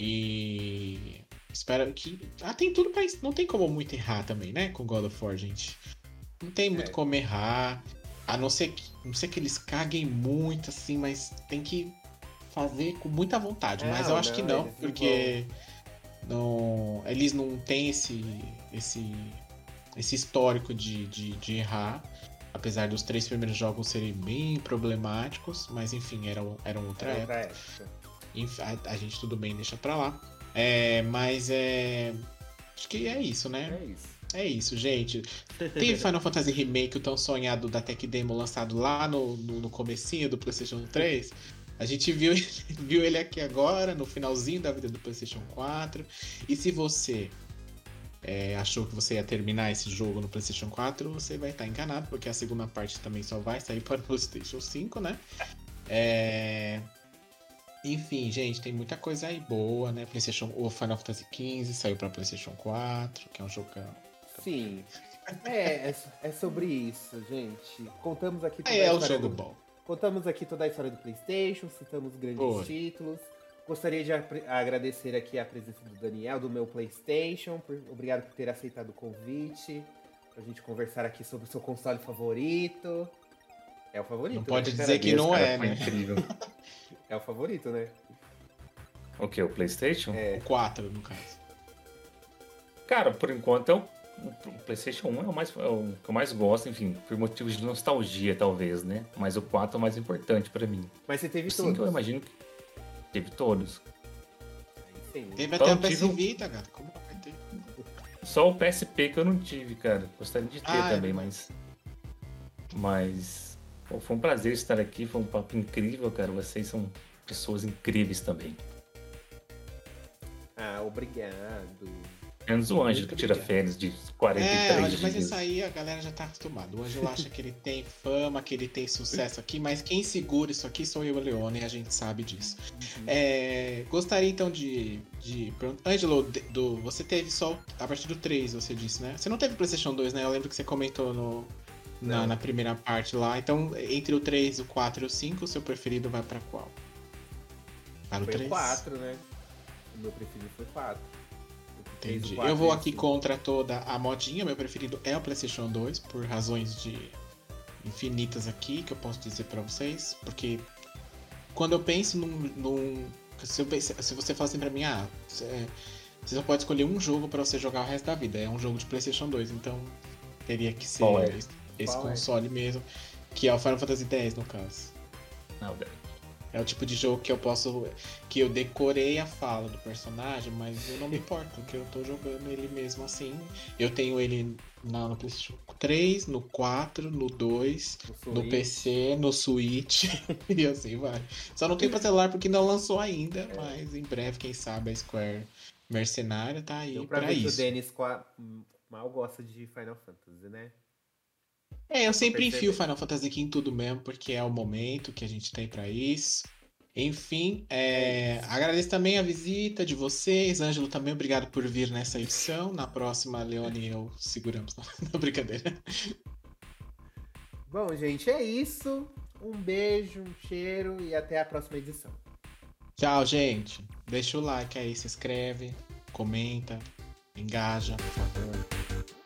Speaker 2: E espero que... tem tudo pra isso. Não tem como muito errar também, né? Com God of War, gente. Não tem muito como errar. A não ser que eles caguem muito, assim, mas tem que fazer com muita vontade. Mas eu acho que não, porque eles não têm esse histórico de errar. Apesar dos 3 primeiros jogos serem bem problemáticos, mas enfim, eram outra época. Enfim, a gente tudo bem, deixa pra lá. Mas acho que é isso, né? É isso, gente. Teve Final Fantasy Remake, o tão sonhado da Tech Demo lançado lá no comecinho do PlayStation 3. A gente viu ele aqui agora, no finalzinho da vida do PlayStation 4. E se você achou que você ia terminar esse jogo no PlayStation 4, você vai estar enganado, porque a segunda parte também só vai sair para o PlayStation 5, né? Enfim, gente, tem muita coisa aí boa, né? O Final Fantasy XV saiu para PlayStation 4, que é um jogão.
Speaker 1: Sim. É sobre isso, gente. Contamos aqui
Speaker 2: toda a história. É um jogo bom.
Speaker 1: Contamos aqui toda a história do PlayStation, citamos grandes títulos. Gostaria de agradecer aqui a presença do Daniel, do meu PlayStation. Obrigado por ter aceitado o convite. Pra gente conversar aqui sobre o seu console favorito. É o favorito.
Speaker 2: Não pode dizer que não é, né?
Speaker 3: Incrível.
Speaker 1: É o favorito, né?
Speaker 3: O que? O PlayStation?
Speaker 2: O 4, no caso.
Speaker 3: Cara, por enquanto o PlayStation 1 é o que eu mais gosto, enfim, por motivos de nostalgia, talvez, né? Mas o 4 é o mais importante pra mim.
Speaker 1: Mas você teve
Speaker 3: o 5 eu imagino que teve todos.
Speaker 1: Sim.
Speaker 2: Teve até o PS Vita, gato. Como vai ter?
Speaker 3: Só o PSP que eu não tive, cara. Gostaria de ter também, mas foi um prazer estar aqui, foi um papo incrível, cara. Vocês são pessoas incríveis também.
Speaker 1: Obrigado.
Speaker 3: Menos o Ângelo que tira férias de 43 dias.
Speaker 2: Mas isso aí a galera já tá acostumada. O Ângelo acha que ele tem fama, que ele tem sucesso aqui, mas quem segura isso aqui sou eu e o Leone, e a gente sabe disso. Gostaria então de perguntar. Ângelo, você teve só a partir do 3, você disse, né? Você não teve PlayStation 2, né? Eu lembro que você comentou na primeira parte lá. Então, entre o 3, o 4 e o 5, o seu preferido vai pra qual?
Speaker 1: Para o 3? Foi o 4, né? O meu preferido foi 4. Fez o
Speaker 2: Entendi.
Speaker 1: 4
Speaker 2: Eu vou
Speaker 1: e o
Speaker 2: aqui
Speaker 1: 5.
Speaker 2: contra toda a modinha. Meu preferido é o PlayStation 2, por razões de infinitas aqui que eu posso dizer pra vocês. Porque quando eu penso se você fala assim pra mim, você só pode escolher um jogo pra você jogar o resto da vida. É um jogo de PlayStation 2, então teria que ser
Speaker 3: Qual é?
Speaker 2: esse
Speaker 1: Qual é?
Speaker 2: console mesmo, que é o Final Fantasy X no caso.
Speaker 3: Não,
Speaker 2: É o tipo de jogo que eu decorei a fala do personagem, mas eu não me importo, porque eu tô jogando ele mesmo assim. Eu tenho ele no PlayStation 3, no 4, no 2,
Speaker 1: No
Speaker 2: no
Speaker 1: Switch.
Speaker 2: PC, no Switch e assim vai. Só não tem pra celular porque não lançou ainda, mas em breve, quem sabe, a Square Mercenária tá aí
Speaker 1: Deu pra
Speaker 2: pra
Speaker 1: ver que o
Speaker 2: isso.
Speaker 1: Denis mal gosta de Final Fantasy, né?
Speaker 2: Eu
Speaker 1: Deu pra
Speaker 2: sempre enfio
Speaker 1: perceber.
Speaker 2: Final Fantasy aqui em tudo mesmo, porque é o momento que a gente tem pra isso. Enfim,
Speaker 1: É isso.
Speaker 2: agradeço também a visita de vocês. Ângelo, também obrigado por vir nessa edição. Na próxima, a Leone e eu seguramos. Não, brincadeira.
Speaker 1: Bom, gente, é isso. Um beijo, um cheiro e até a próxima edição.
Speaker 2: Tchau, gente. Deixa o like aí, se inscreve, comenta, engaja, por favor.